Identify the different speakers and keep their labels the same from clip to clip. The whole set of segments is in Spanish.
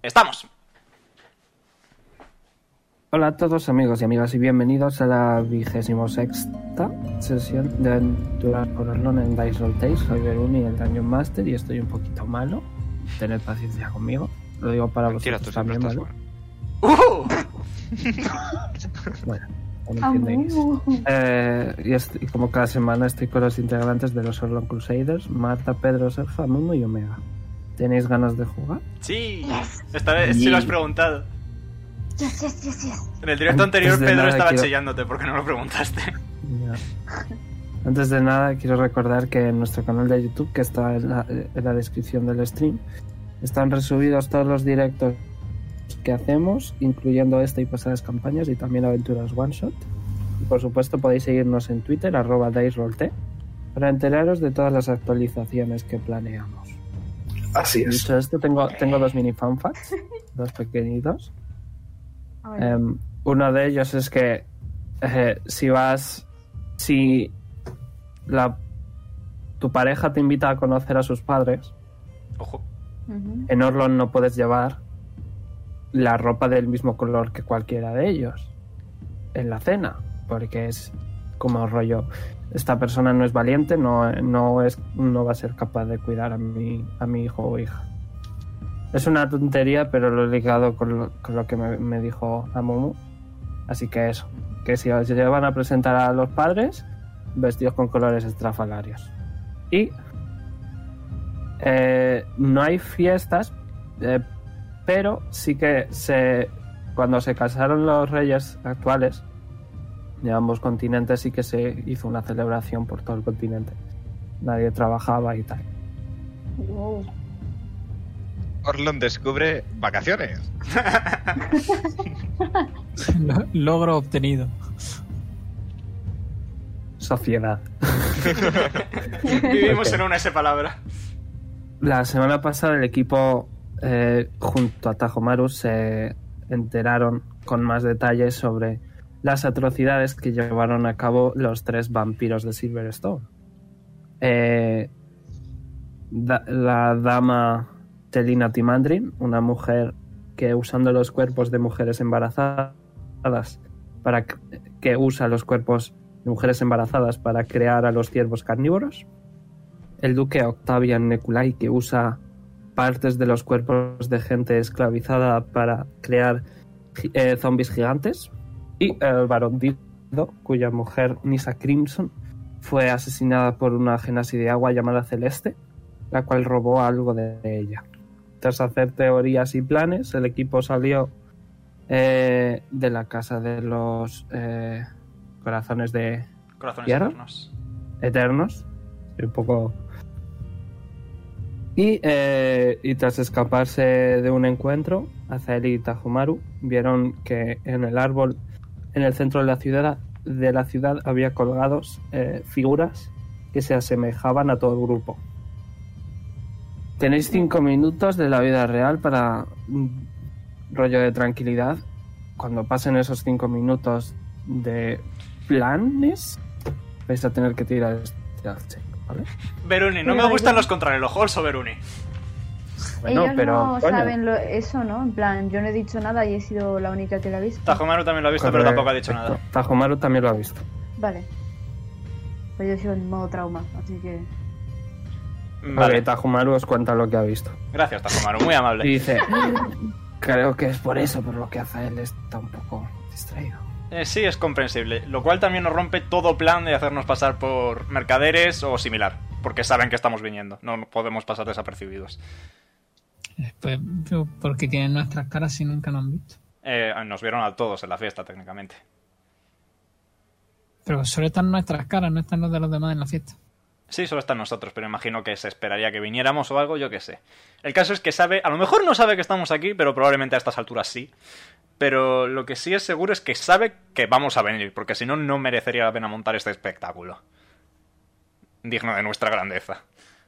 Speaker 1: ¡Estamos!
Speaker 2: Hola a todos amigos y amigas y bienvenidos a la 26ª sesión de Aventuras por Orlon en Dice Roll Tales. Soy Veruni, el Dungeon Master, y estoy un poquito malo. Tened paciencia conmigo. Lo digo para vosotros también, ¿vale? Bueno, como entendéis. Y como cada semana estoy con los integrantes de los Orlon Crusaders, Marta, Pedro, Serfa, Mumu y Omega. ¿Tenéis ganas de jugar?
Speaker 1: Sí, esta vez sí lo has preguntado.
Speaker 3: Yes.
Speaker 1: En el directo anterior Pedro
Speaker 2: nada,
Speaker 1: estaba chillándote porque no lo preguntaste.
Speaker 2: Ya. Antes de nada quiero recordar que en nuestro canal de YouTube, que está en la descripción del stream, están resubidos todos los directos que hacemos, incluyendo esta y pasadas campañas, y también aventuras one shot. Y por supuesto podéis seguirnos en Twitter @DiceRollT para enteraros de todas las actualizaciones que planeamos.
Speaker 4: Así es.
Speaker 2: Dicho esto, tengo dos mini fun facts, dos pequeñitos. Uno de ellos es que si tu pareja te invita a conocer a sus padres,
Speaker 1: Ojo.
Speaker 2: en Orlon no puedes llevar la ropa del mismo color que cualquiera de ellos en la cena, porque es como rollo, esta persona no es valiente, no va a ser capaz de cuidar a mi hijo o hija. Es una tontería, pero lo he ligado con lo que me dijo Amumu. Así que eso, que si os llevan a presentar a los padres, vestidos con colores estrafalarios. Y no hay fiestas, pero sí que cuando se casaron los reyes actuales de ambos continentes, sí que se hizo una celebración por todo el continente. Nadie trabajaba y tal.
Speaker 3: Wow.
Speaker 5: Orlon descubre vacaciones.
Speaker 6: Logro obtenido.
Speaker 2: Sociedad.
Speaker 1: Vivimos
Speaker 2: Ok.
Speaker 1: en una palabra.
Speaker 2: La semana pasada el equipo junto a Tajomaru se enteraron con más detalles sobre las atrocidades que llevaron a cabo los 3 vampiros de Silverstone. La dama Telina Timandrin, una mujer que usando los cuerpos de mujeres embarazadas que usa los cuerpos de mujeres embarazadas para crear a los ciervos carnívoros. El duque Octavian Neculai, que usa partes de los cuerpos de gente esclavizada para crear zombies gigantes. Y el barón Dido, cuya mujer Nissa Crimson fue asesinada por una genasi de agua llamada Celeste, la cual robó algo de ella. Tras hacer teorías y planes, el equipo salió de la casa de los corazones de
Speaker 1: Corazones
Speaker 2: ¿Hierro?
Speaker 1: eternos.
Speaker 2: Un poco. Y tras escaparse de un encuentro, Azael y Tajomaru vieron que en el árbol en el centro de la ciudad había colgados figuras que se asemejaban a todo el grupo. Tenéis 5 minutos de la vida real para un rollo de tranquilidad. Cuando pasen esos 5 minutos de planes, vais a tener que tirar este check, ¿vale?
Speaker 1: Veruni, no me gustan los contrarrelojos, Veruni.
Speaker 2: Bueno,
Speaker 3: Ellos
Speaker 2: pero
Speaker 3: no
Speaker 2: coño,
Speaker 3: saben eso, ¿no? En plan, yo no he dicho nada y he sido la única que lo ha visto.
Speaker 1: Tajomaru también lo ha visto, pero tampoco ha dicho nada.
Speaker 2: Tajomaru también lo ha visto.
Speaker 3: Vale. Pues yo sigo en modo trauma, así que...
Speaker 1: Vale.
Speaker 2: Vale, Tajomaru os cuenta lo que ha visto.
Speaker 1: Gracias, Tajomaru, muy amable.
Speaker 2: Y dice, creo que es por eso por lo que Azael está un poco distraído.
Speaker 1: Sí, es comprensible. Lo cual también nos rompe todo plan de hacernos pasar por mercaderes o similar. Porque saben que estamos viniendo. No podemos pasar desapercibidos.
Speaker 6: Pues, porque tienen nuestras caras y nunca nos han visto.
Speaker 1: Nos vieron a todos en la fiesta, técnicamente.
Speaker 6: Pero solo están nuestras caras, no están los de los demás en la fiesta.
Speaker 1: Sí, solo están nosotros, pero imagino que se esperaría que viniéramos o algo, yo qué sé. El caso es que sabe, a lo mejor no sabe que estamos aquí, pero probablemente a estas alturas sí. Pero lo que sí es seguro es que sabe que vamos a venir, porque si no, no merecería la pena montar este espectáculo. Digno de nuestra grandeza.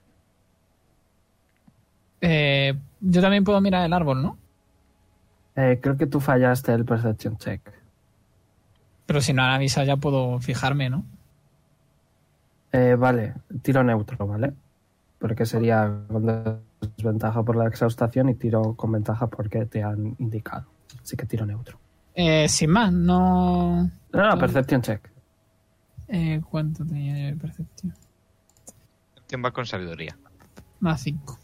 Speaker 6: Yo también puedo mirar el árbol, ¿no?
Speaker 2: Creo que tú fallaste el perception check.
Speaker 6: Pero si no han avisado ya puedo fijarme, ¿no?
Speaker 2: Vale, tiro neutro, ¿vale? Porque sería cuando desventaja por la exhaustación y tiro con ventaja porque te han indicado. Así que tiro neutro.
Speaker 6: Sin más, no...
Speaker 2: No, perception check.
Speaker 6: ¿Cuánto tenía yo de percepción?
Speaker 5: ¿Quién va con sabiduría?
Speaker 6: Más 5.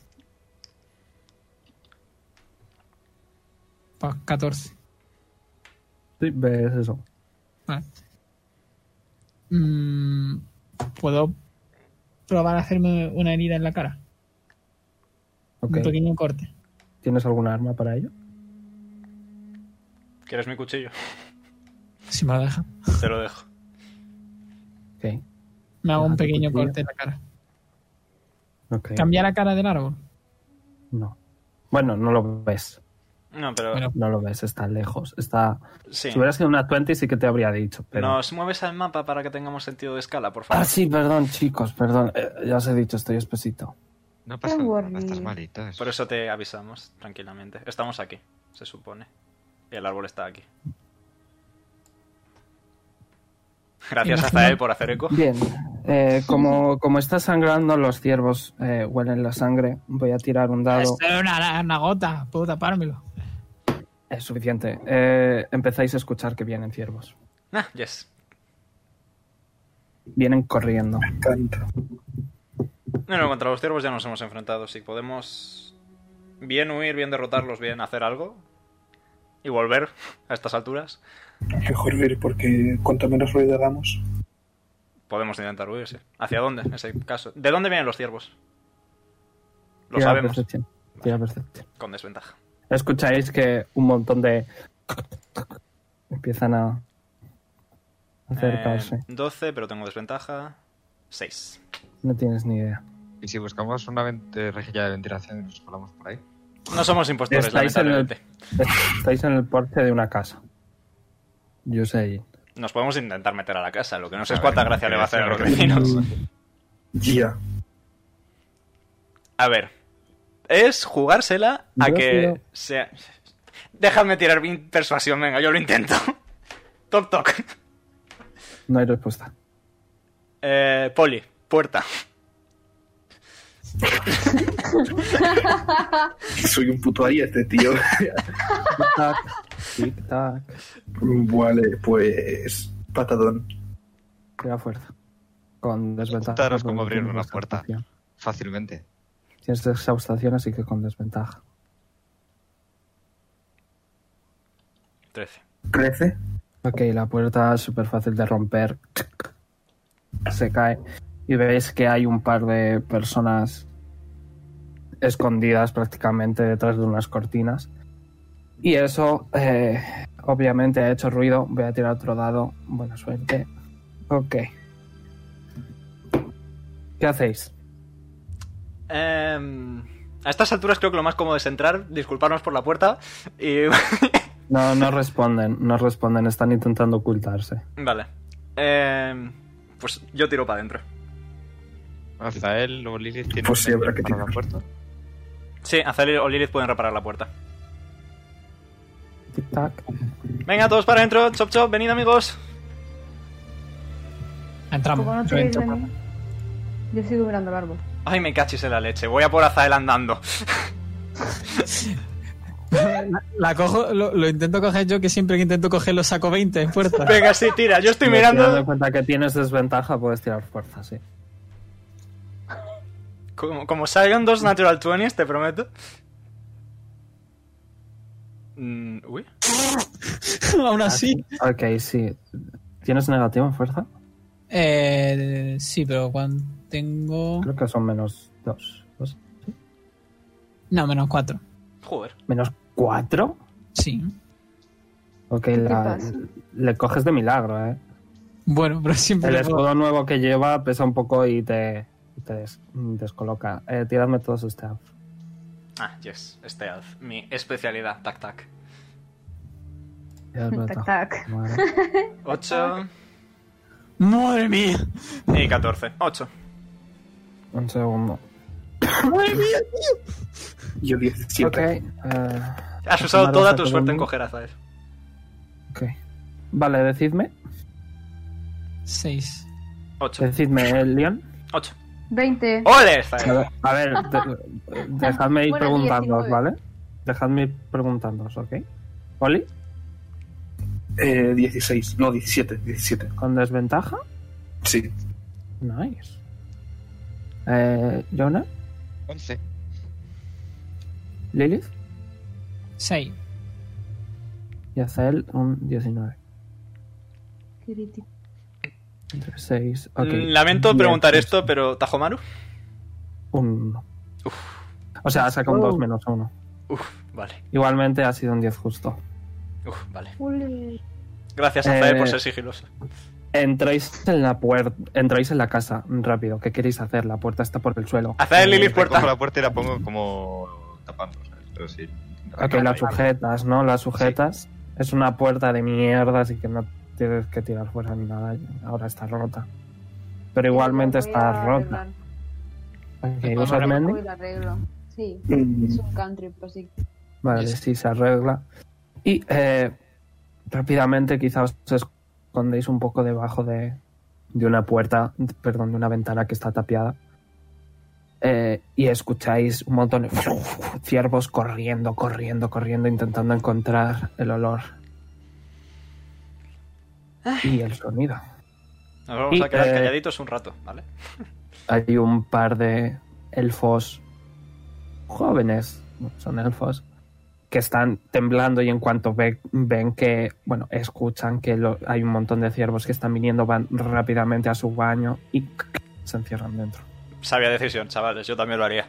Speaker 6: Pues 14.
Speaker 2: Sí, ves eso.
Speaker 6: Vale. ¿Puedo probar a hacerme una herida en la cara?
Speaker 2: Ok.
Speaker 6: Un pequeño corte.
Speaker 2: ¿Tienes alguna arma para ello?
Speaker 1: ¿Quieres mi cuchillo?
Speaker 6: Si me lo deja.
Speaker 1: Te lo dejo.
Speaker 2: Ok.
Speaker 6: Me hago un
Speaker 2: Déjate
Speaker 6: pequeño
Speaker 2: cuchillo.
Speaker 6: corte en la cara.
Speaker 2: Ok.
Speaker 6: ¿Cambiar la cara del árbol?
Speaker 2: No. Bueno, no lo ves.
Speaker 1: No, pero...
Speaker 6: Bueno,
Speaker 2: No lo ves, está lejos. Está...
Speaker 1: sí.
Speaker 2: Si hubiera sido una 20 sí que te habría dicho. Pero...
Speaker 1: ¿Nos mueves al mapa para que tengamos sentido de escala, por favor?
Speaker 2: Ah, sí, perdón, chicos, perdón. Ya os he dicho, estoy espesito.
Speaker 5: No pasa
Speaker 3: Don't
Speaker 5: nada,
Speaker 3: worry.
Speaker 5: estás malito.
Speaker 1: Por eso te avisamos, tranquilamente. Estamos aquí, se supone. Y el árbol está aquí. Gracias,
Speaker 6: Imagino-
Speaker 1: Azael, por hacer eco.
Speaker 2: Bien, como está sangrando, los ciervos huelen la sangre. Voy a tirar un dado.
Speaker 6: es una gota, puedo tapármelo.
Speaker 2: Es suficiente. Empezáis a escuchar que vienen ciervos.
Speaker 1: Ah, yes.
Speaker 2: Vienen corriendo.
Speaker 4: Me encanta.
Speaker 1: Bueno, contra los ciervos ya nos hemos enfrentado. Si podemos bien huir, bien derrotarlos, bien hacer algo y volver a estas alturas,
Speaker 4: Mejor ver porque cuanto menos ruido hagamos.
Speaker 1: podemos intentar huir, sí. ¿Hacia dónde, en ese caso? ¿De dónde vienen los ciervos? Lo
Speaker 2: Tira
Speaker 1: sabemos,
Speaker 2: Percepción. Tira Percepción.
Speaker 1: con desventaja.
Speaker 2: Escucháis que un montón de... empiezan a acercarse.
Speaker 1: 12, pero tengo desventaja. 6.
Speaker 2: No tienes ni idea.
Speaker 5: ¿Y si buscamos una rejilla de ventilación y nos colamos por ahí?
Speaker 1: No somos impostores,
Speaker 2: Estáis en, el,
Speaker 1: lamentablemente.
Speaker 2: estáis en el porche de una casa. Yo sé.
Speaker 1: Nos podemos intentar meter a la casa, lo que no sé es
Speaker 5: A
Speaker 1: cuánta
Speaker 5: ver,
Speaker 1: gracia le va a hacer a los
Speaker 5: gracias.
Speaker 1: vecinos.
Speaker 4: Ya.
Speaker 1: A ver, es jugársela a
Speaker 2: Yo
Speaker 1: que
Speaker 2: quiero-
Speaker 1: sea... Déjame tirar mi persuasión, venga, yo lo intento. Toc, toc.
Speaker 2: No hay respuesta.
Speaker 1: Poli, puerta.
Speaker 4: Soy un puto ahí este tío.
Speaker 2: Tic-tac, tic-tac.
Speaker 4: Vale, pues... Patadón.
Speaker 2: Tira fuerza. Con desventaja.
Speaker 5: Contaros cómo
Speaker 2: porque
Speaker 5: abrir
Speaker 2: tienes
Speaker 5: una puerta.
Speaker 2: exhaustación.
Speaker 5: Fácilmente.
Speaker 2: Tienes exhaustación, así que con desventaja.
Speaker 1: 13.
Speaker 4: 13.
Speaker 2: Ok, la puerta es súper fácil de romper. Se cae. Y veis que hay un par de personas escondidas prácticamente detrás de unas cortinas. Y eso, obviamente, ha hecho ruido. Voy a tirar otro dado. Buena suerte. Ok. ¿Qué hacéis?
Speaker 1: A estas alturas creo que lo más cómodo es entrar, disculparnos por la puerta y...
Speaker 2: No responden. Están intentando ocultarse.
Speaker 1: Vale. Pues yo tiro para adentro.
Speaker 5: Azael o Lilith tienen
Speaker 4: Pues sí, habrá que
Speaker 5: para la
Speaker 4: tirar.
Speaker 5: puerta.
Speaker 1: Sí, Azael o Lilith pueden reparar la puerta.
Speaker 2: Tic-tac.
Speaker 1: Venga, todos para adentro. Chop, chop, venid, amigos.
Speaker 6: Entramos.
Speaker 3: Como no
Speaker 6: Yo
Speaker 3: queréis
Speaker 6: entro.
Speaker 3: venir, yo sigo mirando el árbol.
Speaker 1: Ay, me cachis en la leche. Voy a por Azael andando.
Speaker 6: La cojo, lo intento coger yo, que siempre que intento cogerlo saco 20 en fuerza.
Speaker 1: Venga, sí, tira. Yo estoy
Speaker 2: Teniendo en
Speaker 1: mirando...
Speaker 2: cuenta que tienes desventaja, puedes tirar fuerza, sí.
Speaker 1: Como salgan dos Natural 20s, te prometo. Uy.
Speaker 6: Aún así.
Speaker 2: Ok, sí. ¿Tienes negativo en fuerza?
Speaker 6: Sí, pero cuando tengo...
Speaker 2: Creo que son menos 2.
Speaker 6: No, menos 4.
Speaker 1: Joder.
Speaker 2: ¿Menos 4?
Speaker 6: Sí.
Speaker 2: Ok,
Speaker 3: ¿Qué pasa?
Speaker 2: le coges de milagro, ¿eh?
Speaker 6: Bueno, pero siempre...
Speaker 2: El
Speaker 6: le puedo-
Speaker 2: escudo nuevo que lleva pesa un poco y te descoloca. Tiradme todos stealth.
Speaker 1: Ah, yes. Stealth. Mi especialidad. Tac, tac.
Speaker 2: Tiradme
Speaker 3: Tac,
Speaker 2: todo.
Speaker 3: tac.
Speaker 2: Vale.
Speaker 1: 8
Speaker 6: ¡Madre mía!
Speaker 1: y 14. 8.
Speaker 2: Un segundo.
Speaker 6: ¡Madre mía!
Speaker 4: Yo 17.
Speaker 2: Ok.
Speaker 1: Has usado
Speaker 2: Tomaros
Speaker 1: toda
Speaker 2: a
Speaker 1: tu
Speaker 2: todo
Speaker 1: suerte en
Speaker 2: mundo.
Speaker 1: coger a Azael.
Speaker 2: Ok. Vale, decidme.
Speaker 6: 6.
Speaker 1: 8.
Speaker 2: Decidme, Leon.
Speaker 1: 8.
Speaker 3: 20.
Speaker 1: ¡Ole! Está ahí.
Speaker 2: A ver, dejadme ir
Speaker 3: Bueno,
Speaker 2: preguntándoos,
Speaker 3: 19.
Speaker 2: ¿vale? Dejadme ir preguntándoos, ¿ok? ¿Oli?
Speaker 4: 16. No, 17. 17.
Speaker 2: ¿Con desventaja?
Speaker 4: Sí.
Speaker 2: Nice. ¿Jonah?
Speaker 5: 11.
Speaker 2: ¿Lilith?
Speaker 6: 6.
Speaker 2: Y Azael un 19.
Speaker 3: Crítico.
Speaker 2: Entre 6. Ok.
Speaker 1: Lamento
Speaker 2: 10,
Speaker 1: preguntar
Speaker 2: pues,
Speaker 1: esto, pero ¿Tajomaru?
Speaker 2: Un 1. O sea, ha sacado un 2 menos 1.
Speaker 1: Vale.
Speaker 2: Igualmente ha sido un 10 justo.
Speaker 1: Vale.
Speaker 3: Ule.
Speaker 1: Gracias, Azael, por ser sigiloso.
Speaker 2: Entráis en la puerta, entráis en la casa, rápido. ¿Qué queréis hacer? La puerta está por el suelo.
Speaker 1: Azael, Lilith,
Speaker 5: Cojo
Speaker 1: puerta.
Speaker 5: la puerta y la pongo como tapando, ¿sabes? Pero sí.
Speaker 2: Ok, la sujetas, ¿no? La sujetas. Es una puerta de mierda, así que no tienes que tirar fuera ni nada. Ahora está rota. Pero igualmente
Speaker 3: Voy
Speaker 2: está
Speaker 3: a
Speaker 2: rota.
Speaker 3: arreglar.
Speaker 2: Ok, ¿usas Mending?
Speaker 3: Voy y la arreglo. Sí,
Speaker 4: Mm,
Speaker 3: es un country, pues sí.
Speaker 2: Vale, sí, se arregla. Y rápidamente quizás os escondéis un poco debajo de una puerta, perdón, de una ventana que está tapiada. Y escucháis un montón de ciervos corriendo, intentando encontrar el olor. Y el sonido.
Speaker 1: Nos vamos
Speaker 2: Y,
Speaker 1: a quedar calladitos un rato, ¿vale?
Speaker 2: Hay un par de elfos jóvenes, son elfos, que están temblando y en cuanto ven que, bueno, escuchan que hay un montón de ciervos que están viniendo, van rápidamente a su baño y se encierran dentro.
Speaker 1: Sabia decisión, chavales, yo también lo haría.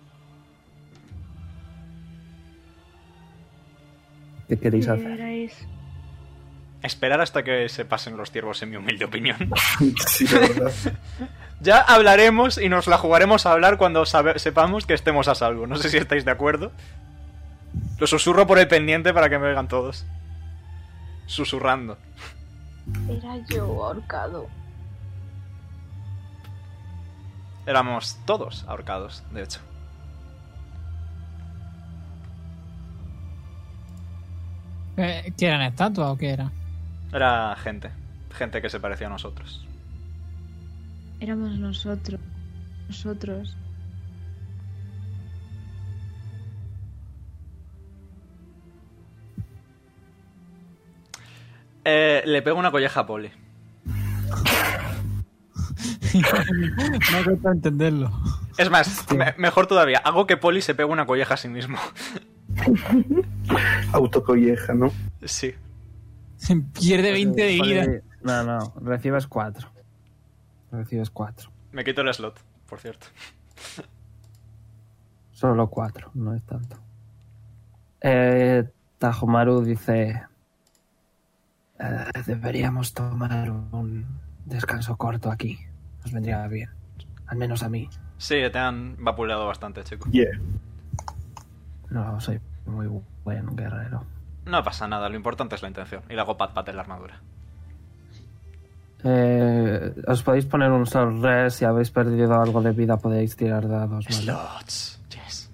Speaker 2: ¿Qué queréis hacer?
Speaker 3: Veréis.
Speaker 1: Esperar hasta que se pasen los ciervos, en mi humilde opinión.
Speaker 4: sí, la verdad.
Speaker 1: Ya hablaremos y nos la jugaremos a hablar cuando sepamos que estemos a salvo. No sé si estáis de acuerdo. Lo susurro por el pendiente para que me oigan todos. Susurrando.
Speaker 3: Era yo ahorcado.
Speaker 1: Éramos todos ahorcados, de hecho.
Speaker 6: ¿Qué eran estatuas o qué era?
Speaker 1: Era gente. Gente que se parecía a nosotros.
Speaker 3: Éramos nosotros. Nosotros.
Speaker 1: Le pego una colleja a Poli.
Speaker 6: No cuesta entenderlo.
Speaker 1: Es más, mejor todavía, hago que Poli se pegue una colleja a sí mismo.
Speaker 4: Autocolleja, ¿no?
Speaker 1: Sí.
Speaker 6: Pierde 20 de vida.
Speaker 2: No, recibes 4. Recibes 4.
Speaker 1: Me quito el slot, por cierto.
Speaker 2: Solo 4, no es tanto. Tajomaru dice... deberíamos tomar un descanso corto aquí. Nos vendría bien. Al menos a mí.
Speaker 1: Sí, te han vapuleado bastante, chico.
Speaker 4: Yeah.
Speaker 2: No soy muy buen guerrero.
Speaker 1: No pasa nada, lo importante es la intención. Y le hago pat en la armadura.
Speaker 2: Os podéis poner un short rest. Si habéis perdido algo de vida podéis tirar dados, ¿vale?
Speaker 1: Slots. Yes.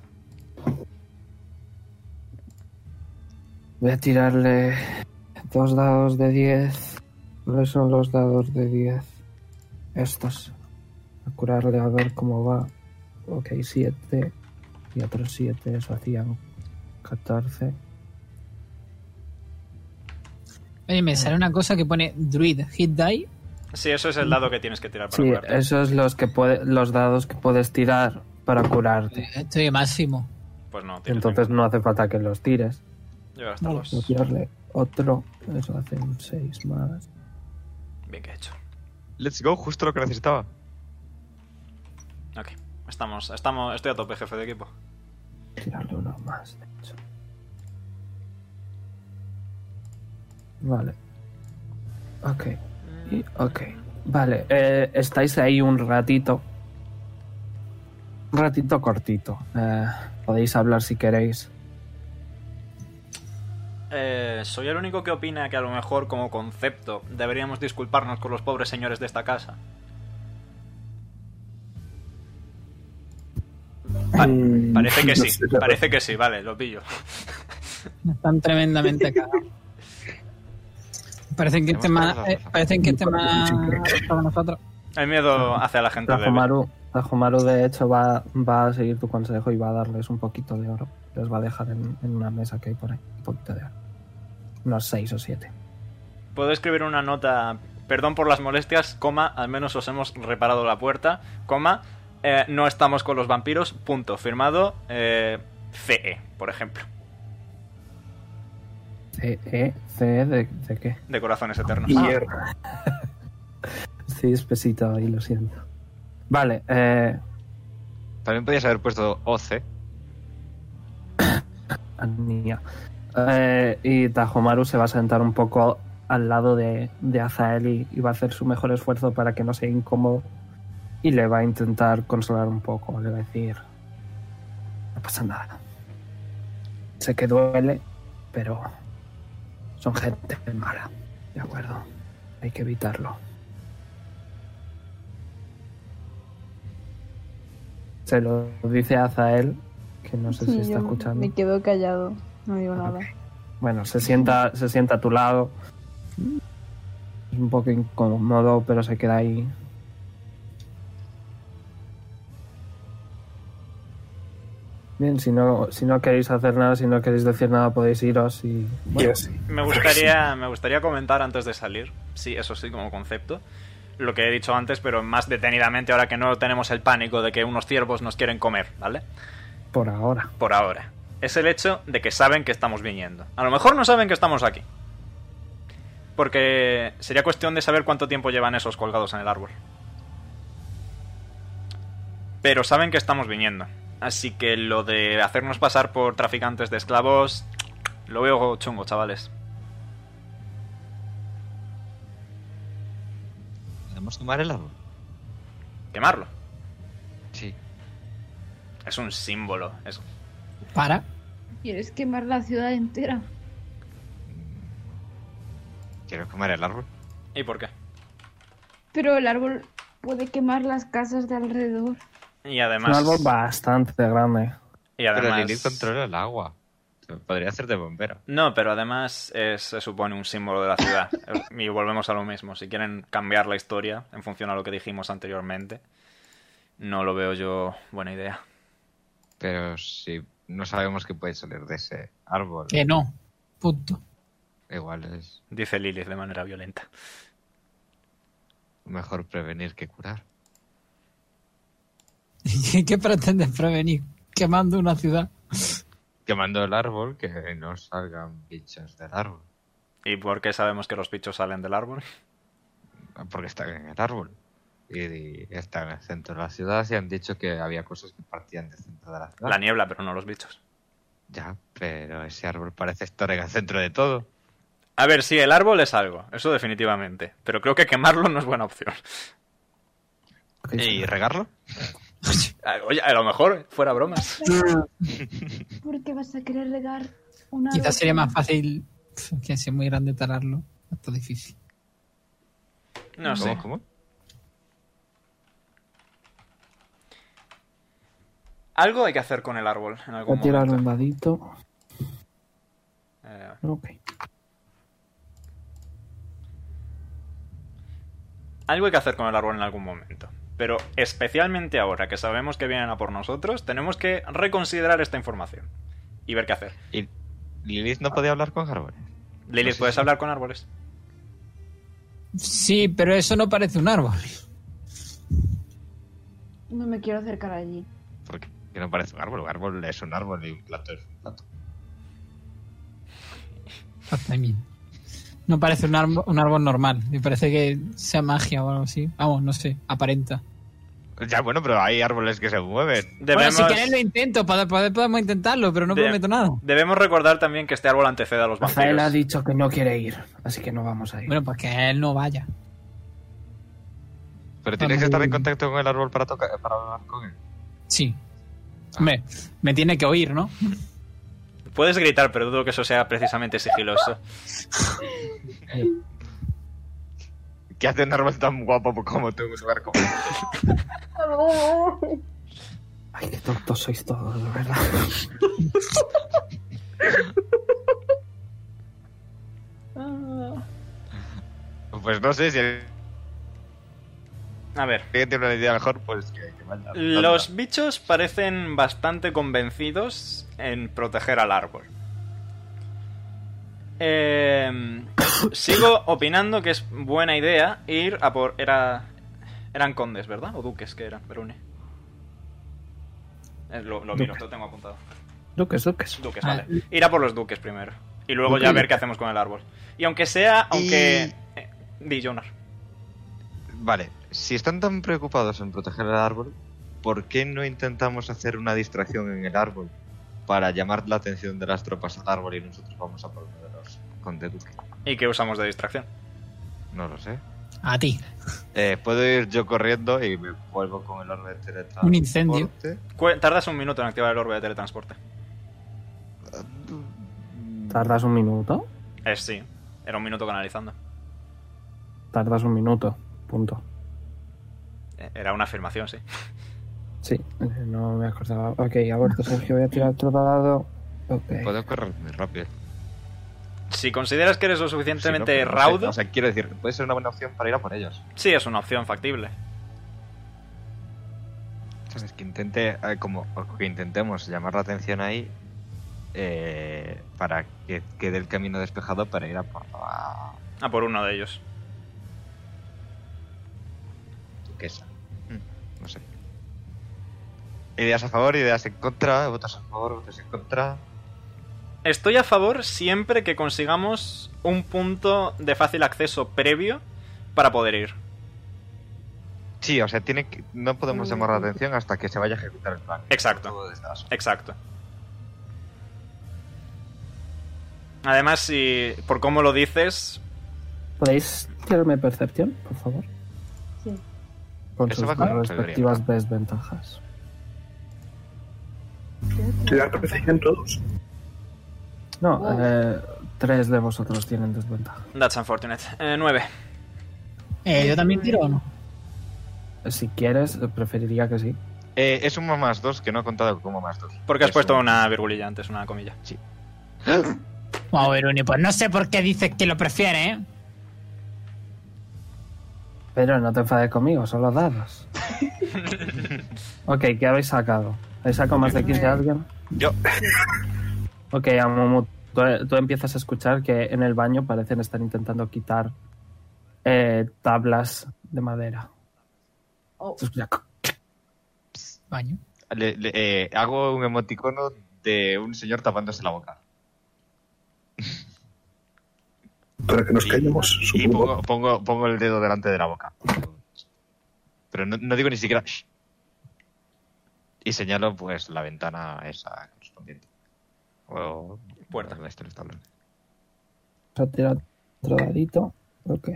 Speaker 2: Voy a tirarle 2 dados de 10. ¿Cuáles son los dados de 10? Estos. A curarle a ver cómo va. Ok, 7. Y otros 7. Eso hacían 14.
Speaker 6: Oye, me sale una cosa que pone Druid Hit Die.
Speaker 1: Sí, eso es el dado que tienes que tirar para
Speaker 2: Sí,
Speaker 1: curarte.
Speaker 2: esos los los dados que puedes tirar para curarte.
Speaker 6: Estoy de máximo.
Speaker 1: Pues no, tienes
Speaker 2: Entonces no hace falta que los tires.
Speaker 1: Yo hasta
Speaker 6: Vale.
Speaker 1: dos.
Speaker 2: Voy a tirarle otro. Eso hace un 6 más.
Speaker 1: Bien que he hecho.
Speaker 5: Let's go, justo lo que necesitaba.
Speaker 1: Ok. Estoy a tope, jefe de equipo.
Speaker 2: Tirarle uno más, de hecho. Vale. Ok. Ok. Vale. Estáis ahí un ratito. Un ratito cortito. Podéis hablar si queréis.
Speaker 1: Soy el único que opina que a lo mejor como concepto deberíamos disculparnos con los pobres señores de esta casa. Parece que
Speaker 4: no
Speaker 1: sí,
Speaker 4: sé, la
Speaker 1: parece que sí, vale, lo pillo.
Speaker 6: Están tremendamente cagados. Parecen que
Speaker 5: Hemos
Speaker 6: este más...
Speaker 5: tardado,
Speaker 6: parecen que este más... para nosotros.
Speaker 1: Hay miedo hacia la gente débil.
Speaker 2: Tajomaru Tajomaru de hecho va a seguir tu consejo y va a darles un poquito de oro. Les va a dejar en una mesa que hay por ahí. Un poquito de oro. Unos 6 o 7.
Speaker 1: Puedo escribir una nota. Perdón por las molestias, coma, al menos os hemos reparado la puerta, coma, no estamos con los vampiros, punto. Firmado CE, por ejemplo.
Speaker 2: ¿CE de qué?
Speaker 1: De corazones eternos.
Speaker 4: Mierda.
Speaker 2: Sí, espesito ahí, lo siento. Vale,
Speaker 5: También podías haber puesto OC.
Speaker 2: Ania. Y Tajomaru se va a sentar un poco al lado de Azael y va a hacer su mejor esfuerzo para que no sea incómodo y le va a intentar consolar un poco. Le va a decir: no pasa nada. Sé que duele, pero son gente mala. De acuerdo. Hay que evitarlo. Se lo dice a Azael, que no sé si está escuchando.
Speaker 3: Me quedo callado, no digo nada.
Speaker 2: Bueno, se sienta a tu lado. Es un poco incómodo, pero se queda ahí. Bien, si no queréis hacer nada, si no queréis decir nada, podéis iros y... Bueno,
Speaker 4: Yo sí.
Speaker 1: Me gustaría comentar antes de salir, sí, eso sí, como concepto, lo que he dicho antes, pero más detenidamente ahora que no tenemos el pánico de que unos ciervos nos quieren comer, ¿vale?
Speaker 2: por ahora.
Speaker 1: Por ahora. Es el hecho de que saben que estamos viniendo. A lo mejor no saben que estamos aquí. Porque sería cuestión de saber cuánto tiempo llevan esos colgados en el árbol. Pero saben que estamos viniendo. Así que lo de hacernos pasar por traficantes de esclavos lo veo chungo, chavales.
Speaker 5: ¿Podemos tomar el árbol?
Speaker 1: Quemarlo.
Speaker 5: Sí.
Speaker 1: Es un símbolo.
Speaker 6: Para.
Speaker 3: ¿Quieres quemar la ciudad entera?
Speaker 5: ¿Quiero quemar el árbol?
Speaker 1: ¿Y por qué?
Speaker 3: Pero el árbol puede quemar las casas de alrededor.
Speaker 1: Y
Speaker 2: Es
Speaker 1: además...
Speaker 2: un árbol bastante grande.
Speaker 1: Y además...
Speaker 5: Pero Lilith controla el agua. Podría hacer de bombero.
Speaker 1: No, pero además se supone un símbolo de la ciudad. Y volvemos a lo mismo. Si quieren cambiar la historia en función a lo que dijimos anteriormente, no lo veo yo buena idea.
Speaker 5: Pero si no sabemos qué puede salir de ese árbol,
Speaker 6: Que no. Punto.
Speaker 5: igual es
Speaker 1: Dice Lilith de manera violenta.
Speaker 5: mejor prevenir que curar.
Speaker 6: ¿Qué pretendes prevenir? Quemando una ciudad.
Speaker 5: Quemando el árbol, que no salgan bichos del árbol.
Speaker 1: ¿Y por qué sabemos que los bichos salen del árbol?
Speaker 5: Porque están en el árbol. Y están en el centro de la ciudad y han dicho que había cosas que partían del centro de la ciudad.
Speaker 1: La niebla, pero no los bichos.
Speaker 5: Ya, pero ese árbol parece estar en el centro de todo.
Speaker 1: A ver, sí, el árbol es algo, eso definitivamente. Pero creo que quemarlo no es buena opción.
Speaker 5: ¿Y regarlo?
Speaker 1: Oye, a lo mejor fuera bromas.
Speaker 3: ¿Por qué vas a querer regar una...
Speaker 6: Quizás sería más fácil que sea muy grande talarlo. Esto es difícil.
Speaker 1: No sé.
Speaker 5: ¿Cómo?
Speaker 1: Algo hay que hacer con el árbol en
Speaker 2: Voy
Speaker 1: algún
Speaker 2: a tirar
Speaker 1: momento.
Speaker 2: un dadito.
Speaker 1: Eh,
Speaker 2: Ok.
Speaker 1: Algo hay que hacer con el árbol en algún momento. Pero especialmente ahora que sabemos que vienen a por nosotros, tenemos que reconsiderar esta información. Y ver qué hacer.
Speaker 5: ¿Y Lilith no podía hablar con árboles?
Speaker 1: Lilith,
Speaker 5: No sé
Speaker 1: ¿puedes
Speaker 5: si-
Speaker 1: hablar con árboles?
Speaker 6: Sí, pero eso no parece un árbol.
Speaker 3: No me quiero acercar allí.
Speaker 5: Porque no parece un árbol. Un árbol es un árbol y un plato es un plato.
Speaker 6: También. No parece un árbol normal. Me parece que sea magia o algo así. Vamos, no sé. Aparenta.
Speaker 5: Ya, bueno, pero hay árboles que se mueven.
Speaker 1: Debemos,
Speaker 6: Bueno, si queréis lo intento. Podemos intentarlo, pero no
Speaker 1: De-
Speaker 6: prometo nada.
Speaker 1: debemos recordar también que este árbol antecede a los
Speaker 2: Rafael ha
Speaker 1: vampiros.
Speaker 2: dicho que no quiere ir, así que no vamos a ir.
Speaker 6: Bueno, pues que él no vaya.
Speaker 5: Pero tienes que estar en contacto con el árbol para hablar con él.
Speaker 6: Sí. Hombre, me tiene que oír, ¿no?
Speaker 1: Puedes gritar, pero dudo que eso sea precisamente sigiloso.
Speaker 5: ¿Qué hace un árbol tan guapo como tú en un lugar como este?
Speaker 2: Ay, qué tontos sois todos, de verdad.
Speaker 5: Pues no sé si...
Speaker 1: A ver.
Speaker 5: Si alguien tiene una idea mejor, pues que vaya.
Speaker 1: Los bichos parecen bastante convencidos en proteger al árbol. Sigo opinando que es buena idea ir a por... Eran condes, ¿verdad? O duques que eran, Verune. Lo miro, lo tengo apuntado.
Speaker 2: Duques.
Speaker 1: Duques, vale. Ir a por los duques primero. Y luego ya ver qué hacemos con el árbol. Y aunque sea... Di, Jonar.
Speaker 5: Vale, si están tan preocupados en proteger el árbol, ¿por qué no intentamos hacer una distracción en el árbol para llamar la atención de las tropas al árbol y nosotros vamos a por uno de los conde duque?
Speaker 1: ¿Y qué usamos de distracción?
Speaker 5: No lo sé.
Speaker 6: A ti.
Speaker 5: Puedo ir yo corriendo y me vuelvo con el orbe de teletransporte.
Speaker 6: Un incendio.
Speaker 1: Tardas un minuto en activar el orbe de teletransporte.
Speaker 2: ¿Tardas un minuto?
Speaker 1: Sí, era un minuto canalizando.
Speaker 2: Tardas un minuto, punto.
Speaker 1: Era una afirmación, sí.
Speaker 2: Sí, no me acordaba. Ok, aborto, Sergio, voy a tirar otro dado. Ok.
Speaker 5: Puedo correr muy rápido.
Speaker 1: Si consideras que eres lo suficientemente
Speaker 5: Sí, no, pero no sé,
Speaker 1: raudo...
Speaker 5: o sea, quiero decir, puede ser una buena opción para ir a por ellos.
Speaker 1: Sí, es una opción factible.
Speaker 5: ¿Sabes? Que intentemos llamar la atención ahí para que quede el camino despejado para ir a por la
Speaker 1: A por uno de ellos.
Speaker 5: duquesa. No sé. Ideas a favor, ideas en contra, votos a favor, votos en contra.
Speaker 1: Estoy a favor siempre que consigamos un punto de fácil acceso previo para poder ir.
Speaker 5: Sí, o sea, no podemos llamar la atención hasta que se vaya a ejecutar el plan.
Speaker 1: Exacto.
Speaker 5: Todo desde la zona.
Speaker 1: Exacto. Además, si por cómo lo dices...
Speaker 2: ¿Podéis tirarme percepción, por favor?
Speaker 3: Sí.
Speaker 2: Con
Speaker 5: Eso
Speaker 2: sus
Speaker 5: va con
Speaker 2: respectivas
Speaker 5: sabiduría,
Speaker 2: desventajas.
Speaker 4: ¿Ya persiguen todos?
Speaker 2: No, 3 de vosotros tienen desventaja.
Speaker 1: That's unfortunate. 9.
Speaker 6: ¿Yo también tiro o no?
Speaker 2: Si quieres, preferiría que sí.
Speaker 5: Es un +2 que no he contado como +2.
Speaker 1: Porque has
Speaker 5: Es
Speaker 1: puesto
Speaker 5: un-
Speaker 1: una virgulilla antes, una comilla.
Speaker 5: Sí.
Speaker 6: Wow, Veruni, pues no sé por qué dices que lo prefiere, ¿eh?
Speaker 2: Pero no te enfades conmigo, son los dados. Ok, ¿qué habéis sacado? ¿Habéis sacado más de 15 a alguien?
Speaker 5: Yo.
Speaker 2: Ok, Amumu, tú empiezas a escuchar que en el baño parecen estar intentando quitar tablas de madera.
Speaker 3: Oh,
Speaker 2: Se escucha...
Speaker 6: Baño.
Speaker 5: Hago un emoticono de un señor tapándose la boca.
Speaker 4: Para que nos callemos,
Speaker 5: Y
Speaker 4: supongo.
Speaker 5: pongo el dedo delante de la boca. Pero no digo ni siquiera... "Shh". Y señalo pues la ventana esa correspondiente. O
Speaker 1: Puerta.
Speaker 5: donde estén los tablones.
Speaker 2: Vamos a tirar otro dadito. Ok.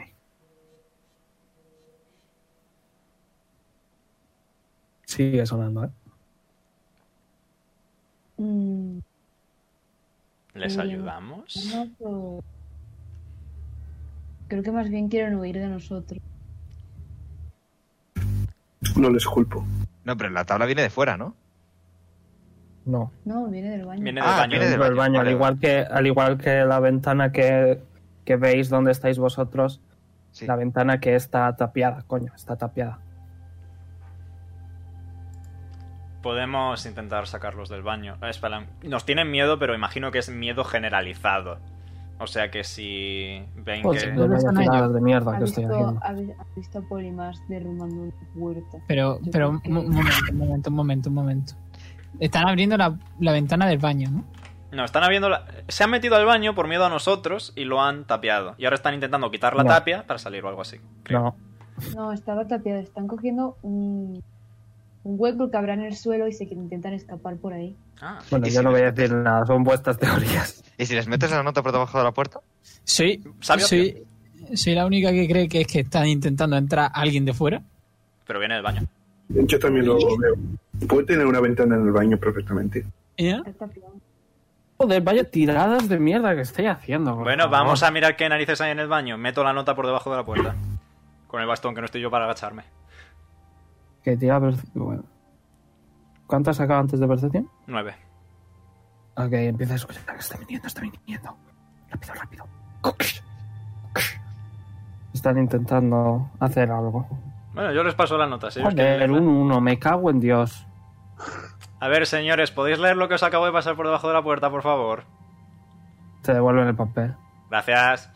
Speaker 2: Sigue sonando, ¿eh?
Speaker 3: mm,
Speaker 1: ¿Les
Speaker 3: Mm.
Speaker 1: ayudamos?
Speaker 3: no, pero... Creo que más bien quieren huir de nosotros.
Speaker 4: No les culpo.
Speaker 5: No, pero la tabla viene de fuera, ¿no?
Speaker 2: No.
Speaker 3: No, viene del baño.
Speaker 1: Viene del
Speaker 5: Ah,
Speaker 1: baño.
Speaker 5: viene del
Speaker 2: Dentro del baño,
Speaker 5: Vale,
Speaker 2: al igual que la ventana que veis donde estáis vosotros,
Speaker 5: Sí.
Speaker 2: la ventana que está tapiada, coño, está tapiada.
Speaker 1: Podemos intentar sacarlos del baño. Espera, nos tienen miedo, pero imagino que es miedo generalizado. O sea que si ven
Speaker 2: Joder,
Speaker 1: que...
Speaker 2: de vaya
Speaker 6: son
Speaker 2: tiradas
Speaker 6: ellos.
Speaker 2: de mierda
Speaker 3: ¿Ha
Speaker 2: que estoy
Speaker 3: visto,
Speaker 2: haciendo.
Speaker 3: ha visto a Polimas derrumbando una puerta?
Speaker 6: Pero
Speaker 3: Yo creo que-
Speaker 6: un momento. Están abriendo la ventana del baño, ¿no?
Speaker 1: No, están abriendo se han metido al baño por miedo a nosotros y lo han tapiado. Y ahora están intentando quitar la
Speaker 2: No.
Speaker 1: tapia para salir o algo así. creo.
Speaker 2: No,
Speaker 3: No, estaba tapiada. Están cogiendo un hueco que habrá en el suelo y se intentan escapar por ahí.
Speaker 1: Ah,
Speaker 2: bueno,
Speaker 5: ¿Y
Speaker 2: yo
Speaker 5: si
Speaker 2: no voy a
Speaker 5: les
Speaker 2: decir nada, son vuestras teorías.
Speaker 5: ¿Y si les metes la nota por debajo de la puerta?
Speaker 6: Soy la única que cree que es que están intentando entrar alguien de fuera.
Speaker 1: pero viene del baño.
Speaker 4: Yo también lo veo. Puede tener una ventana en el baño perfectamente.
Speaker 6: ¿Ya?
Speaker 3: Está tapiado.
Speaker 2: Joder, vaya tiradas de mierda que estoy haciendo. por
Speaker 1: Bueno,
Speaker 2: favor.
Speaker 1: vamos a mirar qué narices hay en el baño. Meto la nota por debajo de la puerta. Con el bastón, que no estoy yo para agacharme.
Speaker 2: Que tira bueno. ¿Cuánto has sacado antes de percepción?
Speaker 1: 9.
Speaker 2: Ok, empieza a escuchar que está viniendo. Rápido. Están intentando hacer algo.
Speaker 1: Bueno, yo les paso las notas. ¿Sí?
Speaker 2: Joder, un 1, me cago en Dios.
Speaker 1: A ver, señores, ¿podéis leer lo que os acabo de pasar por debajo de la puerta, por favor?
Speaker 2: Te devuelven el papel.
Speaker 1: Gracias.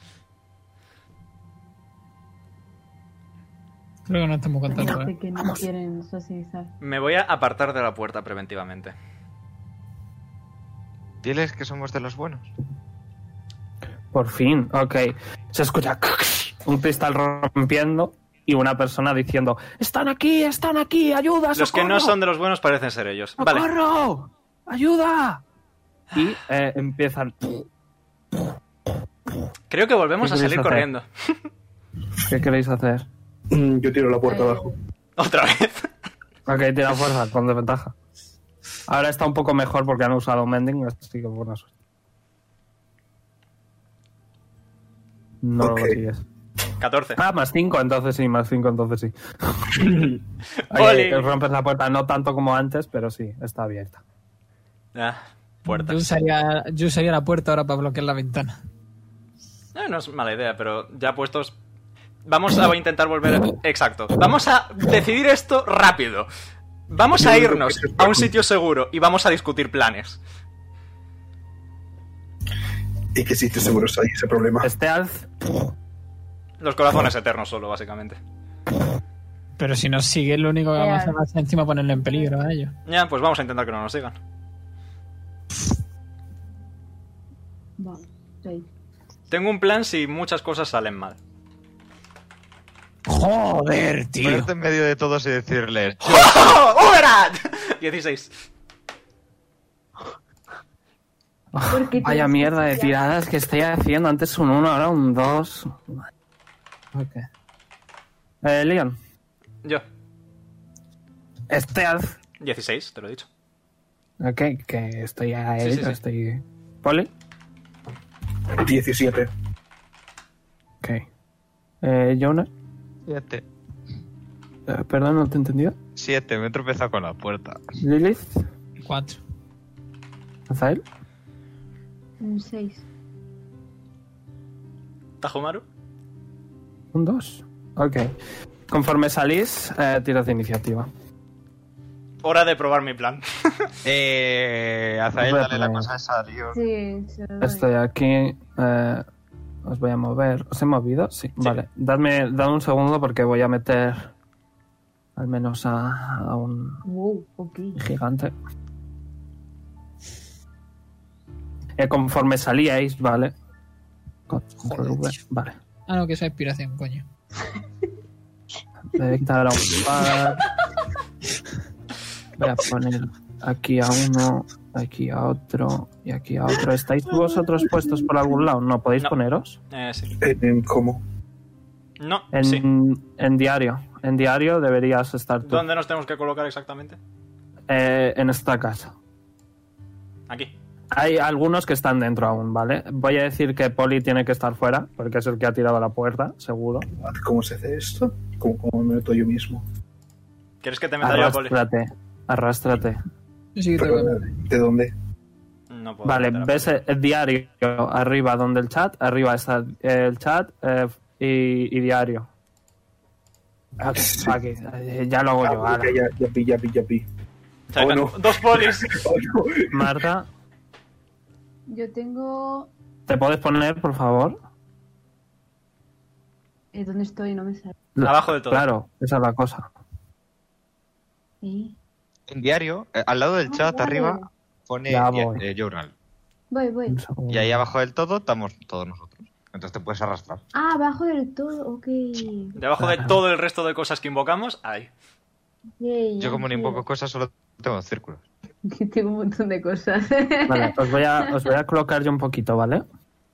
Speaker 6: Creo que no estamos contentos.
Speaker 3: Parece que no quieren socializar.
Speaker 1: Me voy a apartar de la puerta preventivamente.
Speaker 5: Diles que somos de los buenos.
Speaker 2: Por fin, ok. Se escucha un cristal rompiendo y una persona diciendo: ¡Están aquí, ayuda, socorro!
Speaker 1: Los que no son de los buenos parecen ser ellos. Vale.
Speaker 2: ¡Socorro! ¡Ayuda! Y empiezan...
Speaker 1: Creo que volvemos
Speaker 2: ¿Qué
Speaker 1: a
Speaker 2: queréis
Speaker 1: salir
Speaker 2: hacer?
Speaker 1: corriendo.
Speaker 2: ¿Qué queréis hacer?
Speaker 4: Yo tiro la puerta abajo.
Speaker 1: Otra vez.
Speaker 2: Ok, tira fuerza, con desventaja. Ahora está un poco mejor porque han usado Mending, así que buena suerte. No
Speaker 4: Ok.
Speaker 2: lo consigues.
Speaker 1: 14.
Speaker 2: Ah, más 5, entonces sí,
Speaker 1: Poli.
Speaker 2: Oye, rompes la puerta, no tanto como antes, pero sí, está abierta.
Speaker 1: Puerta.
Speaker 6: Yo usaría la puerta ahora para bloquear la ventana.
Speaker 1: No es mala idea, pero ya puestos... Vamos a intentar volver... Exacto. Vamos a decidir esto rápido. Vamos a irnos a un sitio seguro y vamos a discutir planes.
Speaker 4: ¿Y qué sitio seguro hay ese problema?
Speaker 2: Stealth,
Speaker 1: Los corazones eternos solo, básicamente.
Speaker 6: Pero si nos sigue, lo único que vamos a hacer es encima ponerlo en peligro a ellos.
Speaker 1: Ya, pues vamos a intentar que no nos sigan.
Speaker 3: Va, 6.
Speaker 1: Tengo un plan si muchas cosas salen mal.
Speaker 6: Joder, tío.
Speaker 5: Ponerte en medio de todos y decirles...
Speaker 1: ¡Oh! ¡Uberat! 16.
Speaker 2: vaya mierda de tiradas que estoy haciendo. Antes un 1, ahora un 2. Ok. Leon,
Speaker 1: Yo.
Speaker 2: Stealth.
Speaker 1: 16, te lo he dicho.
Speaker 2: Ok, que estoy a
Speaker 1: Sí,
Speaker 2: ello,
Speaker 1: sí, sí.
Speaker 2: estoy... ¿Poli?
Speaker 4: 17.
Speaker 2: Ok. Jonah,
Speaker 5: 7.
Speaker 2: perdón, no te he entendido.
Speaker 5: 7, me he tropezado con la puerta.
Speaker 2: Lilith,
Speaker 6: 4.
Speaker 2: Azael,
Speaker 3: Un 6.
Speaker 1: ¿Tajomaru?
Speaker 2: un 2. Ok. Conforme salís, tiras de iniciativa.
Speaker 1: Hora de probar mi plan.
Speaker 5: Azael,
Speaker 2: Voy a
Speaker 5: dale la
Speaker 2: poner-
Speaker 5: cosa esa, tío.
Speaker 3: Sí, se lo doy.
Speaker 2: Estoy aquí. Os voy a mover. ¿Os he movido? Sí. Vale. Dadme un segundo porque voy a meter al menos a un
Speaker 3: Wow, ok.
Speaker 2: gigante. Conforme salíais, vale. Control V, vale.
Speaker 6: Ah, no, que esa inspiración, coño.
Speaker 2: Voy a quitar a un par. Voy a poner aquí a uno, aquí a otro y aquí a otro. ¿Estáis vosotros puestos por algún lado? ¿No podéis
Speaker 1: No.
Speaker 2: poneros?
Speaker 1: Sí.
Speaker 4: ¿Cómo?
Speaker 1: No,
Speaker 2: En,
Speaker 1: sí.
Speaker 2: en diario. En diario deberías estar tú.
Speaker 1: ¿Dónde nos tenemos que colocar exactamente?
Speaker 2: En esta casa.
Speaker 1: Aquí.
Speaker 2: Hay algunos que están dentro aún, ¿vale? Voy a decir que Poli tiene que estar fuera, porque es el que ha tirado la puerta, seguro.
Speaker 4: ¿Cómo se hace esto? ¿Cómo me meto yo mismo?
Speaker 1: ¿Quieres que te meta yo, Poli?
Speaker 2: Arrástrate.
Speaker 6: Yo sí que
Speaker 4: Pero,
Speaker 6: tengo...
Speaker 4: ¿de dónde?
Speaker 1: No puedo.
Speaker 2: Vale,
Speaker 1: meter a
Speaker 2: ves el diario arriba donde el chat, arriba está el chat y diario. Aquí,
Speaker 4: Sí.
Speaker 2: aquí, ya lo hago yo.
Speaker 4: Ah,
Speaker 2: ala.
Speaker 4: ya vi.
Speaker 1: Sacan
Speaker 4: Oh, no.
Speaker 1: 2 polis.
Speaker 4: Oh, no.
Speaker 2: Marta,
Speaker 3: Yo tengo...
Speaker 2: ¿te puedes poner, por favor?
Speaker 3: ¿Dónde estoy? No me sale.
Speaker 1: Abajo del todo.
Speaker 2: Claro, esa es la cosa.
Speaker 3: ¿Eh?
Speaker 5: En diario, al lado del chat,
Speaker 3: vale.
Speaker 5: arriba, pone
Speaker 2: Ya voy.
Speaker 5: journal.
Speaker 3: Voy.
Speaker 2: Un segundo.
Speaker 5: Y ahí abajo del todo estamos todos nosotros. Entonces te puedes arrastrar.
Speaker 3: Ah, abajo del todo, ok.
Speaker 1: Debajo de todo el resto de cosas que invocamos, ahí.
Speaker 3: Yay,
Speaker 5: Yo como no
Speaker 3: ya
Speaker 5: invoco cosas, solo tengo círculos.
Speaker 3: quiero. Tengo un montón de cosas.
Speaker 2: Vale, os voy a colocar yo un poquito, ¿vale?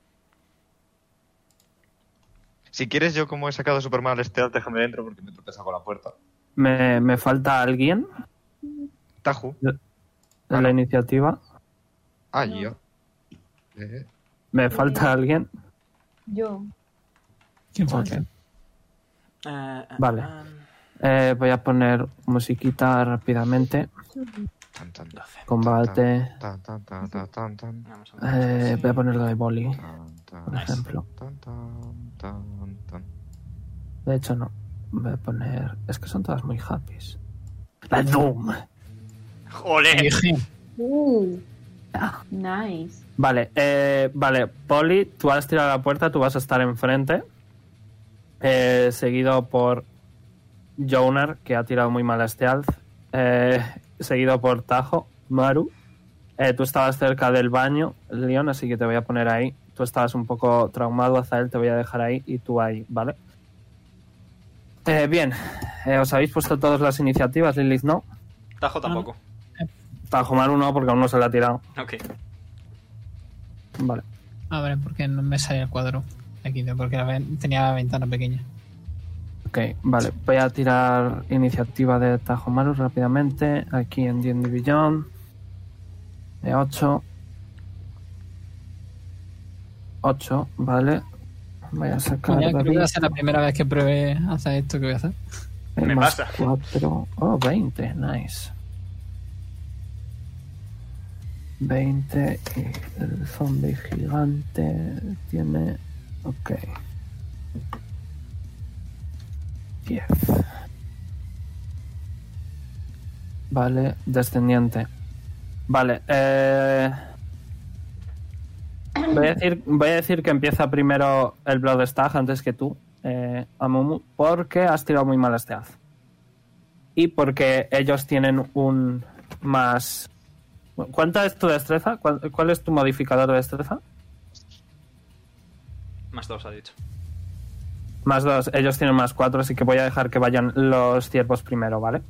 Speaker 5: Si quieres, yo como he sacado super mal este, déjame dentro porque me he tropezado con la puerta.
Speaker 2: Me falta alguien
Speaker 5: Taju.
Speaker 2: en la iniciativa.
Speaker 5: Ah,
Speaker 3: No.
Speaker 5: yo.
Speaker 2: Me falta alguien.
Speaker 3: Yo.
Speaker 6: ¿Quién falta?
Speaker 2: Vale. Voy a poner musiquita rápidamente.
Speaker 5: Tan, tan,
Speaker 1: 12.
Speaker 2: Combate.
Speaker 5: tan, tan, tan, tan, tan, tan,
Speaker 1: Vamos a ver.
Speaker 2: Voy a ponerlo de boli,
Speaker 5: tan,
Speaker 2: por
Speaker 1: Nice.
Speaker 2: ejemplo.
Speaker 5: tan, tan, tan, tan.
Speaker 2: De hecho, no. Voy a poner... Es que son todas muy happy. La Doom.
Speaker 1: ¡Ole!
Speaker 6: Dije,
Speaker 3: Nice.
Speaker 2: Vale, vale. Poli, tú has tirado la puerta, tú vas a estar enfrente. Seguido por Jonar, que ha tirado muy mal a Stealth. Seguido por Tajo, Maru. Tú estabas cerca del baño, Leon, así que te voy a poner ahí. Tú estabas un poco traumado, Azael, te voy a dejar ahí y tú ahí, ¿vale? Bien, os habéis puesto todas las iniciativas, Lilith no.
Speaker 1: Tajo tampoco.
Speaker 2: Tajo Maru no, porque aún no se la ha tirado.
Speaker 1: Ok.
Speaker 2: Vale.
Speaker 6: a ver, ¿por qué no me sale el cuadro? Aquí, porque tenía la ventana pequeña.
Speaker 2: Ok, vale. Voy a tirar iniciativa de Tajo Maru rápidamente. Aquí en D&D Beyond. De 8. 8, vale. Voy a sacar...
Speaker 6: Mira, creo que va a ser la primera vez que pruebe hacer esto que voy a hacer.
Speaker 1: Me
Speaker 2: más
Speaker 1: pasa.
Speaker 2: 4. Oh, 20. Nice. 20 y el zombie gigante tiene... Ok. 10. Vale, descendiente. Vale, voy a decir que empieza primero el Bloodstag antes que tú, Amumu, porque has tirado muy mal este haz. Y porque ellos tienen un más... ¿Cuánta es tu destreza? ¿Cuál es tu modificador de destreza?
Speaker 1: Más 2 ha dicho.
Speaker 2: Más 2, ellos tienen más 4, así que voy a dejar que vayan los ciervos primero, ¿vale?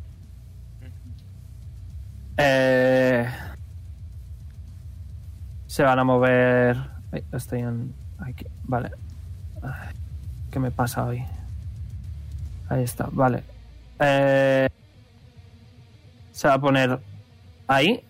Speaker 2: Se van a mover... Ay, estoy en... Aquí, vale. Ay, ¿qué me pasa hoy? Ahí está, vale. Se va a poner ahí.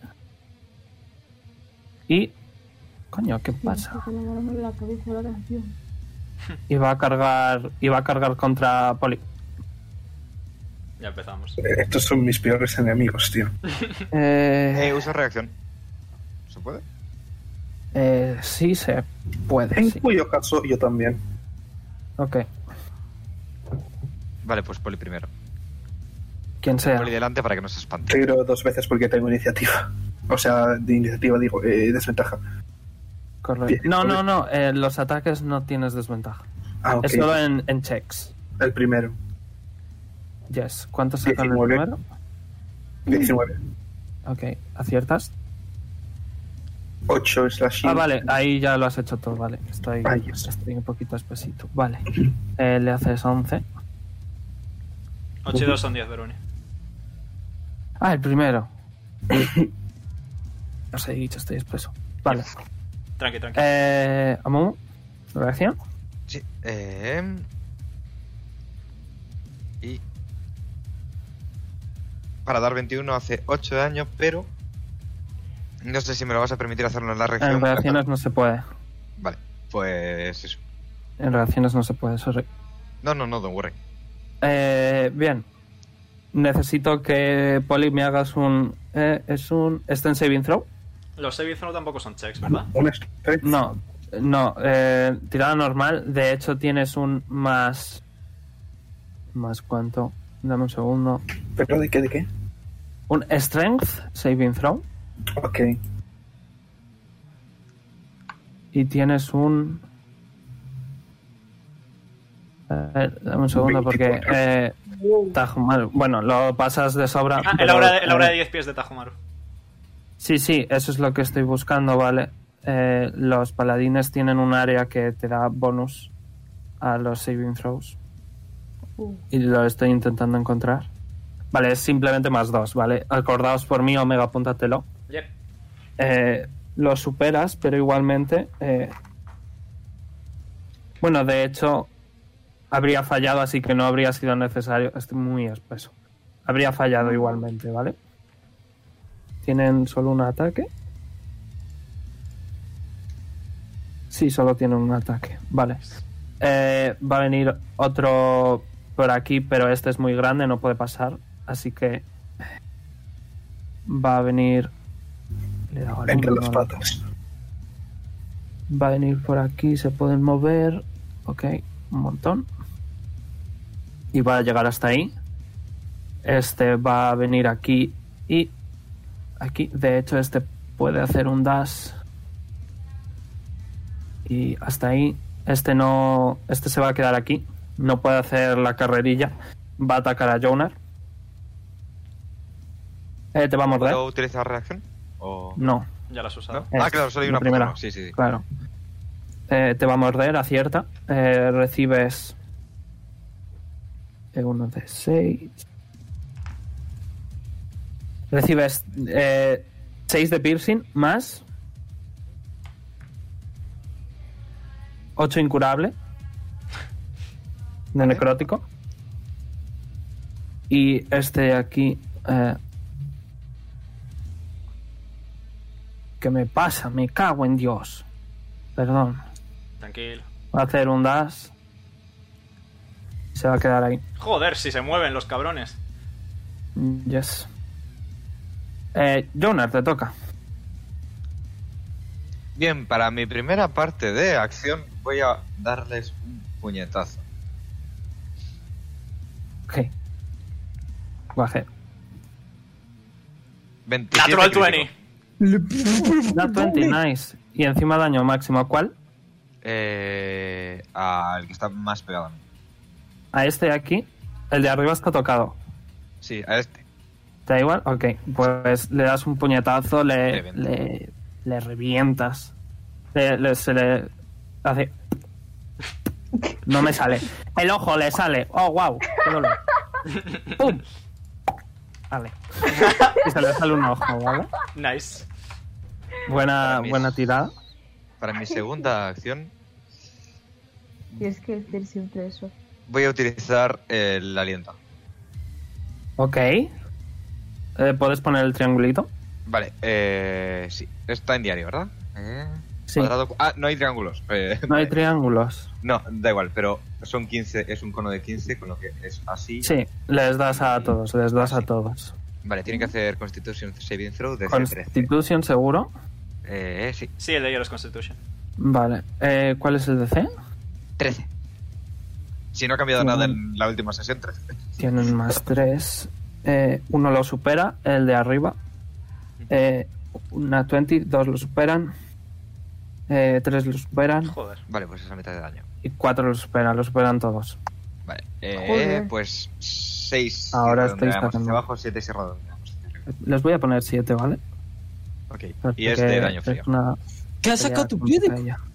Speaker 2: Y... Coño, ¿qué pasa?
Speaker 3: La cabeza la canción.
Speaker 2: Y va a cargar contra Poli.
Speaker 1: Ya empezamos.
Speaker 4: Estos son mis peores enemigos, tío.
Speaker 5: Usa reacción. ¿Se puede?
Speaker 2: Sí se puede,
Speaker 4: En
Speaker 2: sí.
Speaker 4: cuyo caso, yo también.
Speaker 2: Ok.
Speaker 5: Vale, pues Poli primero.
Speaker 2: Quien sea.
Speaker 5: Poli delante para que no se espante.
Speaker 4: Tiro 2 veces porque tengo iniciativa. O sea, de iniciativa digo, desventaja.
Speaker 2: Correcto. No, los ataques no tienes desventaja.
Speaker 4: Ah, ok.
Speaker 2: Es solo en checks.
Speaker 4: El primero.
Speaker 2: Yes. ¿Cuánto sacan el
Speaker 4: 19.
Speaker 2: primero?
Speaker 4: 19.
Speaker 2: Ok. ¿Aciertas?
Speaker 4: 8 slash.
Speaker 2: Ah, vale. Ahí ya lo has hecho todo. Vale. Estoy
Speaker 4: yes.
Speaker 2: un poquito espesito. Vale. Le haces 11.
Speaker 1: 8 y 2 son 10, Veroni.
Speaker 2: Ah, el primero. Os he dicho, estoy espeso. Vale.
Speaker 1: Tranqui, tranqui.
Speaker 2: Amumu, reacción.
Speaker 5: Sí. Y... Para dar 21 hace 8 de daño, pero... No sé si me lo vas a permitir hacerlo en la reacción.
Speaker 2: En reacciones no se puede.
Speaker 5: Vale, pues eso.
Speaker 2: En reacciones no se puede, sorry.
Speaker 5: No, don't worry.
Speaker 2: Bien. Necesito que Poli me hagas un... ¿Es un Strength Saving Throw?
Speaker 1: Los saving throw tampoco son checks, ¿verdad?
Speaker 4: Un strength.
Speaker 2: No. Tirada normal. De hecho tienes un más... ¿Más cuánto? Dame un segundo.
Speaker 4: ¿Pero de qué?
Speaker 2: Un Strength Saving Throw.
Speaker 4: Ok.
Speaker 2: Y tienes un... dame un segundo porque... Tajo Maru. Bueno, lo pasas de sobra.
Speaker 1: Ah,
Speaker 2: pero,
Speaker 1: el aura de 10 pies de Tajo Maru.
Speaker 2: Sí, eso es lo que estoy buscando, ¿vale? Los paladines tienen un área que te da bonus a los saving throws. Y lo estoy intentando encontrar. Vale, es simplemente más 2, ¿vale? Acordaos por mí, Omega, apúntatelo.
Speaker 1: Yep.
Speaker 2: Lo superas, pero igualmente... Bueno, de hecho, habría fallado, así que no habría sido necesario. Estoy muy espeso. Habría fallado igualmente, ¿vale? ¿Tienen solo un ataque? Sí, solo tienen un ataque. Vale. Va a venir otro por aquí, pero este es muy grande, no puede pasar. Así que va a venir... Le he dado al
Speaker 4: Entre
Speaker 2: uno,
Speaker 4: las
Speaker 2: no,
Speaker 4: patas.
Speaker 2: va a venir por aquí, se pueden mover. Ok, un montón. Y va a llegar hasta ahí. Este va a venir aquí y aquí. De hecho, este puede hacer un dash. Y hasta ahí. Este no. Este se va a quedar aquí. No puede hacer la carrerilla. Va a atacar a Jonar. Te va a morder.
Speaker 5: ¿Puedo utilizar reacción? ¿O...
Speaker 2: No.
Speaker 1: Ya lo has usado.
Speaker 5: ¿No? Ah, claro, solo hay
Speaker 2: la
Speaker 5: una
Speaker 2: primera.
Speaker 5: por turno. Sí, sí, sí.
Speaker 2: Claro. Te va a morder, acierta. Recibes 1 de 6. Recibes 6 de piercing más 8 incurable de necrótico. Y este de aquí... ¿qué me pasa? Me cago en Dios. Perdón.
Speaker 1: Tranquilo.
Speaker 2: Va a hacer un dash. Se va a quedar ahí.
Speaker 1: Joder, si se mueven los cabrones.
Speaker 2: Yes. Jonar, te toca.
Speaker 5: Bien, para mi primera parte de acción voy a darles un puñetazo.
Speaker 2: Ok. Guaje.
Speaker 5: 27
Speaker 1: Natural
Speaker 5: crítico.
Speaker 1: 20.
Speaker 2: Da 20, nice. Y encima daño máximo. ¿A cuál?
Speaker 5: Al que está más pegado a mí.
Speaker 2: A este de aquí. El de arriba está tocado.
Speaker 5: Sí, a este.
Speaker 2: ¿Te da igual? Ok. Pues le das un puñetazo,
Speaker 5: Revienta.
Speaker 2: le revientas. Se le hace... No me sale. El ojo le sale. Oh, wow. Qué dolor. ¡Pum! Vale. Y se le sale un ojo, ¿vale?
Speaker 1: Nice.
Speaker 2: Buena tirada.
Speaker 5: Para mi segunda acción
Speaker 3: Tienes que decir siempre eso.
Speaker 5: voy a utilizar el aliento.
Speaker 2: Ok. ¿Puedes poner el triangulito?
Speaker 5: Vale, sí. Está en diario, ¿verdad?
Speaker 2: Sí.
Speaker 5: Cuadrado... Ah, no hay triángulos.
Speaker 2: No hay triángulos.
Speaker 5: No, da igual, pero son 15, es un cono de 15, con lo que es así.
Speaker 2: Sí, les das a todos, les das a todos.
Speaker 5: Vale, tienen que hacer Constitution Saving Throw de 13.
Speaker 2: Constitution, seguro.
Speaker 5: Sí,
Speaker 1: Sí, el de ellos es Constitution.
Speaker 2: Vale. ¿Cuál es el DC?
Speaker 5: 13. Si no ha cambiado nada en la última sesión, 13.
Speaker 2: Tienen más 3. Uno lo supera, el de arriba. Una 20, 2 lo superan. 3 lo superan.
Speaker 1: Joder.
Speaker 5: Vale, pues esa mitad de daño.
Speaker 2: Y 4 lo superan todos.
Speaker 5: Vale,
Speaker 3: Joder.
Speaker 5: pues 6
Speaker 2: Ahora
Speaker 5: si
Speaker 2: estáis
Speaker 5: redondeamos hacia
Speaker 2: sacando.
Speaker 5: abajo, 7 si redondeamos.
Speaker 2: Les voy a poner 7, ¿vale?
Speaker 5: Ok,
Speaker 2: Porque
Speaker 5: y es de daño frío.
Speaker 2: es una
Speaker 6: ¿Qué has sacado
Speaker 2: pelea
Speaker 6: tu pie de...
Speaker 2: contra ella.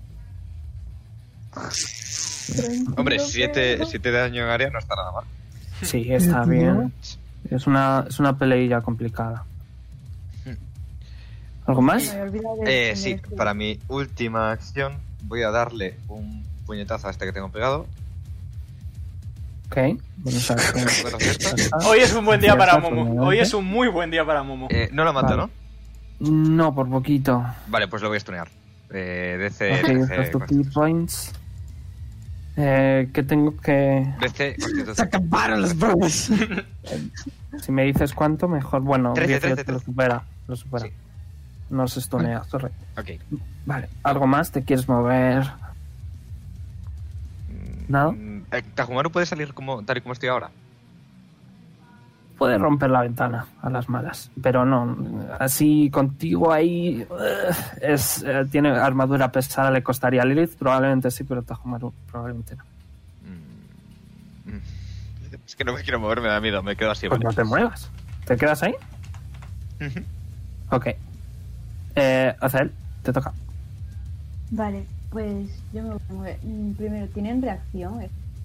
Speaker 5: Hombre, 7 de daño en área no está nada mal.
Speaker 2: Sí, está bien. Es una peleilla complicada. ¿Algo
Speaker 3: Me
Speaker 2: más?
Speaker 3: había olvidado de
Speaker 5: Sí,
Speaker 3: escribir.
Speaker 5: para mi última acción voy a darle un puñetazo a este que tengo pegado.
Speaker 2: Ok. Bonus action.
Speaker 5: ¿Puedo hacer esto?
Speaker 1: Hoy es un buen día para
Speaker 2: Cierto,
Speaker 1: Momo.
Speaker 2: probablemente.
Speaker 1: Hoy es un muy buen día para Momo.
Speaker 5: No lo mato,
Speaker 2: Vale.
Speaker 5: ¿no?
Speaker 2: No, por poquito.
Speaker 5: Vale, pues lo voy a stunear. DC,
Speaker 2: Ok, estos tus key points. ¿Qué tengo que...?
Speaker 5: DC,
Speaker 6: Se
Speaker 5: Constitución.
Speaker 6: acabaron las bromas.
Speaker 2: Si me dices cuánto, mejor. Bueno,
Speaker 5: 13,
Speaker 2: 18
Speaker 5: 13.
Speaker 2: lo supera. Lo supera.
Speaker 5: Sí.
Speaker 2: No se estonea, sorry.
Speaker 5: Ok.
Speaker 2: Vale, ¿algo más? ¿Te quieres mover? ¿Nada?
Speaker 5: ¿Tajumaru puede salir tal y como estoy ahora?
Speaker 2: Puede romper la ventana a las malas, pero no. Así contigo ahí tiene armadura pesada, le costaría. Lilith probablemente sí, pero Tajumaru probablemente no.
Speaker 5: Es que no me quiero mover, me da miedo, me quedo así.
Speaker 2: Pues
Speaker 5: Vale.
Speaker 2: no te muevas. ¿Te quedas ahí?
Speaker 5: Ujú.
Speaker 2: Ok. Azael, te toca.
Speaker 3: Vale, pues yo me voy a mover. Primero, ¿tienen reacción?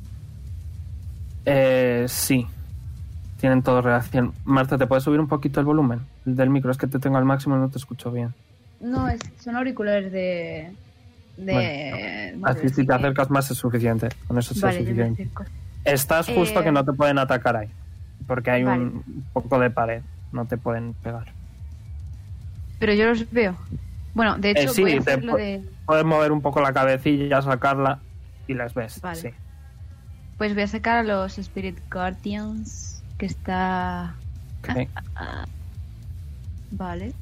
Speaker 2: Sí. Tienen todo reacción. Marta, ¿te puedes subir un poquito el volumen del micro? Es que te tengo al máximo y no te escucho bien.
Speaker 3: No, son auriculares de...
Speaker 2: Vale.
Speaker 3: móvil,
Speaker 2: Así si te acercas más es suficiente. Con eso es
Speaker 3: Vale, yo me
Speaker 2: suficiente.
Speaker 3: acerco.
Speaker 2: Estás justo que no te pueden atacar ahí. Porque hay
Speaker 3: Vale.
Speaker 2: un poco de pared. No te pueden pegar.
Speaker 3: Pero yo los veo. Bueno, de hecho,
Speaker 2: Sí,
Speaker 3: voy a
Speaker 2: te
Speaker 3: hacer lo de...
Speaker 2: puedes mover un poco la cabecilla, sacarla y las ves.
Speaker 3: Vale.
Speaker 2: Sí.
Speaker 3: Pues voy a sacar a los Spirit Guardians, que está...
Speaker 2: Ok.
Speaker 3: Vale.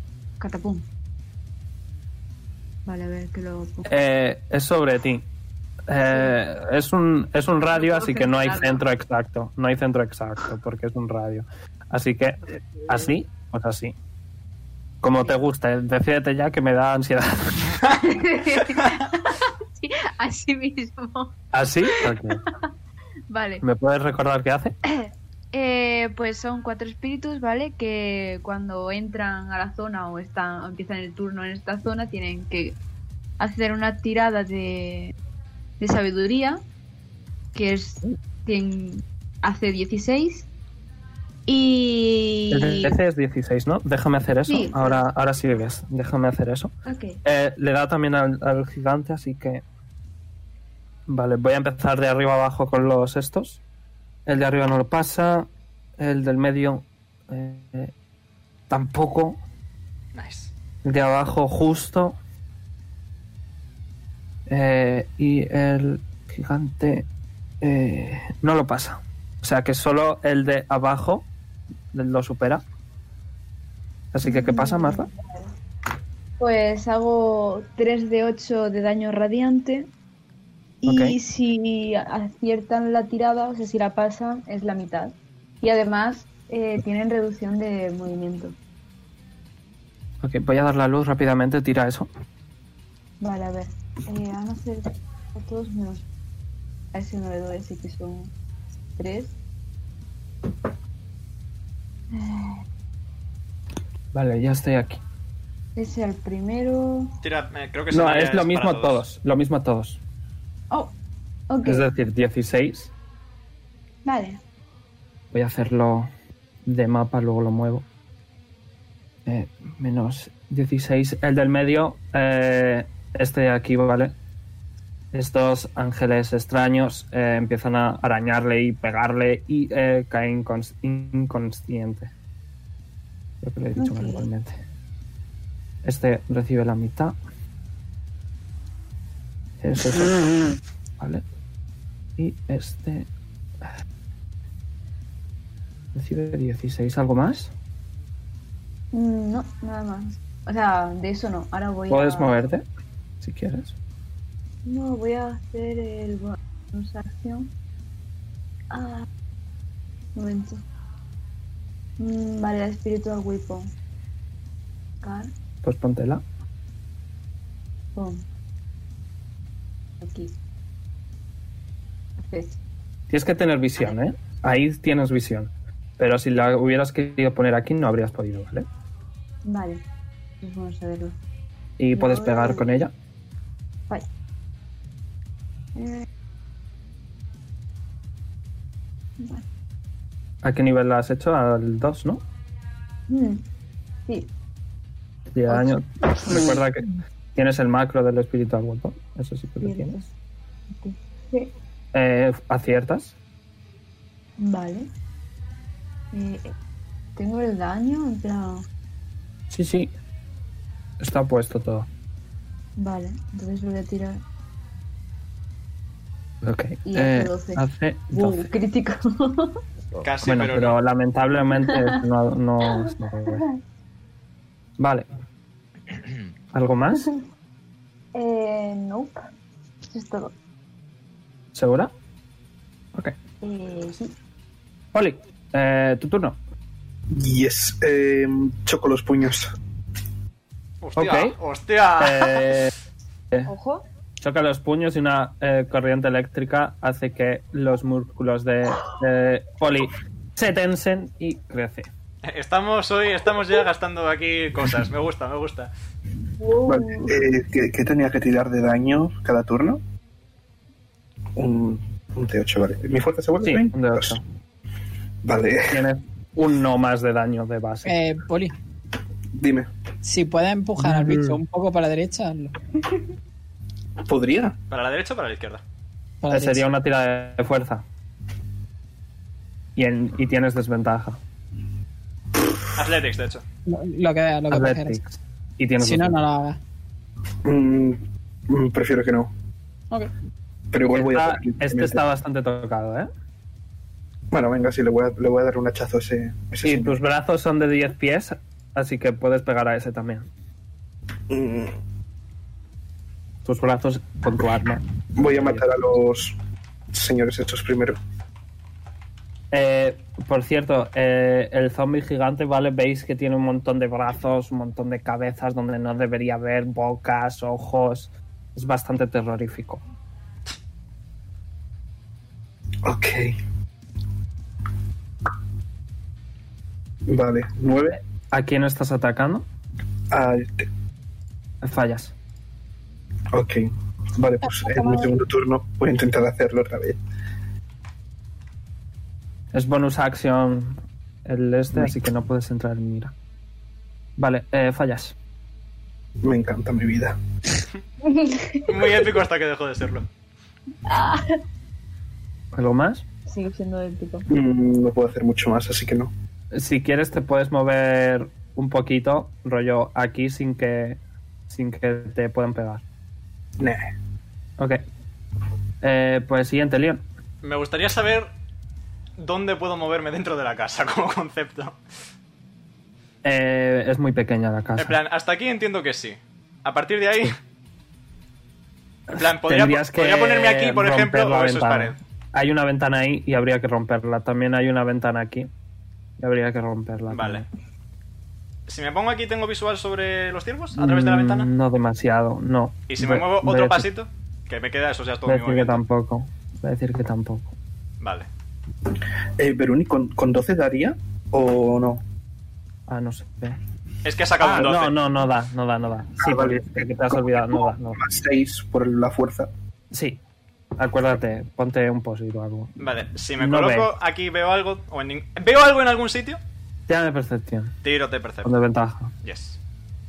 Speaker 3: Catapum. Vale, a ver que lo pongo.
Speaker 2: Es sobre ti. Es un radio, así que no hay
Speaker 3: Claro.
Speaker 2: centro exacto. No hay centro exacto, porque es un radio. Así que, así, pues así. Como te guste, decídete ya que me da ansiedad.
Speaker 3: Sí, así mismo.
Speaker 2: ¿Así? Ok.
Speaker 3: Vale.
Speaker 2: ¿Me puedes recordar qué hace?
Speaker 3: Pues son 4 espíritus, ¿vale? Que cuando entran a la zona o empiezan el turno en esta zona tienen que hacer una tirada de sabiduría, que hace 16. Y...
Speaker 2: El DC es 16, ¿no? Déjame hacer eso.
Speaker 3: Sí.
Speaker 2: Ahora sí ves. Déjame hacer eso.
Speaker 3: Ok.
Speaker 2: Le da también al gigante, así que... Vale, voy a empezar de arriba abajo con los estos. El de arriba no lo pasa. El del medio... tampoco.
Speaker 1: Nice.
Speaker 2: El de abajo justo. Y el gigante... no lo pasa. O sea que solo el de abajo lo supera. Así que, ¿qué pasa, Marta?
Speaker 3: Pues hago 3 de 8 de daño radiante. Y
Speaker 2: Ok.
Speaker 3: si aciertan la tirada, o sea, si la pasan, es la mitad. Y además tienen reducción de movimiento.
Speaker 2: Ok, voy a dar la luz rápidamente. Tira eso.
Speaker 3: Vale, a ver. Van a ser a todos menos. A ese no le doy, así que son 3.
Speaker 2: Vale, ya estoy aquí.
Speaker 3: Ese al primero.
Speaker 1: Tira, creo que
Speaker 2: No,
Speaker 1: ese
Speaker 2: es lo mismo
Speaker 1: para
Speaker 2: a todos. Lo mismo a todos.
Speaker 3: Oh, ok.
Speaker 2: Es decir, 16.
Speaker 3: Vale.
Speaker 2: Voy a hacerlo de mapa, luego lo muevo. Menos 16. El del medio, este de aquí, ¿vale? Estos ángeles extraños empiezan a arañarle y pegarle y cae inconsciente. Creo que lo he dicho
Speaker 3: Ok.
Speaker 2: verbalmente. Este recibe la mitad. Ese vale. Y este recibe 16. ¿Algo más?
Speaker 3: No, nada más. O sea, de eso no. Ahora voy
Speaker 2: Puedes
Speaker 3: a...
Speaker 2: moverte, si quieres.
Speaker 3: No, voy a hacer el bonus acción. Un momento. Vale, la Spiritual Weapon. Car,
Speaker 2: Pues póntela.
Speaker 3: pum. Aquí. Perfecto.
Speaker 2: Tienes que tener visión, ¿eh? Ahí tienes visión. Pero si la hubieras querido poner aquí, no habrías podido, ¿vale?
Speaker 3: Vale. Pues vamos a verlo.
Speaker 2: Y
Speaker 3: No,
Speaker 2: puedes pegar con ella.
Speaker 3: Vale. Vale.
Speaker 2: ¿A qué nivel la has hecho? Al 2, ¿no?
Speaker 3: Sí.
Speaker 2: Y el daño. Recuerda que tienes el macro del Spiritual Weapon. Eso sí que lo
Speaker 3: Cierto.
Speaker 2: tienes.
Speaker 3: Sí.
Speaker 2: ¿Aciertas?
Speaker 3: Vale. Tengo el daño, en plan...
Speaker 2: Sí, sí. Está puesto todo.
Speaker 3: Vale, entonces voy a tirar...
Speaker 2: Ok.
Speaker 3: Y hace 12.
Speaker 2: Hace
Speaker 3: Wow,
Speaker 2: 12.
Speaker 3: crítico.
Speaker 1: Casi,
Speaker 2: Bueno,
Speaker 1: pero,
Speaker 2: pero
Speaker 1: no.
Speaker 2: lamentablemente no, no. Vale. ¿Algo más?
Speaker 3: Nope. Eso es todo.
Speaker 2: ¿Segura? Ok.
Speaker 3: Sí.
Speaker 2: Oli, tu turno.
Speaker 4: Yes. Choco los puños.
Speaker 1: ¡Hostia!
Speaker 2: Ok.
Speaker 1: ¡Hostia!
Speaker 3: Ojo.
Speaker 2: Choca los puños y una corriente eléctrica hace que los músculos de Oli se tensen y crece.
Speaker 1: Estamos ya gastando aquí cosas. Me gusta.
Speaker 4: Vale. ¿Qué tenía que tirar de daño cada turno? Un T8, vale. ¿Mi fuerza se vuelve?
Speaker 2: Sí,
Speaker 4: 20?
Speaker 2: un de 8.
Speaker 4: Vale.
Speaker 2: Tienes un no más de daño de base.
Speaker 6: Poli,
Speaker 4: Dime.
Speaker 6: si puedes empujar al bicho un poco para la derecha, hazlo.
Speaker 4: ¿Podría?
Speaker 1: ¿Para la derecha o para la izquierda?
Speaker 6: Para la
Speaker 2: Sería
Speaker 6: derecha.
Speaker 2: una tira de fuerza. Y tienes desventaja.
Speaker 1: Athletics, de hecho.
Speaker 6: Lo que veas, lo que prefieras.
Speaker 2: Athletics. Y tienes
Speaker 6: Si no, no
Speaker 2: desventaja.
Speaker 6: lo hagas.
Speaker 4: Prefiero que no.
Speaker 6: Ok.
Speaker 4: Pero igual voy a...
Speaker 2: Este está bastante tocado, ¿eh?
Speaker 4: Bueno, venga, sí, le voy a dar un hachazo a ese
Speaker 2: Y
Speaker 4: señor.
Speaker 2: tus brazos son de 10 pies, así que puedes pegar a ese también.
Speaker 4: Mm,
Speaker 2: Tus brazos con tu arma.
Speaker 4: Voy a matar a los señores estos primero.
Speaker 2: Por cierto, el zombie gigante, ¿vale? Veis que tiene un montón de brazos, un montón de cabezas donde no debería haber, bocas, ojos. Es bastante terrorífico.
Speaker 4: Ok. Vale, 9.
Speaker 2: ¿A quién estás atacando?
Speaker 4: Ah,
Speaker 2: Fallas.
Speaker 4: ok. Vale, pues en mi segundo turno voy a intentar hacerlo otra vez.
Speaker 2: Es bonus action el así que no puedes entrar en mira. Vale, fallas.
Speaker 4: Me encanta mi vida.
Speaker 1: Muy épico hasta que dejó de serlo.
Speaker 2: ¿Algo más?
Speaker 3: Sigue siendo épico.
Speaker 4: No puedo hacer mucho más, así que no.
Speaker 2: Si quieres te puedes mover un poquito, rollo aquí sin que te puedan pegar.
Speaker 4: Nah.
Speaker 2: Ok. Pues siguiente, Leon.
Speaker 1: Me gustaría saber dónde puedo moverme dentro de la casa como concepto.
Speaker 2: Es muy pequeña la casa.
Speaker 1: En plan, hasta aquí entiendo que sí. A partir de ahí... En plan, podría ponerme aquí, por ejemplo,
Speaker 2: romper la
Speaker 1: o eso es
Speaker 2: ventana.
Speaker 1: pared.
Speaker 2: Hay una ventana ahí y habría que romperla. También hay una ventana aquí y habría que romperla.
Speaker 1: Vale.
Speaker 2: también.
Speaker 1: Si me pongo aquí, ¿tengo visual sobre los ciervos a través de la ventana?
Speaker 2: No demasiado, no.
Speaker 1: Y si me muevo
Speaker 2: Voy a
Speaker 1: otro
Speaker 2: decir-
Speaker 1: pasito, que me queda eso, ya es todo
Speaker 2: Voy a
Speaker 1: mi
Speaker 2: decir que
Speaker 1: movimiento.
Speaker 2: tampoco. Voy a decir que tampoco.
Speaker 1: Vale.
Speaker 4: Veruni, ¿con 12 daría o no?
Speaker 2: Ah, no sé.
Speaker 1: Es que he sacado un 12.
Speaker 2: No da. Sí,
Speaker 4: vale.
Speaker 2: porque te has olvidado. No da.
Speaker 4: Más 6 por la fuerza.
Speaker 2: Sí. Acuérdate, ponte un post o algo.
Speaker 1: Vale, si me
Speaker 2: No
Speaker 1: coloco
Speaker 2: ve.
Speaker 1: aquí, veo algo. ¿Veo algo en algún sitio?
Speaker 2: Tírame percepción.
Speaker 1: Tiro de
Speaker 2: Con
Speaker 1: percepción.
Speaker 2: desventaja.
Speaker 1: Yes.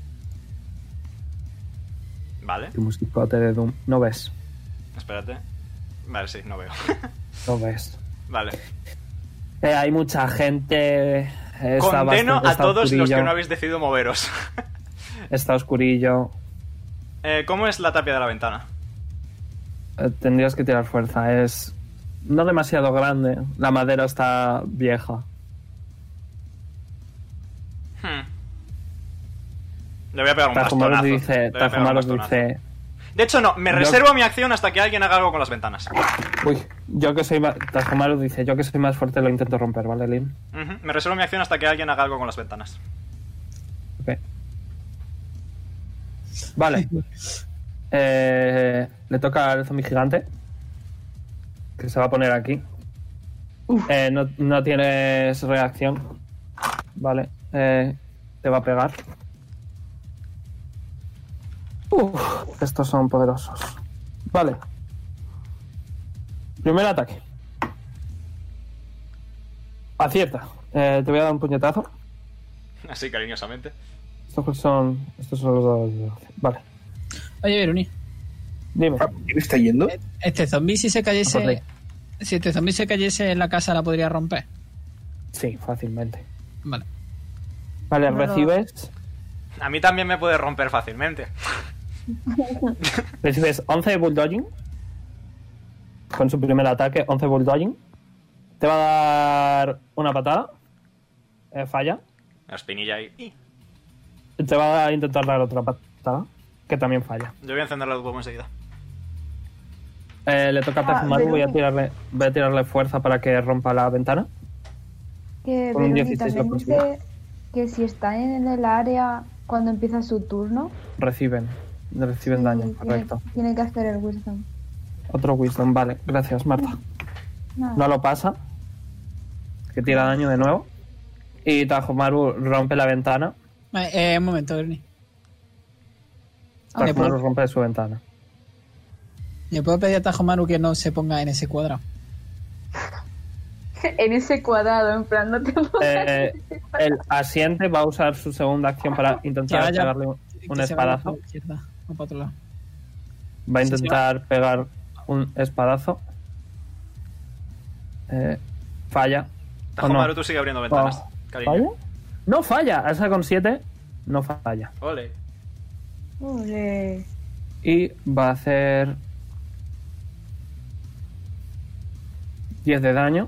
Speaker 1: Vale,
Speaker 2: Tu musicote de Doom. No ves.
Speaker 1: espérate. Vale, sí, no veo.
Speaker 2: No ves.
Speaker 1: Vale.
Speaker 2: Hay mucha gente.
Speaker 1: Condeno a
Speaker 2: está
Speaker 1: todos los
Speaker 2: oscurillo,
Speaker 1: que no habéis decidido moveros.
Speaker 2: Está oscurillo.
Speaker 1: ¿Cómo es la tapia de la ventana?
Speaker 2: Tendrías que tirar fuerza. Es no demasiado grande. La madera está vieja.
Speaker 1: Le voy a pegar un bastonazo.
Speaker 2: Tajomaru
Speaker 1: Le
Speaker 2: dice,
Speaker 1: voy a pegar un
Speaker 2: Tajomaru
Speaker 1: bastonazo.
Speaker 2: dice,
Speaker 1: De hecho, no, me
Speaker 2: Yo-
Speaker 1: reservo mi acción hasta que alguien haga algo con las ventanas.
Speaker 2: uy, yo que soy más, Tajomaru dice, yo que soy más fuerte lo intento romper, ¿vale, Lin?
Speaker 1: Ujú, me reservo mi acción hasta que alguien haga algo con las ventanas.
Speaker 2: Ok. Vale. Le toca al zombie gigante. Que se va a poner aquí. No tienes reacción. Vale. Te va a pegar. Estos son poderosos. Vale. Primer ataque. Acierta. Te voy a dar un puñetazo.
Speaker 1: Así, cariñosamente.
Speaker 2: Estos son los dados de 12. Vale.
Speaker 6: Oye, Veruni,
Speaker 2: Dime.
Speaker 4: ¿Quién está yendo?
Speaker 6: este zombie si se
Speaker 2: Joder.
Speaker 6: cayese... Si este zombie se cayese en la casa, ¿la podría romper?
Speaker 2: Sí, fácilmente.
Speaker 6: Vale.
Speaker 2: Vale,
Speaker 3: No.
Speaker 2: recibes.
Speaker 1: A mí también me puede romper fácilmente.
Speaker 2: Recibes 11 de bulldogging. Con su primer ataque, 11 bulldogging. Te va a dar una patada. Falla.
Speaker 1: La espinilla ahí.
Speaker 2: Te va a intentar dar otra patada. Que también falla.
Speaker 1: Yo voy a encender la huevo enseguida.
Speaker 2: Le toca a Tajumaru. Voy a tirarle fuerza para que rompa la ventana.
Speaker 3: Que
Speaker 2: Con un
Speaker 3: Veroni
Speaker 2: 16 lo
Speaker 3: también
Speaker 2: consigue.
Speaker 3: dice que si está en el área cuando empieza su turno,
Speaker 2: Reciben daño,
Speaker 3: tiene-
Speaker 2: correcto.
Speaker 3: Tiene que hacer el wisdom.
Speaker 2: Otro wisdom, vale. Gracias, Marta.
Speaker 3: Nada.
Speaker 2: No lo pasa. Que tira daño de nuevo. Y Tajumaru rompe la ventana.
Speaker 6: Vale, un momento, Veruni.
Speaker 2: Tajumaru
Speaker 6: ¿puedo-
Speaker 2: rompe su ventana.
Speaker 6: ¿Le puedo pedir a Tajomaru que no se ponga en ese cuadrado?
Speaker 3: En ese cuadrado, en plan, no te
Speaker 2: El asiente va a usar su segunda acción para intentar
Speaker 6: Que vaya-
Speaker 2: pegarle un
Speaker 6: Que se vaya
Speaker 2: espadazo.
Speaker 6: para la izquierda o para otro lado.
Speaker 2: Va a
Speaker 6: Sí,
Speaker 2: intentar pegar un espadazo. Falla. ¿O no?
Speaker 1: Tajomaru, tú sigue abriendo ventanas. Cariño.
Speaker 2: ¿Falla? No falla. Esa con 7 no falla.
Speaker 1: Ole.
Speaker 3: Ole.
Speaker 2: Y va a hacer 10 de daño.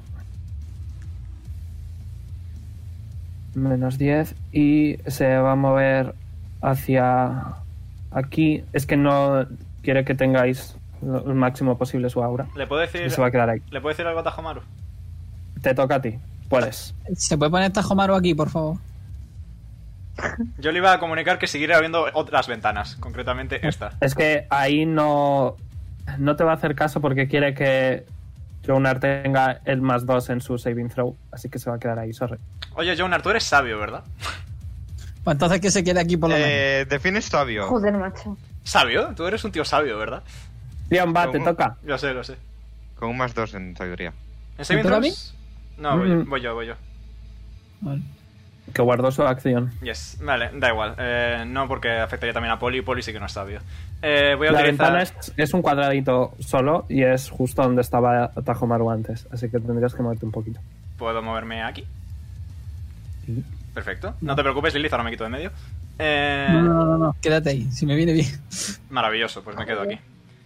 Speaker 2: Menos 10. Y se va a mover hacia aquí. Es que no quiere que tengáis el máximo posible su aura.
Speaker 1: ¿Le puedo
Speaker 2: Y
Speaker 1: decir,
Speaker 2: se va a quedar ahí.
Speaker 1: ¿le puedo decir algo a Tajomaru?
Speaker 2: Te toca a ti. Puedes.
Speaker 6: ¿Se puede poner Tajomaru aquí, por favor?
Speaker 1: Yo le iba a comunicar que siguiera abriendo otras ventanas, concretamente esta.
Speaker 2: Es que ahí no te va a hacer caso porque quiere que Jonar tenga el +2 en su saving throw. Así que se va a quedar ahí, sorry.
Speaker 1: Oye, Jonar, tú eres sabio, ¿verdad?
Speaker 6: Pues entonces que se quede aquí por lo menos.
Speaker 5: Defines sabio.
Speaker 3: Joder, macho.
Speaker 1: ¿Sabio? Tú eres un tío sabio, ¿verdad?
Speaker 2: Leon, va, te
Speaker 5: ¿Cómo?
Speaker 2: toca.
Speaker 1: Lo sé, lo sé.
Speaker 5: Con un +2 en sabiduría.
Speaker 1: ¿En saving
Speaker 6: toca a
Speaker 1: throws? No, voy yo.
Speaker 6: Vale.
Speaker 2: Que guardó su acción.
Speaker 1: Yes, vale, da igual. No porque afectaría también a Poli. Poli sí que no es sabio. Voy a
Speaker 2: La
Speaker 1: utilizar...
Speaker 2: ventana es un cuadradito solo y es justo donde estaba Tajomaru antes. Así que tendrías que moverte un poquito.
Speaker 1: ¿Puedo moverme aquí?
Speaker 2: Sí.
Speaker 1: Perfecto. No te preocupes, Lilith, ahora me quito de medio.
Speaker 6: No. Quédate ahí, si me viene bien.
Speaker 1: Maravilloso, pues me quedo aquí.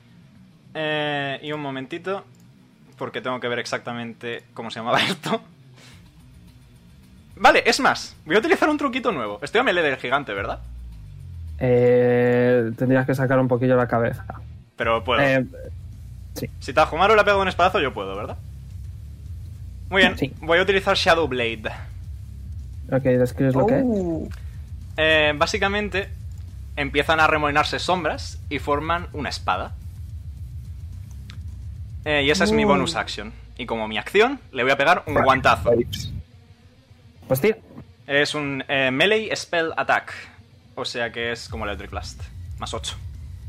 Speaker 1: Y un momentito, porque tengo que ver exactamente cómo se llamaba esto. Vale, es más, voy a utilizar un truquito nuevo. Estoy a melee del gigante, ¿verdad?
Speaker 2: Tendrías que sacar un poquillo la cabeza.
Speaker 1: Pero puedo.
Speaker 2: Sí.
Speaker 1: Si Tajomaru le ha pegado un espadazo, yo puedo, ¿verdad? Muy bien,
Speaker 2: Sí.
Speaker 1: voy a utilizar Shadow Blade.
Speaker 2: Ok, describes lo que es.
Speaker 1: Básicamente, empiezan a remolinarse sombras y forman una espada. Y esa es mi bonus action. Y como mi acción, le voy a pegar un guantazo.
Speaker 2: Pues tío,
Speaker 1: Es un melee spell attack. O sea que es como el Eldritch Blast. Más 8.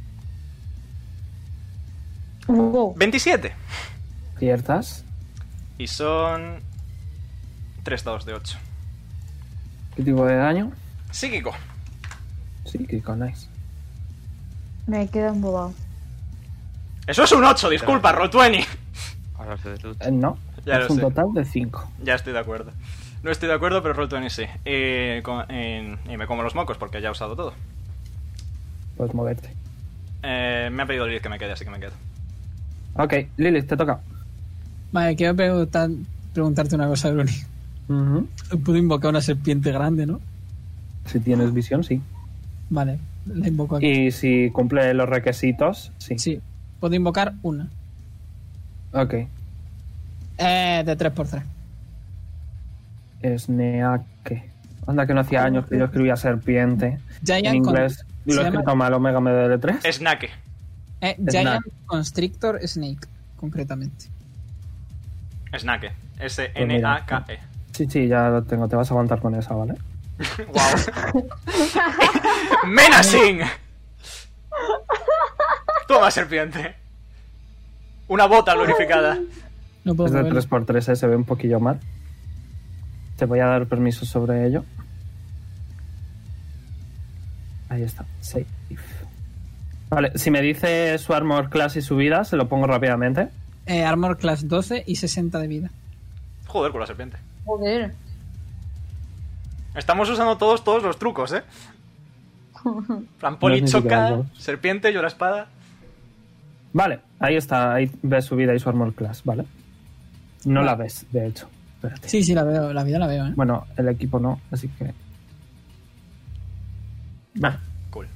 Speaker 3: Wow.
Speaker 1: 27.
Speaker 2: aciertas.
Speaker 1: Y son 3 dados de 8.
Speaker 2: ¿Qué tipo de daño?
Speaker 1: Psíquico.
Speaker 2: Psíquico, nice.
Speaker 3: Me queda embobado.
Speaker 1: Eso es un 8, disculpa, Roll20.
Speaker 5: Ahora se delude.
Speaker 2: No,
Speaker 1: Ya
Speaker 2: es
Speaker 1: lo
Speaker 2: un
Speaker 1: sé.
Speaker 2: total de 5.
Speaker 1: Ya estoy de acuerdo. No estoy de acuerdo, pero Roll20 sí. Y me como los mocos porque ya he usado todo.
Speaker 2: Puedes moverte.
Speaker 1: Me ha pedido Lilith que me quede, así que me quedo.
Speaker 2: Ok, Lilith, te toca.
Speaker 6: Vale, quiero preguntarte una cosa, Bruni.
Speaker 2: Ujú.
Speaker 6: Puedo invocar una serpiente grande, ¿no?
Speaker 2: Si tienes visión, sí.
Speaker 6: Vale, la invoco aquí.
Speaker 2: Y si cumple los requisitos, sí.
Speaker 6: Sí, puedo invocar una.
Speaker 2: Ok.
Speaker 6: De 3x3.
Speaker 2: Sneake. Anda que no hacía años que yo escribía serpiente.
Speaker 6: Giant
Speaker 2: En inglés.
Speaker 6: se
Speaker 2: Lo he
Speaker 6: llama-
Speaker 2: escrito mal, Omega MDL3.
Speaker 1: Snake.
Speaker 6: Giant Constrictor Snake, concretamente.
Speaker 1: Snake.
Speaker 2: Pues
Speaker 1: S-N-A-K-E.
Speaker 2: Sí, ya lo tengo. Te vas a aguantar con esa, ¿vale?
Speaker 1: ¡Wow! ¡Menacing! Toma, serpiente. Una bota glorificada.
Speaker 6: No puedo
Speaker 2: Es de
Speaker 6: moverlo.
Speaker 2: 3x3, se ve un poquillo mal. Te voy a dar permiso sobre ello. Ahí está, safe. Vale, si me dice su armor class y su vida, se lo pongo rápidamente.
Speaker 6: Armor Class 12 y 60 de vida.
Speaker 1: Joder, con la serpiente.
Speaker 3: Joder.
Speaker 1: Estamos usando todos los trucos, ¿eh? Plan,
Speaker 2: No
Speaker 1: Poli
Speaker 2: es ni siquiera
Speaker 1: choca,
Speaker 2: algo.
Speaker 1: serpiente, yo la espada.
Speaker 2: Vale, ahí está, ahí ves su vida y su armor class, ¿vale? No la ves, de hecho. Espérate.
Speaker 6: Sí, la veo, la vida la veo, ¿eh?
Speaker 2: Bueno, el equipo no, así que... Vale.
Speaker 1: Cool.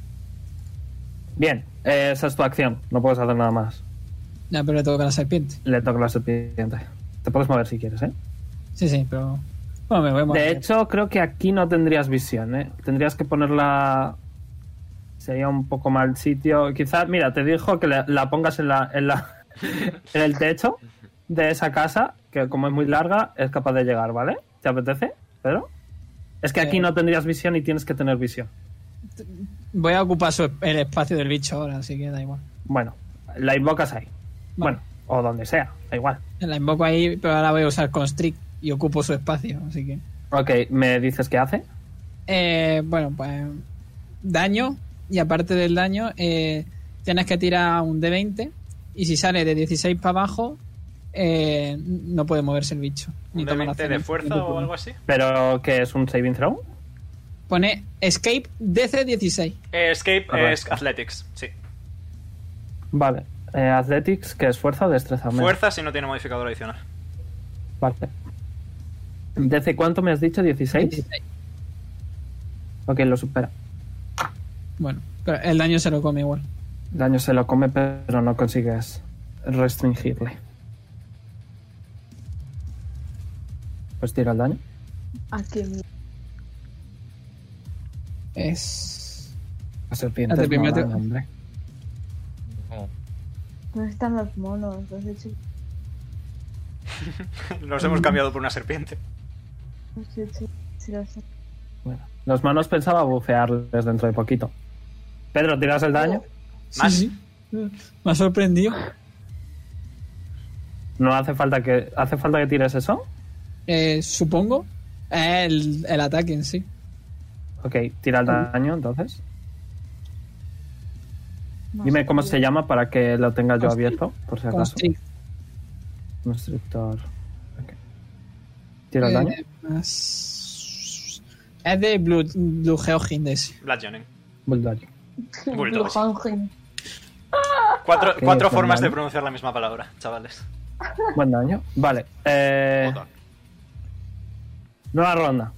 Speaker 2: Bien, esa es tu acción, no puedes hacer nada más.
Speaker 6: Ya, pero le toca a la serpiente.
Speaker 2: Le toca la serpiente. Te puedes mover si quieres, ¿eh?
Speaker 6: Sí, pero... Bueno, me voy a mover.
Speaker 2: De hecho, creo que aquí no tendrías visión, ¿eh? Tendrías que ponerla... Sería un poco mal sitio. Quizás, mira, te dijo que la pongas en el techo de esa casa, que como es muy larga, es capaz de llegar, ¿vale? ¿Te apetece, Pedro? Es que aquí no tendrías visión y tienes que tener visión.
Speaker 6: Voy a ocupar el espacio del bicho ahora, así que da igual.
Speaker 2: Bueno, la invocas ahí.
Speaker 6: Vale.
Speaker 2: Bueno, o donde sea, da igual.
Speaker 6: La invoco ahí, pero ahora voy a usar Constrict y ocupo su espacio, así que...
Speaker 2: Ok, ¿me dices qué hace?
Speaker 6: Bueno, pues... Daño, y aparte del daño, tienes que tirar un D20, y si sale de 16 para abajo, no puede moverse el bicho.
Speaker 1: ¿Un
Speaker 6: tomar
Speaker 1: D20 de
Speaker 6: acciones
Speaker 1: fuerza
Speaker 6: en tu
Speaker 1: o
Speaker 6: turno.
Speaker 1: algo así?
Speaker 2: ¿Pero qué es un saving throw?
Speaker 6: Pone Escape DC 16.
Speaker 1: Escape
Speaker 2: Correcto.
Speaker 1: es Athletics, sí.
Speaker 2: Vale. Athletics, que es fuerza o destreza.
Speaker 1: Fuerza si no tiene modificador adicional.
Speaker 2: Vale. ¿DC cuánto me has dicho? ¿16? Ok, lo supera.
Speaker 6: Bueno, pero el daño se lo come igual.
Speaker 2: Daño se lo come, pero no consigues restringirle. Pues tira el daño.
Speaker 3: Aquí mismo.
Speaker 6: Es...
Speaker 2: Las serpientes
Speaker 6: El de
Speaker 2: no
Speaker 6: primero-
Speaker 2: dan, hombre.
Speaker 5: No.
Speaker 3: ¿Dónde están los monos? Los he hecho.
Speaker 1: Nos hemos cambiado por una serpiente.
Speaker 3: Los he hecho. Sí, los sé.
Speaker 2: Bueno, los manos pensaba bufearles dentro de poquito. Pedro, ¿tiras el daño?
Speaker 1: ¿Más?
Speaker 6: Sí. Me ha sorprendido.
Speaker 2: No hace falta que... ¿Hace falta que tires eso?
Speaker 6: Supongo. El ataque en sí.
Speaker 2: Ok, tira el daño entonces.
Speaker 3: Más
Speaker 2: Dime cómo
Speaker 3: que-
Speaker 2: se llama para que lo tenga yo
Speaker 6: Constrict.
Speaker 2: abierto, por si acaso.
Speaker 6: Constrict.
Speaker 2: Constrictor. Ok. Tira el daño.
Speaker 6: Más... Es de Blue Geogin de ese.
Speaker 1: Bludgeoning.
Speaker 2: Bulldog.
Speaker 1: Bulldog.
Speaker 3: Blue
Speaker 1: Cuatro
Speaker 2: Ok, buen
Speaker 1: formas de
Speaker 2: daño.
Speaker 1: pronunciar la misma palabra, chavales.
Speaker 2: Buen daño. Vale.
Speaker 5: Joder.
Speaker 2: Nueva ronda.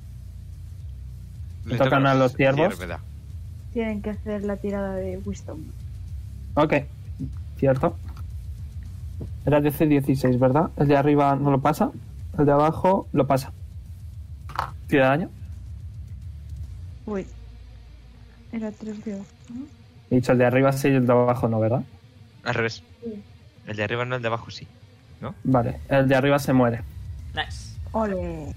Speaker 5: Le
Speaker 2: tocan a los
Speaker 5: ciervos,
Speaker 2: ciervos.
Speaker 5: ¿verdad?
Speaker 3: Tienen que hacer la tirada de Wisdom.
Speaker 2: Ok. Cierto. Era DC 16, ¿verdad? El de arriba no lo pasa. El de abajo lo pasa. Tira daño.
Speaker 3: Uy. Era 3 de 8, ¿no?
Speaker 2: He dicho el de arriba sí y el de abajo no, ¿verdad?
Speaker 5: Al revés.
Speaker 3: Sí.
Speaker 5: El de arriba no, el de abajo sí. ¿No?
Speaker 2: Vale. El de arriba se muere.
Speaker 1: Nice.
Speaker 3: Ole.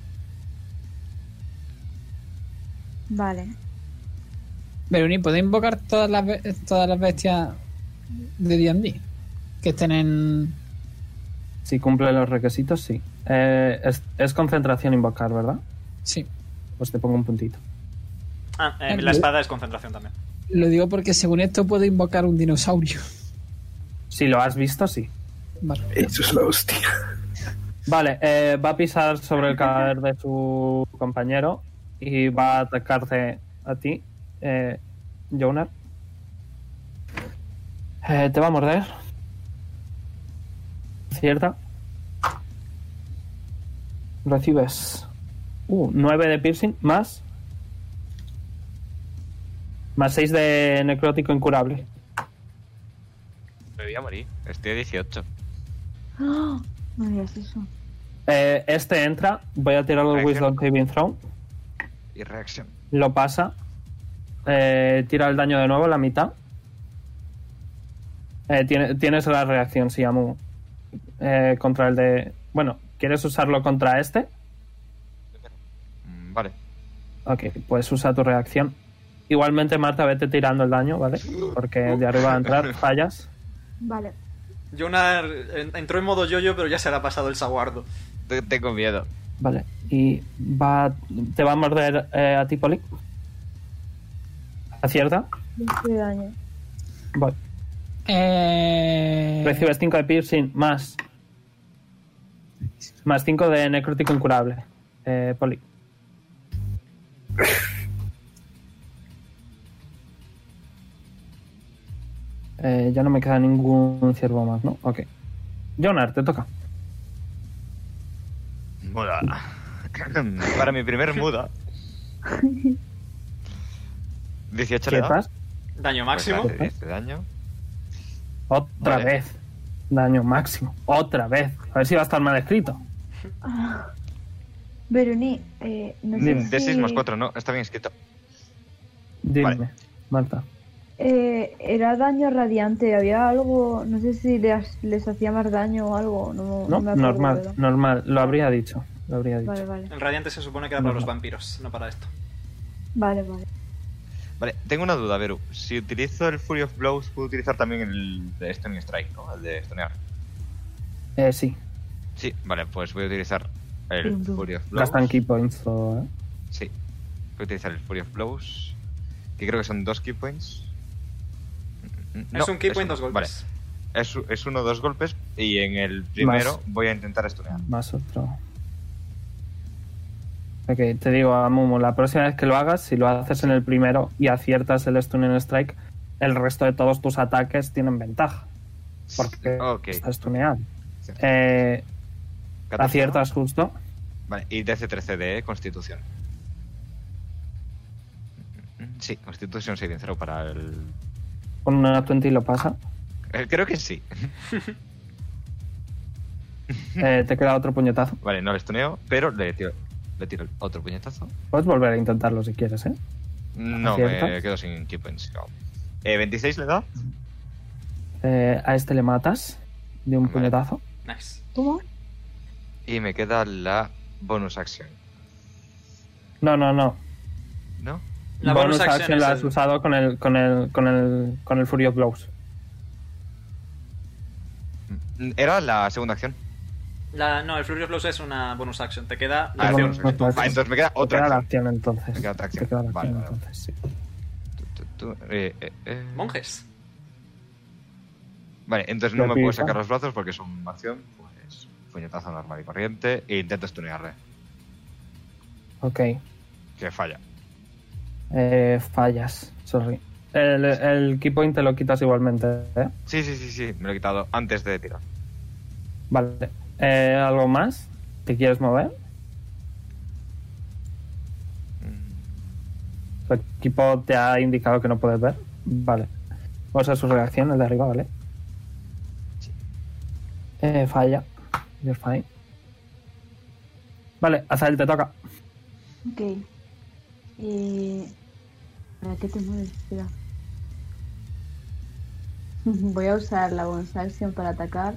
Speaker 3: Vale.
Speaker 6: Veruni, ¿puede invocar todas las bestias de D&D? Que estén en...
Speaker 2: Si cumple los requisitos, sí. Es concentración invocar, ¿verdad?
Speaker 6: Sí.
Speaker 2: Pues te pongo un puntito.
Speaker 1: Ah, la espada es concentración también.
Speaker 6: Lo digo porque según esto puedo invocar un dinosaurio.
Speaker 2: Si lo has visto, sí.
Speaker 6: Vale.
Speaker 4: Eso es la hostia.
Speaker 2: Vale, va a pisar sobre el cadáver de su compañero y va a atacarte a ti, Jonar. Te va a morder. Cierta. Recibes 9 de piercing más 6 de necrótico incurable.
Speaker 5: Me voy a morir. Estoy a 18.
Speaker 3: ¡Ah! No digas eso.
Speaker 2: Este entra. Voy a tirar el
Speaker 5: Reacción.
Speaker 2: Wisdom Saving Throw.
Speaker 5: Y reacción.
Speaker 2: Lo pasa. Tira el daño de nuevo, la mitad. Tienes la reacción, sí, Amu. Contra el de... Bueno, ¿quieres usarlo contra este?
Speaker 5: Vale.
Speaker 2: Ok, pues usa tu reacción. Igualmente, Marta, vete tirando el daño, ¿vale? Porque el de arriba va a entrar, fallas.
Speaker 3: Vale.
Speaker 1: Jonar entró en modo yo-yo, pero ya se le ha pasado el saguardo.
Speaker 5: Tengo miedo.
Speaker 2: Vale, y te va a morder a ti, Poli. ¿Acierta?
Speaker 3: 20 de daño.
Speaker 2: Voy. Recibes 5 de piercing más 5 de necrótico incurable. Poli. Ya no me queda ningún ciervo más, ¿no? Ok. Jonar, te toca.
Speaker 5: Muda. Para mi primer muda. 18 le da.
Speaker 2: ¿Quietas?
Speaker 1: Daño
Speaker 5: Pues
Speaker 1: máximo.
Speaker 5: hace 10 de daño.
Speaker 2: Otra
Speaker 5: Vale.
Speaker 2: vez. Daño máximo. Otra vez. A ver si va a estar mal escrito.
Speaker 3: Veroni, no sé
Speaker 2: Dime.
Speaker 3: si...
Speaker 5: De 6 más 4, no, está bien escrito.
Speaker 2: Dime,
Speaker 5: Vale.
Speaker 2: Marta.
Speaker 3: Era daño radiante, había algo, no sé si les hacía más daño o algo, no
Speaker 2: No,
Speaker 3: me acuerdo,
Speaker 2: normal,
Speaker 3: ¿verdad?
Speaker 2: normal. Lo habría dicho. Lo habría dicho.
Speaker 3: Vale, vale,
Speaker 1: El radiante se supone que era para los vampiros, no para esto.
Speaker 3: vale.
Speaker 5: Vale, tengo una duda, Veru. Si utilizo el Fury of Blows, puedo utilizar también el de Stunning Strike, ¿no? El de stunear.
Speaker 2: Sí.
Speaker 5: Sí, vale, pues voy a utilizar el
Speaker 3: Blum, blum.
Speaker 5: Fury of Blows.
Speaker 2: Gastan key points o...
Speaker 5: Sí, voy a utilizar el Fury of Blows, que creo que son 2 key points.
Speaker 1: Es un key point, 2
Speaker 5: Vale,
Speaker 1: golpes.
Speaker 5: es 1 o 2 golpes y en el primero voy a intentar stunear.
Speaker 2: Más otro. Ok, te digo a Mumu, la próxima vez que lo hagas, si lo haces en el primero y aciertas el Stunning Strike, el resto de todos tus ataques tienen ventaja. Porque
Speaker 5: Ok.
Speaker 2: está stuneado.
Speaker 5: Sí. 14,
Speaker 2: Aciertas justo.
Speaker 5: ¿no? Vale, y DC-13 de Constitución. Sí, Constitución 6 0 para el
Speaker 2: Con una 20 lo pasa.
Speaker 5: Creo que sí.
Speaker 2: Te queda otro puñetazo.
Speaker 5: Vale, no le estuneo, pero le tiro otro puñetazo.
Speaker 2: Puedes volver a intentarlo si quieres, ¿eh?
Speaker 5: No,
Speaker 2: ¿Aciertas?
Speaker 5: me quedo sin key points. 26 le da.
Speaker 2: A este le matas de un
Speaker 5: Vale.
Speaker 2: puñetazo.
Speaker 1: Nice.
Speaker 3: ¿Cómo?
Speaker 5: Y me queda la bonus action.
Speaker 2: No.
Speaker 5: ¿No?
Speaker 1: La
Speaker 2: bonus
Speaker 1: bonus
Speaker 2: action
Speaker 1: action
Speaker 2: la
Speaker 1: es
Speaker 2: has
Speaker 1: el-
Speaker 2: usado con el Fury of Blows.
Speaker 5: Era la segunda acción.
Speaker 1: No, el Flurry of Blows es una bonus action. Te queda la
Speaker 5: Ah,
Speaker 1: acción.
Speaker 5: bonus action.
Speaker 2: Bonus
Speaker 5: Ah, entonces me queda
Speaker 2: Te
Speaker 5: otra
Speaker 2: queda la
Speaker 5: acción.
Speaker 2: acción entonces.
Speaker 5: Me queda otra acción.
Speaker 2: Te queda la
Speaker 5: Vale,
Speaker 2: acción
Speaker 5: vale.
Speaker 2: entonces, sí.
Speaker 1: Monjes.
Speaker 5: Vale, entonces no me
Speaker 2: Repita.
Speaker 5: puedo sacar los brazos porque son una acción. Pues puñetazo normal y corriente. E intento stunearle.
Speaker 2: Ok.
Speaker 5: Que falla.
Speaker 2: Fallas, sorry. El key point te lo quitas igualmente, ¿eh?
Speaker 5: Sí. Me lo he quitado antes de tirar.
Speaker 2: Vale. ¿Algo más? ¿Te quieres mover? Tu equipo te ha indicado que no puedes ver. Vale. Vamos a su reacción, el de arriba, ¿vale? Falla. You're fine. Vale, Azael, te toca.
Speaker 3: Ok. ¿Para qué te mueves? Espera. Voy a usar la bonus action para atacar.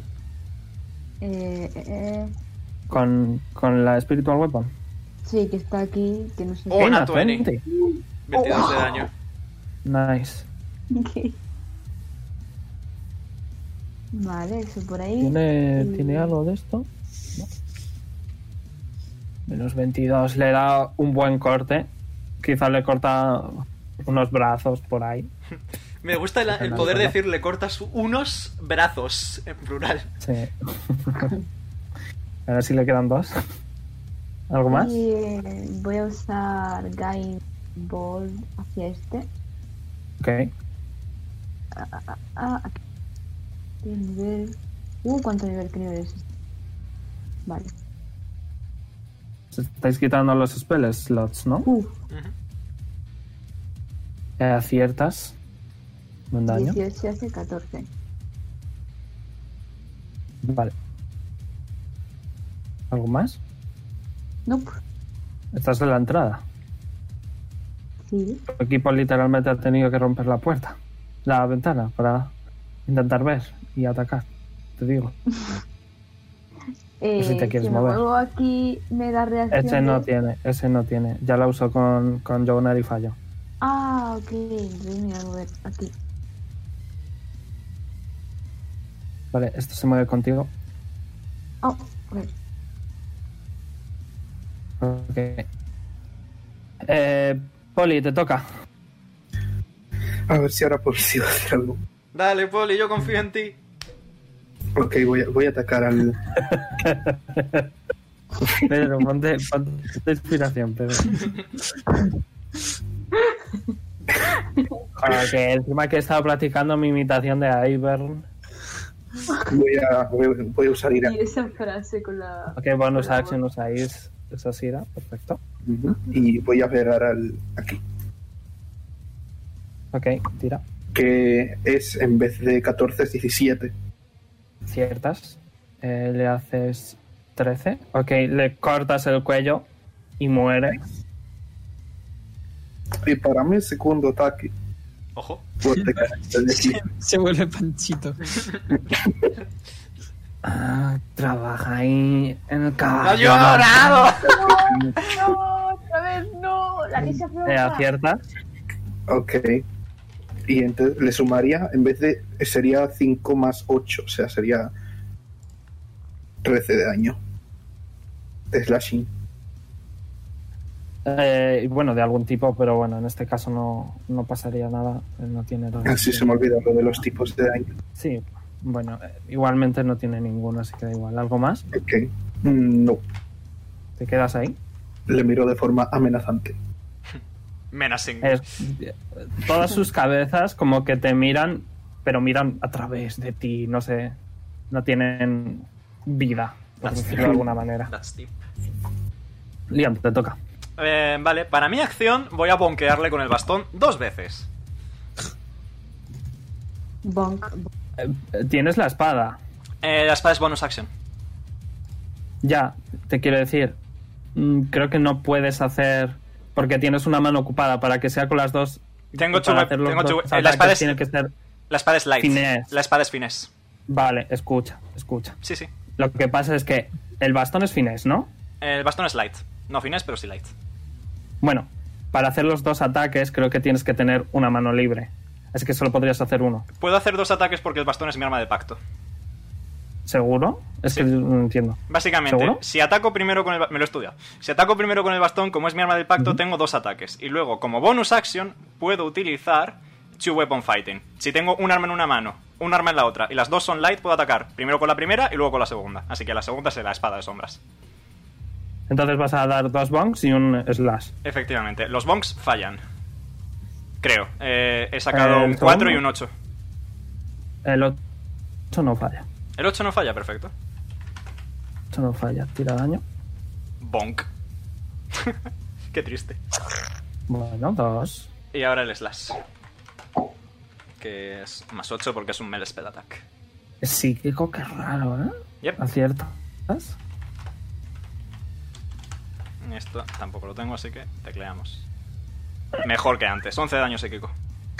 Speaker 2: Con la Spiritual Weapon.
Speaker 3: Sí, que está aquí, que no sé.
Speaker 1: Oh,
Speaker 2: Venga,
Speaker 1: nat 20.
Speaker 2: 20.
Speaker 1: 22 de daño.
Speaker 2: Nice.
Speaker 3: Ok. Vale, eso por ahí.
Speaker 2: ¿Tiene algo de esto? No. Menos 22. Le da un buen corte. Quizá le corta unos brazos por ahí.
Speaker 1: Me gusta el poder decir le cortas unos brazos en plural.
Speaker 2: Sí. A ver si le quedan dos. ¿Algo más?
Speaker 3: Y voy a usar Guide Ball hacia este.
Speaker 2: Ok.
Speaker 3: Aquí. ¿Qué nivel? ¿Cuánto nivel? ¿Qué nivel es este? Vale.
Speaker 2: Estáis quitando los spell slots, ¿no?
Speaker 1: Ujú.
Speaker 2: Aciertas. Buen daño.
Speaker 3: 18 hace 14.
Speaker 2: Vale. ¿Algo más?
Speaker 3: Nope.
Speaker 2: Estás en la entrada.
Speaker 3: Sí.
Speaker 2: Tu equipo literalmente ha tenido que romper la puerta, la ventana, para intentar ver y atacar. Te digo. Si te quieres
Speaker 3: si me
Speaker 2: mover.
Speaker 3: muevo aquí, me da reacción.
Speaker 2: Ese no tiene. Ya la uso con Jonar y fallo.
Speaker 3: Ah, ok. Entonces me voy a mover aquí.
Speaker 2: Vale, esto se mueve contigo.
Speaker 3: Oh, ok.
Speaker 2: Ok. Poli, te toca.
Speaker 4: A ver si ahora consigo hacer algo.
Speaker 1: Dale, Poli, yo confío en ti.
Speaker 4: Ok, voy a atacar al...
Speaker 2: Pedro, ponte inspiración, Pedro. Ok, encima que he estado practicando mi imitación de Ivern.
Speaker 4: Voy a usar ira.
Speaker 3: Y esa frase con la.
Speaker 2: Ok, bonus action usáis esa sira, perfecto.
Speaker 4: Y voy a pegar aquí.
Speaker 2: Ok, tira.
Speaker 4: Que es, en vez de 14, es 17.
Speaker 2: Ciertas. Le haces 13. Ok, le cortas el cuello y muere.
Speaker 4: Y para mi segundo ataque,
Speaker 1: Ojo.
Speaker 4: fuerte carácter de clima.
Speaker 6: Se vuelve panchito.
Speaker 2: Trabaja ahí en el
Speaker 1: ¡Ha
Speaker 2: caballo.
Speaker 1: llorado!
Speaker 3: ¡No! ¡Otra vez no! ¡La risa floja!
Speaker 2: Aciertas.
Speaker 4: Ok. Y entonces le sumaría, en vez de... Sería 5 más 8, o sea, sería 13 de daño. De slashing.
Speaker 2: Y bueno, de algún tipo, pero bueno, en este caso no pasaría nada. No tiene daño.
Speaker 4: Así se me olvidó lo de los tipos de daño.
Speaker 2: Sí, bueno, igualmente no tiene ninguno, así que da igual. ¿Algo más?
Speaker 4: Ok. No.
Speaker 2: ¿Te quedas ahí?
Speaker 4: Le miro de forma amenazante.
Speaker 1: Menacing.
Speaker 2: Todas sus cabezas como que te miran, pero miran a través de ti, no sé. No tienen vida, por
Speaker 1: That's
Speaker 2: decirlo de alguna manera.
Speaker 1: That's deep.
Speaker 2: Liam, te toca.
Speaker 1: Vale, para mi acción voy a bonquearle con el bastón 2 veces.
Speaker 3: Bonk.
Speaker 2: Tienes la espada.
Speaker 1: La espada es bonus action.
Speaker 2: Ya, te quiero decir. Creo que no puedes hacer... Porque tienes una mano ocupada. Para que sea con las dos...
Speaker 1: Tengo
Speaker 2: para
Speaker 1: two-
Speaker 2: hacer los
Speaker 1: tengo
Speaker 2: dos
Speaker 1: two-
Speaker 2: ataques
Speaker 1: la espada es-
Speaker 2: tiene que ser...
Speaker 1: La espada es light.
Speaker 2: Finesse.
Speaker 1: La espada es finesse.
Speaker 2: Vale, escucha.
Speaker 1: Sí, sí.
Speaker 2: Lo que pasa es que el bastón es finesse, ¿no?
Speaker 1: El bastón es light. No finesse, pero sí light.
Speaker 2: Bueno, para hacer los dos ataques creo que tienes que tener una mano libre. Así que solo podrías hacer uno.
Speaker 1: Puedo hacer 2 ataques porque el bastón es mi arma de pacto.
Speaker 2: ¿Seguro? Es
Speaker 1: Sí.
Speaker 2: que no entiendo.
Speaker 1: Básicamente,
Speaker 2: ¿Seguro?
Speaker 1: si ataco primero con el... Me lo he estudiado. Si ataco primero con el bastón, como es mi arma del pacto, tengo 2 ataques. Y luego, como bonus action, puedo utilizar two weapon fighting. Si tengo un arma en una mano, un arma en la otra, y las dos son light, puedo atacar primero con la primera y luego con la segunda. Así que la segunda será la espada de sombras.
Speaker 2: Entonces vas a dar 2 bonks y un slash.
Speaker 1: Efectivamente. Los bonks fallan. Creo. He sacado
Speaker 2: ¿El
Speaker 1: un 4
Speaker 2: segundo?
Speaker 1: y un 8.
Speaker 2: El 8 no falla.
Speaker 1: El 8 no falla, perfecto.
Speaker 2: 8 no falla. Tira daño.
Speaker 1: Bonk. Qué triste.
Speaker 2: Bueno, 2.
Speaker 1: Y ahora el slash. Que es más 8 porque es un melee spell attack.
Speaker 2: Psíquico, qué raro, ¿eh?
Speaker 1: Yep.
Speaker 2: ¿Aciertas?
Speaker 1: Esto tampoco lo tengo, así que tecleamos. Mejor que antes. 11 de daño psíquico.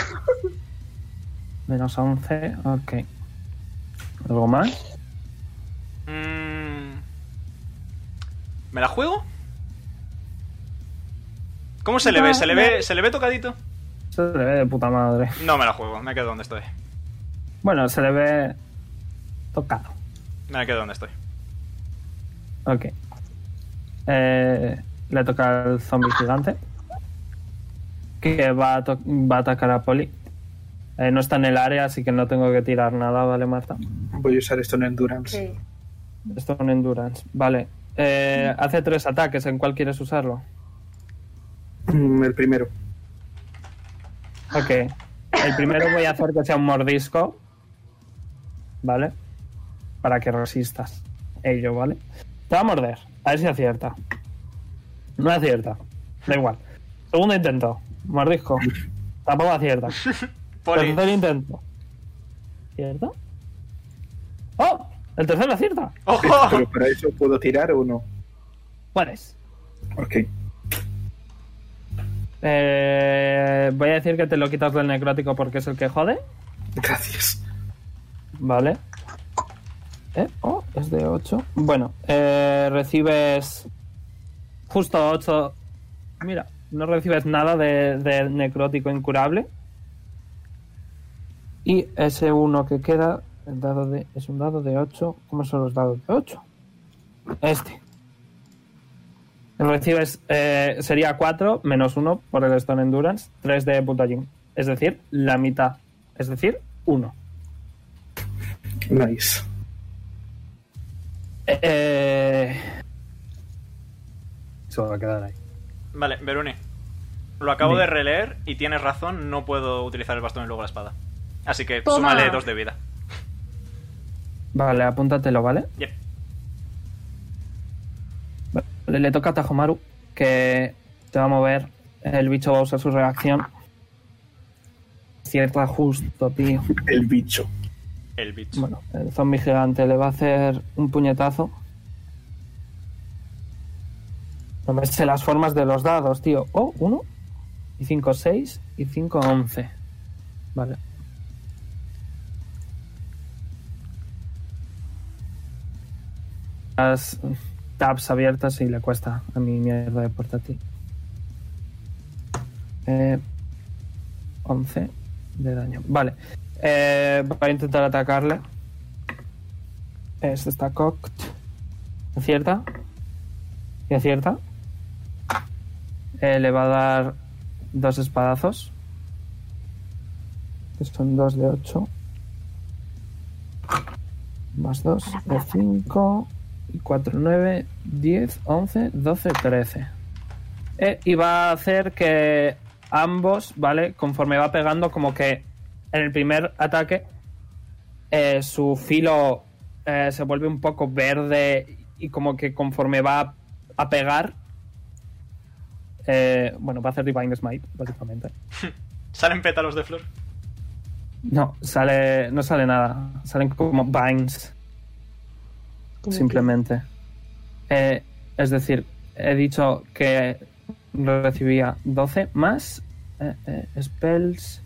Speaker 2: Menos 11, ok. ¿Algo más?
Speaker 1: ¿Me la juego? ¿Cómo se le ve? ¿Se le ve tocadito?
Speaker 2: Se le ve de puta madre.
Speaker 1: No me la juego, me quedo donde estoy.
Speaker 2: Bueno, se le ve tocado.
Speaker 1: Me quedo donde estoy.
Speaker 2: Ok. Le toca al zombie gigante. Que va a atacar a Poli. No está en el área, así que no tengo que tirar nada, ¿vale, Marta?
Speaker 4: Voy a usar esto en Endurance.
Speaker 3: Sí.
Speaker 2: Esto es un Endurance. Vale. Hace 3 ataques. ¿En cuál quieres usarlo?
Speaker 4: El primero.
Speaker 2: Ok. El primero voy a hacer que sea un mordisco. ¿Vale? Para que resistas ello, ¿vale? Te va a morder. A ver si acierta. No acierta. Da igual. Segundo intento. Mordisco. Tampoco acierta.
Speaker 1: Poli.
Speaker 2: Tercer intento. ¿Cierto? ¡Oh! El tercero acierta.
Speaker 1: ¡Ojo!
Speaker 4: Pero para eso puedo tirar o no.
Speaker 2: Puedes.
Speaker 4: Ok.
Speaker 2: Voy a decir que te lo quitas del necrótico porque es el que jode.
Speaker 4: Gracias.
Speaker 2: Vale. Oh, es de 8. Bueno, recibes justo 8. Mira, no recibes nada de necrótico incurable. Y ese uno que queda es un dado de 8. ¿Cómo son los dados de 8? Este. Recibes, sería 4 menos 1 por el Stone Endurance, 3 de puntajín. Es decir, la mitad. Es decir, 1.
Speaker 4: Nice.
Speaker 2: Se va a quedar ahí.
Speaker 1: Vale, Veruni. Lo acabo
Speaker 2: Dime.
Speaker 1: de releer y tienes razón, no puedo utilizar el bastón y luego la espada. Así que
Speaker 3: Toma.
Speaker 1: súmale 2 de vida.
Speaker 2: Vale, apúntatelo, ¿vale?
Speaker 1: Yep.
Speaker 2: Vale, le toca a Tajomaru, que te va a mover. El bicho va a usar su reacción. Cierta justo, tío.
Speaker 4: El bicho.
Speaker 1: El bicho.
Speaker 2: Bueno, el zombie gigante le va a hacer un puñetazo. No me sé las formas de los dados, tío. Oh, 1 y 5, 6 y 5, 11. Vale. Las tabs abiertas y le cuesta a mi mierda de portátil. 11 de daño. Vale. Va a intentar atacarle. Este está cocked. ¿Acierta? ¿Y acierta? Le va a dar 2 espadazos. Que son 2 de 8. Más 2 de 5. Y 4, 9, 10, 11, 12, 13. Y va a hacer que ambos, ¿vale? Conforme va pegando, como que en el primer ataque su filo se vuelve un poco verde y como que conforme va a pegar, bueno, va a hacer Divine Smite, básicamente.
Speaker 1: ¿Salen pétalos de flor?
Speaker 2: No sale nada. Salen como vines. Simplemente. Es decir, he dicho que recibía 12 más spells.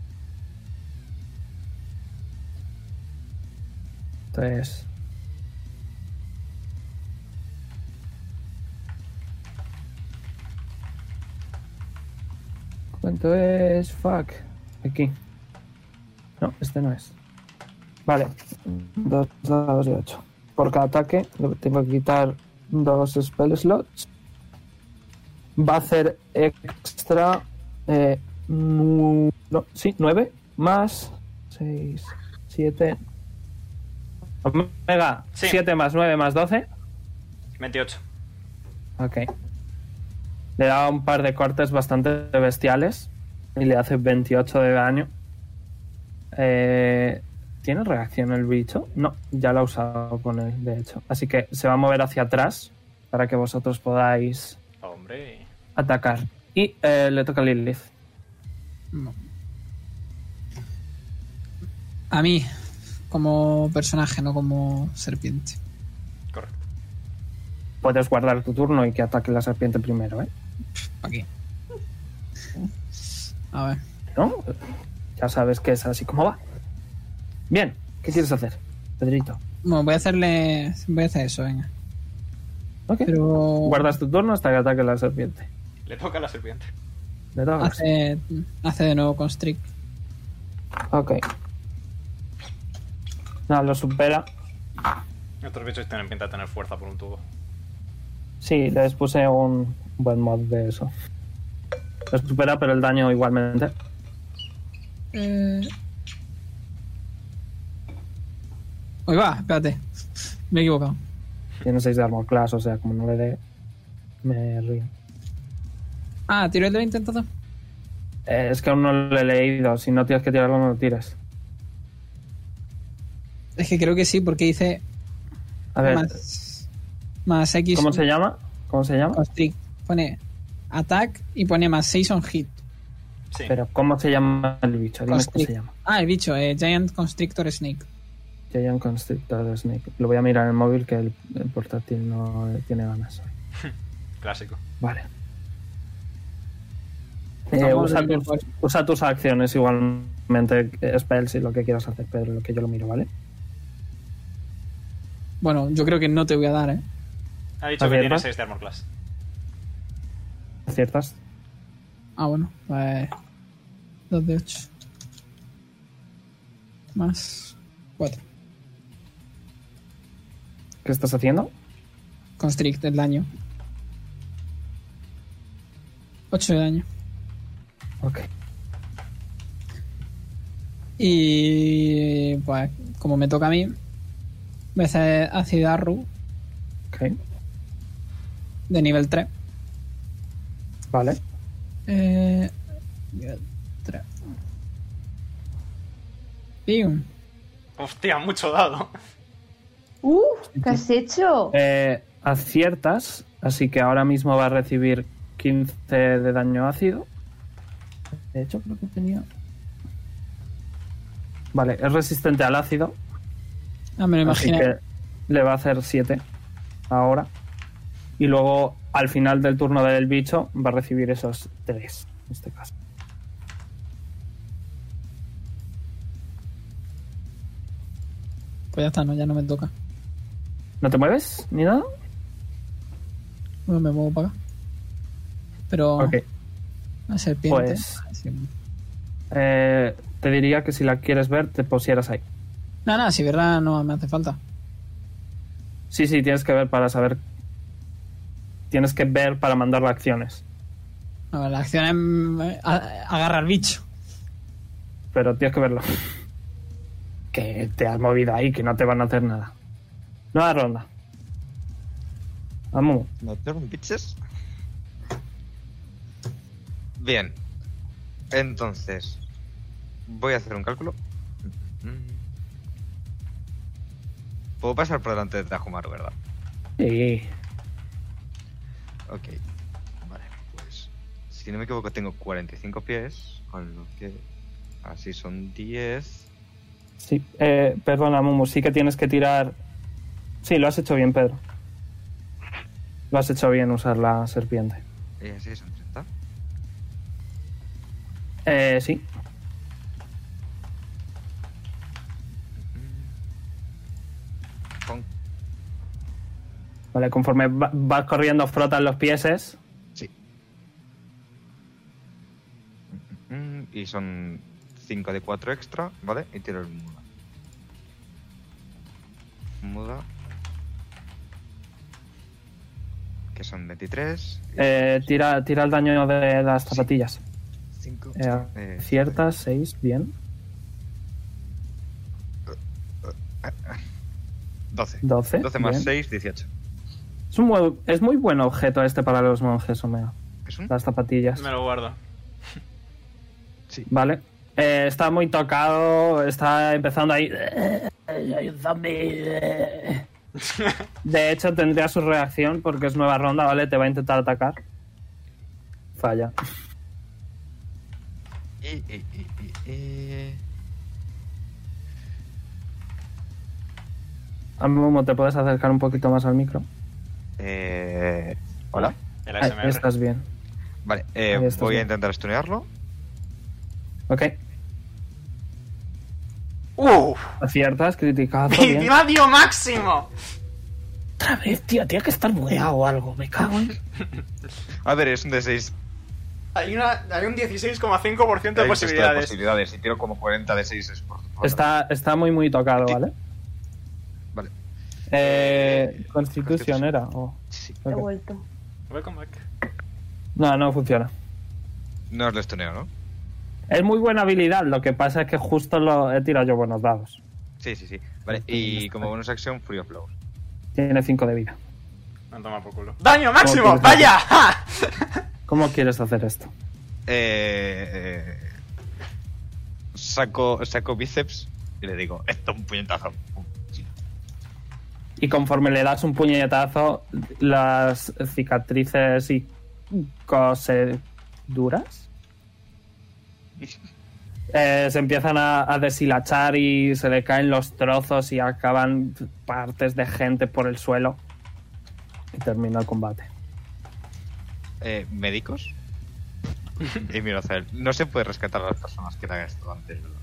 Speaker 2: Entonces. ¿Cuánto es? Fuck. Aquí. No, este no es. Vale. 2 dados de 8. Por cada ataque le tengo que quitar 2 spell slots. Va a hacer extra 9 más 6, 7. Omega,
Speaker 1: Sí.
Speaker 2: 7 más 9 más 12.
Speaker 1: 28.
Speaker 2: Ok. Le da un par de cortes bastante bestiales y le hace 28 de daño. ¿Tiene reacción el bicho? No, ya lo ha usado con él, de hecho. Así que se va a mover hacia atrás para que vosotros podáis
Speaker 1: Hombre.
Speaker 2: atacar. Y le toca a Lilith.
Speaker 6: No. A mí, como personaje, no como serpiente.
Speaker 1: Correcto.
Speaker 2: Puedes guardar tu turno y que ataque la serpiente primero, ¿eh?
Speaker 6: Aquí. A ver.
Speaker 2: ¿No? Ya sabes que es así como va. Bien, ¿qué quieres hacer, Pedrito?
Speaker 6: Bueno, voy a hacer eso, venga.
Speaker 2: Ok.
Speaker 6: Pero
Speaker 2: Guardas tu turno hasta que ataque la serpiente.
Speaker 1: Le toca a la serpiente.
Speaker 2: ¿Le toca?
Speaker 6: hace de nuevo constrict.
Speaker 2: Ok. No, lo supera.
Speaker 1: Otros bichos tienen pinta de tener fuerza por un tubo.
Speaker 2: Sí, les puse un buen mod de eso. Lo supera, pero el daño igualmente.
Speaker 6: Uy, va, espérate. Me he equivocado.
Speaker 2: Tiene 6 de armor class, o sea, como no le dé, me río.
Speaker 6: Ah, ¿tiro el de 20 entonces?
Speaker 2: Es que aún no lo he leído. Si no tienes que tirarlo, no lo tires.
Speaker 6: Es que creo que sí, porque dice
Speaker 2: A ver,
Speaker 6: más X.
Speaker 2: ¿cómo se llama? ¿Cómo se llama?
Speaker 6: Constrict. Pone attack y pone más 6 on hit.
Speaker 1: Sí.
Speaker 2: Pero, ¿cómo se llama el bicho? Dime cómo
Speaker 6: Constrict.
Speaker 2: se llama.
Speaker 6: Ah, el bicho, Giant Constrictor Snake.
Speaker 2: Giant Constrictor Snake. Lo voy a mirar en el móvil, que el portátil no tiene ganas hoy.
Speaker 1: Clásico.
Speaker 2: Vale.
Speaker 6: Vamos
Speaker 2: Usa,
Speaker 6: a ver,
Speaker 2: usa tus acciones igualmente, spells y lo que quieras hacer, Pedro, lo que yo lo miro, ¿vale?
Speaker 6: Bueno, yo creo que no te voy a dar, ¿eh?
Speaker 1: Ha dicho que tiene
Speaker 2: ¿Aciertas?
Speaker 1: 6 de armor class.
Speaker 2: ¿Aciertas?
Speaker 6: Ah, bueno, pues 2 de 8. Más 4.
Speaker 2: ¿Qué estás haciendo?
Speaker 6: Constrict el daño. 8 de daño.
Speaker 2: Ok.
Speaker 6: Y pues, como me toca a mí, voy a hacer Acid Arrow
Speaker 2: Ok.
Speaker 6: de nivel 3.
Speaker 2: Vale.
Speaker 6: Nivel 3. ¡Pium!
Speaker 1: Hostia, mucho dado.
Speaker 3: ¿Qué has hecho?
Speaker 2: Aciertas, así que ahora mismo va a recibir 15 de daño ácido. De hecho, creo que tenía... Vale, es resistente al ácido,
Speaker 6: Ah, me lo
Speaker 2: así
Speaker 6: imaginé.
Speaker 2: que le va a hacer 7 ahora. Y luego, al final del turno del bicho, va a recibir esos 3, en este caso.
Speaker 6: Pues ya está, ¿no? Ya no me toca.
Speaker 2: ¿No te mueves ni nada?
Speaker 6: No me muevo para acá. Pero
Speaker 2: Ok.
Speaker 6: la serpiente.
Speaker 2: Pues-
Speaker 6: Sí.
Speaker 2: Te diría que si la quieres ver, te pusieras ahí.
Speaker 6: No, si verdad no me hace falta.
Speaker 2: Sí, tienes que ver para saber. Tienes que ver para mandar acciones.
Speaker 6: A ver, la acción es agarra al bicho.
Speaker 2: Pero tienes que verlo. Que te has movido ahí, que no te van a hacer nada. Nueva ronda. Vamos.
Speaker 5: ¿No turn, bitches? Bien. Entonces, voy a hacer un cálculo. Puedo pasar por delante de Tajumaru, ¿verdad?
Speaker 2: Sí.
Speaker 5: Ok. Vale, pues... Si no me equivoco, tengo 45 pies, con lo que... Así son 10.
Speaker 2: Sí, perdona, Mumu, sí que tienes que tirar... Sí, lo has hecho bien, Pedro. Lo has hecho bien usar la serpiente.
Speaker 5: Sí, son 30.
Speaker 2: Sí.
Speaker 5: Con...
Speaker 2: Vale, conforme vas corriendo, frotas los pieses.
Speaker 5: Sí. Y son 5 de 4 extra, ¿vale? Y tiro el muda. Muda. Que son 23.
Speaker 2: Tira el daño de las zapatillas.
Speaker 5: 5.
Speaker 2: Ciertas, 6, bien.
Speaker 5: 12.
Speaker 2: 12.
Speaker 5: 12 más
Speaker 2: bien.
Speaker 5: 6, 18.
Speaker 2: Es muy buen objeto este para los monjes, Omega.
Speaker 5: ¿Es un?
Speaker 2: Las zapatillas.
Speaker 1: Me lo guardo.
Speaker 5: Sí.
Speaker 2: Vale. Está muy tocado. Está empezando ahí. Hay un zombie. De hecho, tendría su reacción porque es nueva ronda, ¿vale? Te va a intentar atacar. Falla. Momo, ¿te puedes acercar un poquito más al micro?
Speaker 5: Hola.
Speaker 1: El
Speaker 2: Ahí
Speaker 1: ASMR.
Speaker 2: estás bien.
Speaker 5: Vale,
Speaker 2: Ahí estás
Speaker 5: voy a
Speaker 2: bien.
Speaker 5: intentar stunearlo.
Speaker 2: Ok. Aciertas, criticazo.
Speaker 1: ¡Mi
Speaker 2: Bien.
Speaker 1: radio máximo!
Speaker 2: Otra vez, tío, tiene que estar bugueado o algo. Me cago en...
Speaker 5: A ver, es un de 6.
Speaker 1: Hay un 16,5% de posibilidades.
Speaker 5: Y tiro como 40 de 6 esfuerzos.
Speaker 2: Está muy tocado, ¿vale?
Speaker 5: Vale.
Speaker 2: Constitución era.
Speaker 5: Sí.
Speaker 3: He
Speaker 2: Ok.
Speaker 3: vuelto.
Speaker 1: Welcome back.
Speaker 2: No funciona.
Speaker 5: No os lo stuneo, ¿no?
Speaker 2: Es muy buena habilidad, lo que pasa es que justo lo he tirado yo buenos dados.
Speaker 5: Sí. Vale, y como bonus acción, Free of Blows.
Speaker 2: Tiene 5 de vida.
Speaker 1: Me han tomado por culo. ¡Daño máximo!
Speaker 2: ¿Cómo
Speaker 1: ¡Vaya!
Speaker 2: ¿Cómo quieres hacer esto?
Speaker 5: Saco bíceps y le digo, esto es un puñetazo.
Speaker 2: Y conforme le das un puñetazo, las cicatrices y coseduras se empiezan a deshilachar y se le caen los trozos y acaban partes de gente por el suelo. Y termina el combate.
Speaker 5: ¿Médicos? Y miro hacia él. No se puede rescatar a las personas que hagan esto antes, ¿verdad?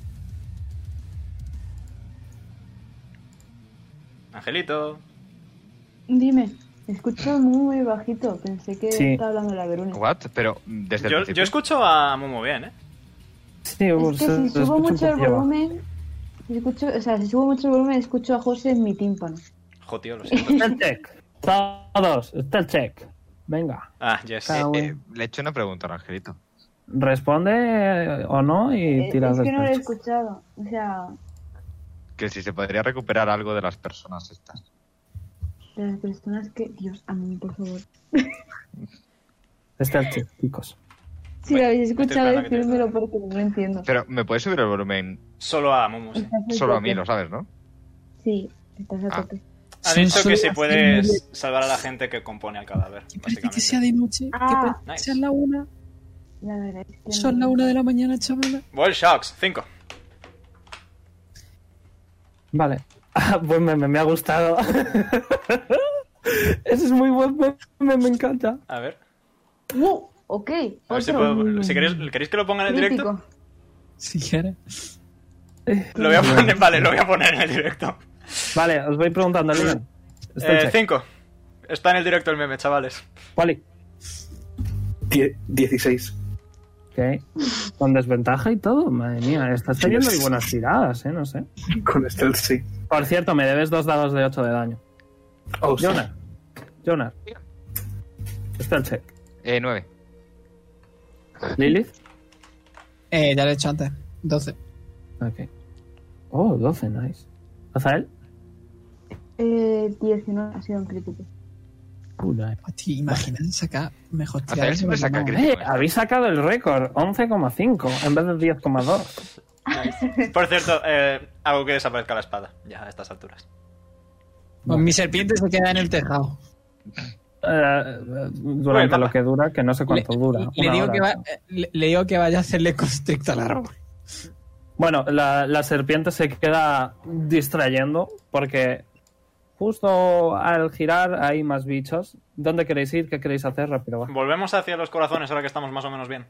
Speaker 1: Angelito.
Speaker 3: Dime, escucho muy bajito. Pensé que
Speaker 2: Sí.
Speaker 3: estaba hablando de la Veruna.
Speaker 5: ¿What? Pero desde el
Speaker 1: Yo
Speaker 5: principio.
Speaker 1: escucho a Momo bien, ¿eh?
Speaker 2: Sí,
Speaker 3: Es que si
Speaker 2: se
Speaker 3: subo
Speaker 2: escucha un
Speaker 3: mucho el
Speaker 2: poquillo bajo.
Speaker 3: volumen, si subo mucho el volumen, escucho a José en mi tímpano.
Speaker 1: Jo, tío, lo siento.
Speaker 2: Está el check. Todos, está el check. Venga.
Speaker 1: Ah, yes.
Speaker 2: Cada uno.
Speaker 5: Le he hecho una pregunta al Angelito.
Speaker 2: Responde o no y tiras
Speaker 3: Es que no lo he
Speaker 2: después.
Speaker 3: escuchado. O sea,
Speaker 5: Que si se podría recuperar algo de las personas estas.
Speaker 3: de las personas que... Dios, a mí, por favor.
Speaker 2: Está el check, chicos.
Speaker 3: Si lo habéis
Speaker 1: estoy
Speaker 3: escuchado,
Speaker 1: esperando que te
Speaker 3: decírmelo porque no lo entiendo.
Speaker 5: Pero, ¿me puedes subir el volumen
Speaker 1: Solo a Momo, sí.
Speaker 3: Estás
Speaker 5: solo a
Speaker 3: tope.
Speaker 5: mí, lo sabes, no?
Speaker 3: Sí, estás a
Speaker 5: Ah.
Speaker 3: tope.
Speaker 1: Ha
Speaker 6: Son
Speaker 1: dicho
Speaker 6: solo
Speaker 1: que si
Speaker 6: las
Speaker 1: puedes salvar a la gente que compone al cadáver,
Speaker 6: Parece que sea
Speaker 1: básicamente.
Speaker 6: de noche.
Speaker 3: Ah,
Speaker 6: que parece que
Speaker 1: nice.
Speaker 6: sea la 1.
Speaker 3: La verdad es que
Speaker 6: Son la 1 de la mañana, chavala.
Speaker 1: Well, Shocks, 5.
Speaker 2: Vale. Ah, buen meme, me ha gustado. Ese es muy buen meme, me encanta.
Speaker 1: A ver.
Speaker 3: Ok.
Speaker 1: A ver si,
Speaker 3: otro
Speaker 1: si queréis que lo ponga en el directo.
Speaker 3: crítico.
Speaker 6: Si quieres.
Speaker 1: Lo voy a poner, vale, lo voy a poner en el directo.
Speaker 2: Vale, os voy preguntando, Leon. Está el check.
Speaker 1: 5. Está en el directo el meme, chavales.
Speaker 2: Wally.
Speaker 4: 16.
Speaker 2: Ok. Con desventaja y todo. Madre mía, estás teniendo muy buenas tiradas, no sé.
Speaker 4: Con stealth, sí.
Speaker 2: Por cierto, me debes 2 dados de 8 de daño.
Speaker 4: Oh, sí.
Speaker 2: Jonar. Está el check.
Speaker 5: 9.
Speaker 2: Lilith.
Speaker 6: Ya lo he hecho antes. 12.
Speaker 2: Ok. Oh, 12, nice. ¿Azael?
Speaker 3: 19 ha sido un crítico.
Speaker 2: Nice.
Speaker 6: Hostia, imagina sacar mejor
Speaker 5: Hacer
Speaker 6: tirada.
Speaker 5: siempre saca
Speaker 6: No.
Speaker 5: crítico.
Speaker 2: Habéis sacado el récord. 11,5 en vez de 10,2.
Speaker 1: Nice. Por cierto, hago que desaparezca la espada, ya a estas alturas.
Speaker 6: Pues mi serpiente se queda en el tejado.
Speaker 2: Durante
Speaker 1: Uy,
Speaker 2: lo
Speaker 1: mapa.
Speaker 2: que dura, que no sé cuánto dura.
Speaker 6: Le
Speaker 2: Una
Speaker 6: digo,
Speaker 2: hora,
Speaker 6: que
Speaker 2: ¿no?
Speaker 6: le digo que vaya a hacerle constricto al árbol.
Speaker 2: Bueno, la serpiente se queda distrayendo porque justo al girar hay más bichos. ¿Dónde queréis ir? ¿Qué queréis hacer? Rápido, va.
Speaker 1: Volvemos hacia los corazones ahora que estamos más o menos bien.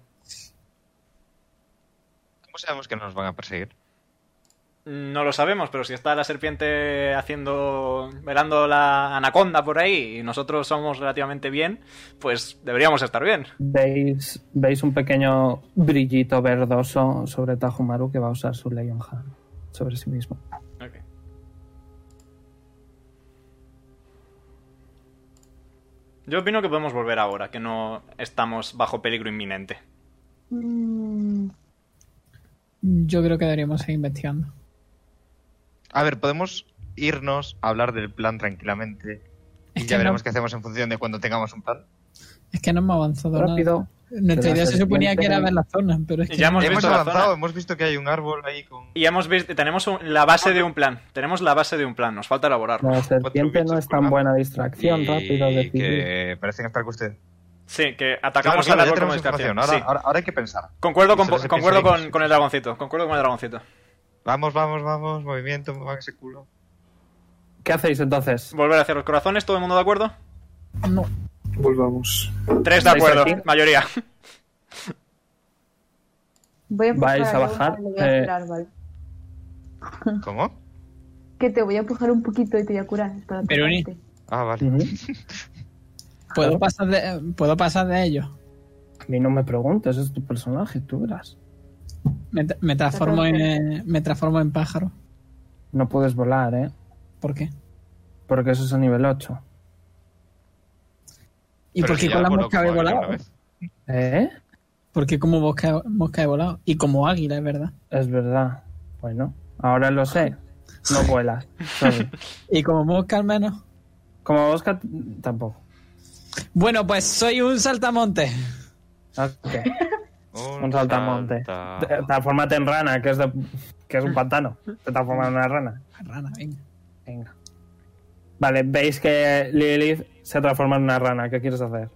Speaker 5: ¿Cómo sabemos que no nos van a perseguir?
Speaker 1: No lo sabemos, pero si está la serpiente velando la anaconda por ahí y nosotros somos relativamente bien, pues deberíamos estar bien.
Speaker 2: Veis un pequeño brillito verdoso sobre Tajumaru que va a usar su Leon Hand sobre sí mismo.
Speaker 1: Ok. Yo opino que podemos volver ahora, que no estamos bajo peligro inminente.
Speaker 6: Yo creo que deberíamos seguir investigando.
Speaker 5: A ver, podemos irnos a hablar del plan tranquilamente y
Speaker 6: Es
Speaker 5: ya
Speaker 6: que
Speaker 5: veremos
Speaker 6: no-
Speaker 5: qué hacemos en función de cuando tengamos un plan.
Speaker 6: Es que no hemos avanzado
Speaker 2: Rápido.
Speaker 6: nada. Nuestra
Speaker 2: Que la
Speaker 6: idea se suponía
Speaker 2: serpiente-
Speaker 6: que era ver la zona, pero es que
Speaker 1: Ya hemos
Speaker 5: Hemos
Speaker 1: visto la
Speaker 5: avanzado,
Speaker 1: zona.
Speaker 5: hemos visto que hay un árbol ahí con...
Speaker 1: Y hemos visto, tenemos la base de un plan. Tenemos la base de un plan, nos falta elaborarlo.
Speaker 2: La serpiente no
Speaker 5: bichos
Speaker 2: es tan
Speaker 5: colgando.
Speaker 2: buena distracción,
Speaker 5: y
Speaker 2: rápido, decidir.
Speaker 5: que parecen estar con usted.
Speaker 1: Sí, que atacamos
Speaker 5: Claro,
Speaker 1: al
Speaker 5: ya
Speaker 1: árbol como
Speaker 5: tenemos
Speaker 1: distracción.
Speaker 5: información.
Speaker 1: Sí.
Speaker 5: Ahora hay que pensar.
Speaker 1: Concuerdo,
Speaker 5: Y solo se
Speaker 1: concuerdo
Speaker 5: piensa ahí.
Speaker 1: con el dragoncito. Concuerdo con el dragoncito.
Speaker 5: Vamos, movimiento, muevan ese culo.
Speaker 2: ¿Qué hacéis entonces?
Speaker 1: Volver hacia los corazones, ¿todo el mundo de acuerdo?
Speaker 6: no.
Speaker 4: Volvamos.
Speaker 1: 3 de
Speaker 2: ¿Estáis
Speaker 1: acuerdo,
Speaker 2: aquí?
Speaker 1: mayoría.
Speaker 3: Voy a empujar
Speaker 2: Vais a
Speaker 3: Lola,
Speaker 2: bajar,
Speaker 3: le voy a curar, ¿vale?
Speaker 5: ¿Cómo?
Speaker 3: Que te voy a empujar un poquito y te voy a curar. Para
Speaker 6: Pero ni-
Speaker 3: tocarte.
Speaker 5: Ah, vale.
Speaker 2: Ujú.
Speaker 6: ¿Puedo pasar de ellos?
Speaker 2: A mí no me preguntes, es tu personaje, tú verás.
Speaker 6: Me transformo en pájaro.
Speaker 2: No puedes volar, ¿eh?
Speaker 6: ¿Por qué?
Speaker 2: Porque eso es a nivel 8.
Speaker 6: ¿Y
Speaker 5: Pero
Speaker 6: por
Speaker 5: si
Speaker 6: qué
Speaker 5: ya
Speaker 6: con la
Speaker 5: voló
Speaker 6: mosca
Speaker 5: como
Speaker 6: he
Speaker 5: águila
Speaker 6: volado?
Speaker 5: una vez.
Speaker 2: ¿Eh?
Speaker 6: Porque como mosca he volado. Y como águila, es verdad.
Speaker 2: Es verdad. Bueno, ahora lo sé. No vuelas. Sorry.
Speaker 6: Y como mosca al menos.
Speaker 2: Como Oscar, tampoco.
Speaker 6: Bueno, pues soy un saltamonte.
Speaker 2: Ok. Un saltamonte. Transfórmate en rana, que es un pantano. Te transformas en una rana.
Speaker 6: Rana, venga.
Speaker 2: Venga. Vale, veis que Lilith se transforma en una rana. ¿Qué quieres hacer?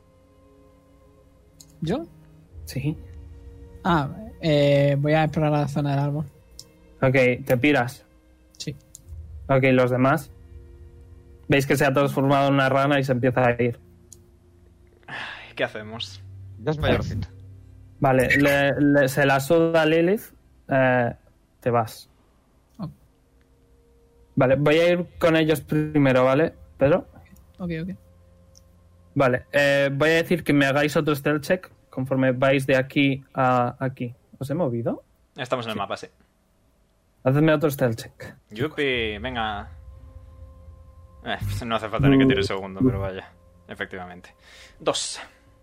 Speaker 6: ¿Yo?
Speaker 2: Sí.
Speaker 6: Ah, voy a explorar la zona del árbol.
Speaker 2: Ok, te piras.
Speaker 6: Sí.
Speaker 2: Ok, los demás. Veis que se ha transformado en una rana y se empieza a ir.
Speaker 1: ¿Qué hacemos?
Speaker 5: Ya es mayorcita.
Speaker 2: Vale, se la suda a Lilith. Te vas.
Speaker 6: Ok.
Speaker 2: Vale, voy a ir con ellos primero, ¿vale? Pedro.
Speaker 6: Ok.
Speaker 2: Vale, voy a decir que me hagáis otro stealth check conforme vais de aquí a aquí. ¿Os he movido?
Speaker 1: Estamos en el mapa, sí.
Speaker 2: Hacedme otro stealth check.
Speaker 1: Yupi, venga. No hace falta ni que tire el segundo, pero vaya. Efectivamente. 2.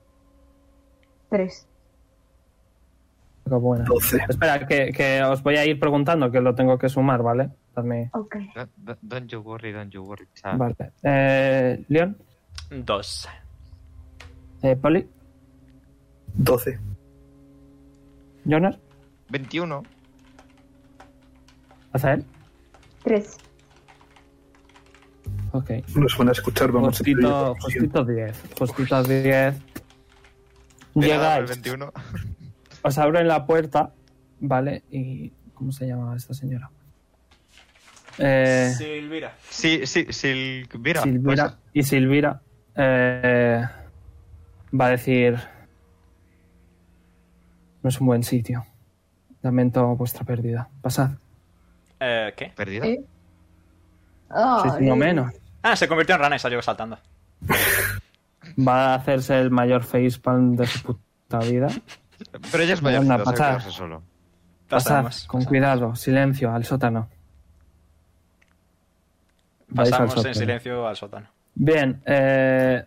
Speaker 3: 3.
Speaker 2: Qué buena.
Speaker 4: 12.
Speaker 2: Espera, que os voy a ir preguntando, que lo tengo que sumar, ¿vale? Dadme...
Speaker 3: Ok.
Speaker 5: Don't you worry, chat.
Speaker 2: Vale. Leon,
Speaker 1: 2.
Speaker 2: Poli,
Speaker 4: 12.
Speaker 2: Jonas,
Speaker 5: 21.
Speaker 2: Azael.
Speaker 3: 3.
Speaker 2: Ok.
Speaker 4: No suena a escuchar, vamos a
Speaker 2: Justito 10. Justito 10.
Speaker 5: Era el
Speaker 2: Llegáis.
Speaker 5: 21.
Speaker 2: Os abren la puerta, ¿vale? Y... ¿Cómo se llamaba esta señora?
Speaker 1: Silvira.
Speaker 5: Sí, Silvira.
Speaker 2: Silvira.
Speaker 5: Pues,
Speaker 2: Y Silvira va a decir... No es un buen sitio. Lamento vuestra pérdida. Pasad.
Speaker 1: ¿Qué?
Speaker 5: ¿Perdida?
Speaker 3: ¿Eh?
Speaker 2: Sois uno menos.
Speaker 1: Ah, se convirtió en rana y salió saltando.
Speaker 2: Va a hacerse el mayor facepalm de su puta vida.
Speaker 5: Pero ella es
Speaker 2: Anda,
Speaker 5: mayorcita,
Speaker 2: pasad.
Speaker 5: sabe quedarse solo.
Speaker 2: Pasad,
Speaker 1: Pasamos.
Speaker 2: con cuidado. Silencio, al sótano. Vais al
Speaker 1: Pasamos en
Speaker 2: sótano.
Speaker 1: silencio al sótano.
Speaker 2: Bien, en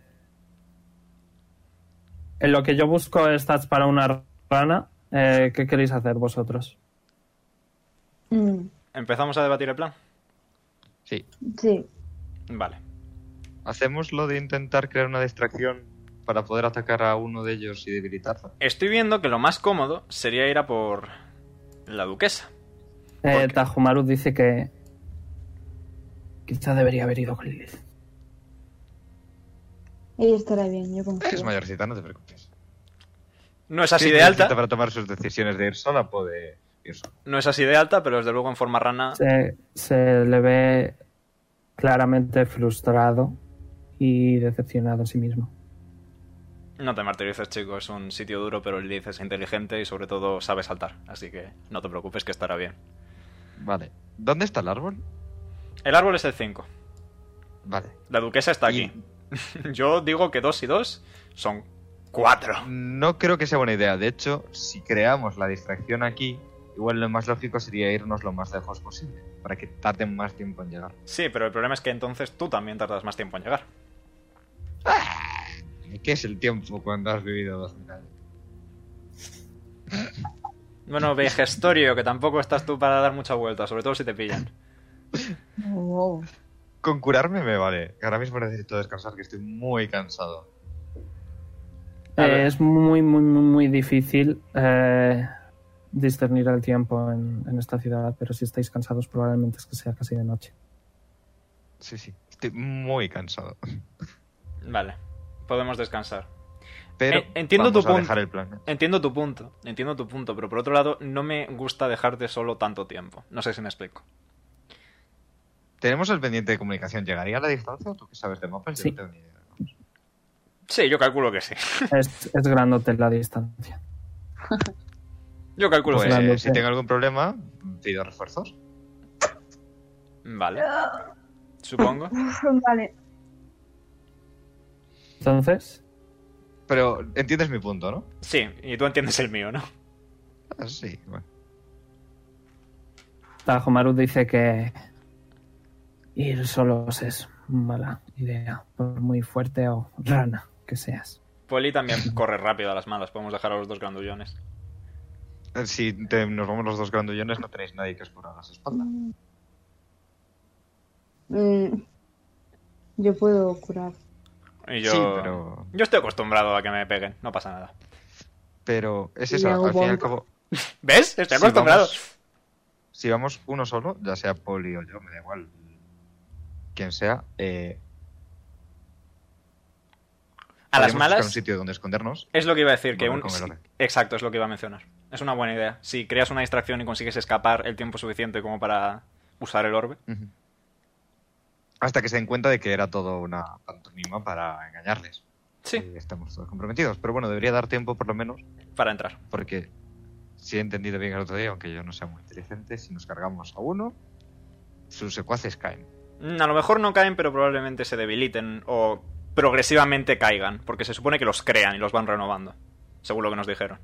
Speaker 2: lo que yo busco stats para una rana, ¿qué queréis hacer vosotros?
Speaker 1: ¿Empezamos a debatir el plan?
Speaker 5: Sí.
Speaker 3: Sí.
Speaker 1: Vale.
Speaker 5: Hacemos lo de intentar crear una distracción para poder atacar a uno de ellos y debilitarlo.
Speaker 1: Estoy viendo que lo más cómodo sería ir a por la duquesa. qué?
Speaker 2: Tajumaru dice que quizá debería haber ido con Lilith.
Speaker 3: Ella estará bien, yo confío.
Speaker 5: Es mayorcita, no te preocupes.
Speaker 1: No es así
Speaker 5: Sí,
Speaker 1: de
Speaker 5: mayorcita
Speaker 1: alta.
Speaker 5: para tomar sus decisiones de ir sola puede Pearson.
Speaker 1: No es así de alta, pero desde luego en forma rana.
Speaker 2: Se le ve claramente frustrado y decepcionado en sí mismo.
Speaker 1: No te martirices, chico. Es un sitio duro, pero el Lilith es inteligente y sobre todo sabe saltar. Así que no te preocupes, que estará bien.
Speaker 5: Vale. ¿Dónde está el árbol?
Speaker 1: El árbol es el 5.
Speaker 5: Vale.
Speaker 1: La duquesa está aquí. Yo digo que 2 y 2 son 4.
Speaker 5: No creo que sea buena idea. De hecho, si creamos la distracción aquí, igual lo más lógico sería irnos lo más lejos posible, para que tarden más tiempo en llegar.
Speaker 1: Sí, pero el problema es que entonces tú también tardas más tiempo en llegar.
Speaker 5: ¿Qué es el tiempo cuando has vivido 2000 años?
Speaker 1: Bueno, Vejestorio, que tampoco estás tú para dar mucha vuelta, sobre todo si te pillan.
Speaker 3: Wow.
Speaker 5: Con curarme me vale. Ahora mismo necesito descansar, que estoy muy cansado.
Speaker 2: Es muy difícil discernir el tiempo en esta ciudad, pero si estáis cansados probablemente es que sea casi de noche.
Speaker 5: Sí. Estoy muy cansado.
Speaker 1: Vale, podemos descansar.
Speaker 5: Pero
Speaker 1: Entiendo
Speaker 5: vamos
Speaker 1: tu
Speaker 5: a
Speaker 1: punto.
Speaker 5: dejar el plan.
Speaker 1: Entiendo tu punto, pero por otro lado no me gusta dejarte solo tanto tiempo. No sé si me explico.
Speaker 5: Tenemos el pendiente de comunicación. ¿Llegaría a la distancia o tú que sabes de mapas?
Speaker 2: Sí.
Speaker 5: Yo no tengo ni idea.
Speaker 1: Sí, yo calculo que sí.
Speaker 2: Es grandote la distancia.
Speaker 1: Yo calculo
Speaker 5: Pues
Speaker 1: que sí.
Speaker 2: Claro,
Speaker 5: si
Speaker 2: sí.
Speaker 5: tengo algún problema, pido refuerzos.
Speaker 1: Vale. Supongo.
Speaker 3: Vale.
Speaker 2: Entonces,
Speaker 5: Pero entiendes mi punto, ¿no?
Speaker 1: Sí, y tú entiendes el mío, ¿no?
Speaker 5: Sí, bueno.
Speaker 2: Tajomaru dice que ir solos es mala idea, por muy fuerte o rana que seas.
Speaker 1: Poli también corre rápido a las malas. Podemos dejar a los dos grandullones.
Speaker 5: Si nos vamos los dos grandullones, no tenéis nadie que os cubra las espaldas.
Speaker 3: Yo puedo curar.
Speaker 1: Y yo...
Speaker 5: Sí, pero...
Speaker 1: Yo estoy acostumbrado a que me peguen. No pasa nada.
Speaker 5: Pero es
Speaker 3: Y
Speaker 5: eso,
Speaker 3: hago
Speaker 5: al fin y al
Speaker 3: bomba.
Speaker 5: cabo...
Speaker 1: ¿Ves? Estoy
Speaker 5: Si
Speaker 1: acostumbrado.
Speaker 5: Si vamos uno solo, ya sea Poli o yo, me da igual quien sea,
Speaker 1: A las
Speaker 5: podríamos buscar un
Speaker 1: malas...
Speaker 5: sitio donde escondernos.
Speaker 1: Es lo que iba a decir, que
Speaker 5: Volver
Speaker 1: un...
Speaker 5: con el orden.
Speaker 1: Exacto, es lo que iba a mencionar. Es una buena idea. Si creas una distracción y consigues escapar el tiempo suficiente como para usar el orbe.
Speaker 5: Ujú. Hasta que se den cuenta de que era todo una pantomima para engañarles.
Speaker 1: Sí,
Speaker 5: Y estamos todos comprometidos. Pero bueno, debería dar tiempo por lo menos,
Speaker 1: para entrar.
Speaker 5: porque si he entendido bien el otro día, aunque yo no sea muy inteligente, si nos cargamos a uno, sus secuaces caen.
Speaker 1: A lo mejor no caen, pero probablemente se debiliten o progresivamente caigan, porque se supone que los crean y los van renovando, según lo que nos dijeron.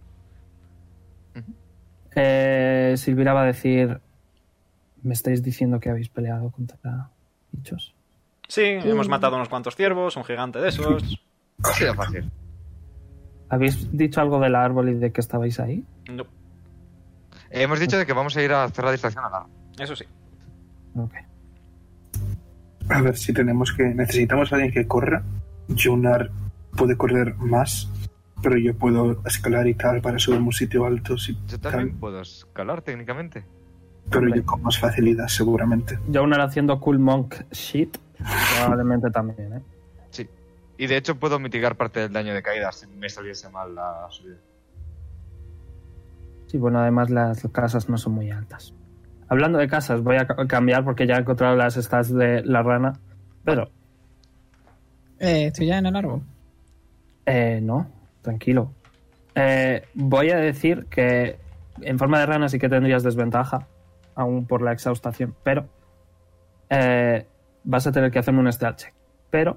Speaker 2: Silvira va a decir, ¿me estáis diciendo que habéis peleado contra bichos?
Speaker 1: Sí, hemos matado unos cuantos ciervos, un gigante de esos.
Speaker 5: Ha sido fácil.
Speaker 2: ¿Habéis dicho algo del árbol y de que estabais ahí?
Speaker 1: No,
Speaker 5: Hemos dicho de que vamos a ir a hacer la distracción al árbol.
Speaker 1: eso sí.
Speaker 2: Ok.
Speaker 4: A ver si necesitamos a alguien que corra. Jonar puede correr más, pero yo puedo escalar y tal para subir a un sitio alto.
Speaker 5: Yo también puedo escalar técnicamente.
Speaker 4: Pero yo con más facilidad, seguramente.
Speaker 2: Jonar haciendo cool monk shit, probablemente también, ¿eh?
Speaker 5: Sí. Y de hecho puedo mitigar parte del daño de caída si me saliese mal la subida.
Speaker 2: Sí, bueno, además las casas no son muy altas. Hablando de casas, voy a cambiar porque ya he encontrado las stats de la rana. Pero,
Speaker 6: Estoy ya en el árbol.
Speaker 2: no, tranquilo. Voy a decir que en forma de rana sí que tendrías desventaja, aún por la exhaustación, pero vas a tener que hacerme un stealth check. Pero,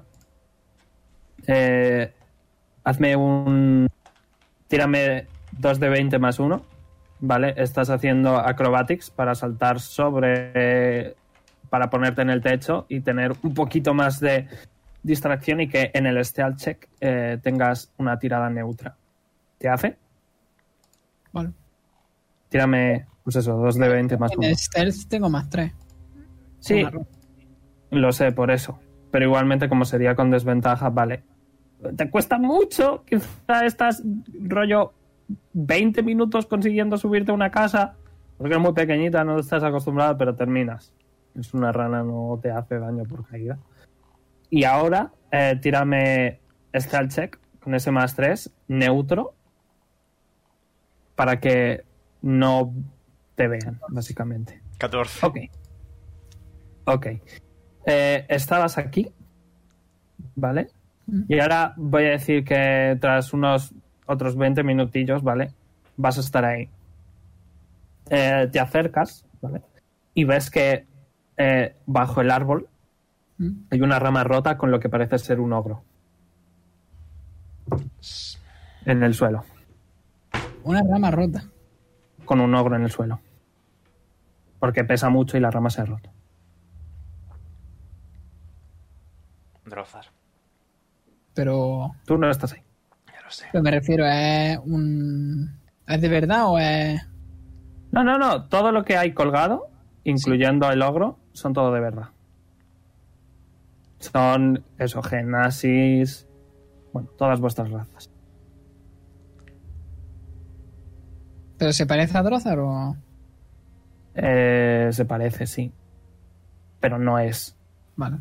Speaker 2: hazme un... Tírame 2 de 20 más 1. Vale, estás haciendo acrobatics para saltar sobre... para ponerte en el techo y tener un poquito más de distracción y que en el stealth check tengas una tirada neutra. ¿Te hace?
Speaker 6: Vale.
Speaker 2: Tírame, pues eso, 2 de 20 más
Speaker 6: En
Speaker 2: 1.
Speaker 6: el stealth tengo más 3.
Speaker 2: Sí, lo sé, por eso. Pero igualmente, como sería con desventaja, vale. Te cuesta mucho, quizá estás rollo 20 minutos consiguiendo subirte a una casa, porque es muy pequeñita, no estás acostumbrada, pero terminas. Es una rana, no te hace daño por caída. Y ahora, tírame stealth check con ese más 3, neutro, para que no te vean, básicamente.
Speaker 1: 14.
Speaker 2: Ok. Estabas aquí, ¿vale? Y ahora voy a decir que tras unos otros 20 minutillos, ¿vale? Vas a estar ahí. Te acercas, ¿vale? Y ves que bajo el árbol hay una rama rota con lo que parece ser un ogro. En el suelo.
Speaker 6: Una rama rota.
Speaker 2: Con un ogro en el suelo. Porque pesa mucho y la rama se ha roto.
Speaker 1: Drozar.
Speaker 6: Pero
Speaker 2: Tú no estás ahí.
Speaker 1: Ya lo sé.
Speaker 6: me refiero, ¿es de verdad o es...?
Speaker 2: No. Todo lo que hay colgado, incluyendo el ogro, son todo de verdad. Son eso, genasis... Bueno, todas vuestras razas.
Speaker 6: ¿Pero se parece a Drozar o...?
Speaker 2: Se parece, sí. Pero no es.
Speaker 6: Vale.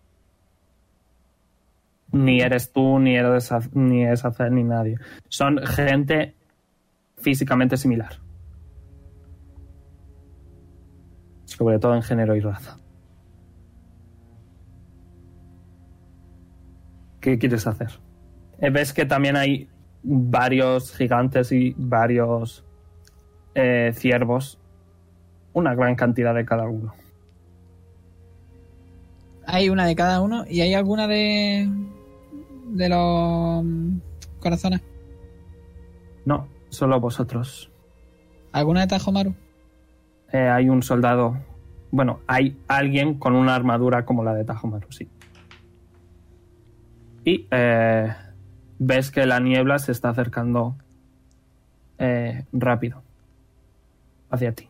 Speaker 2: Ni eres tú, ni es Azael, ni nadie. Son gente físicamente similar. Sobre todo en género y raza. ¿Qué quieres hacer? Ves que también hay varios gigantes y varios ciervos. Una gran cantidad de cada uno.
Speaker 6: Hay una de cada uno y hay alguna de los corazones.
Speaker 2: No, solo vosotros.
Speaker 6: ¿Alguna de Tajomaru?
Speaker 2: Hay un soldado. Bueno, hay alguien con una armadura como la de Tajomaru, sí. Y ves que la niebla se está acercando rápido hacia ti.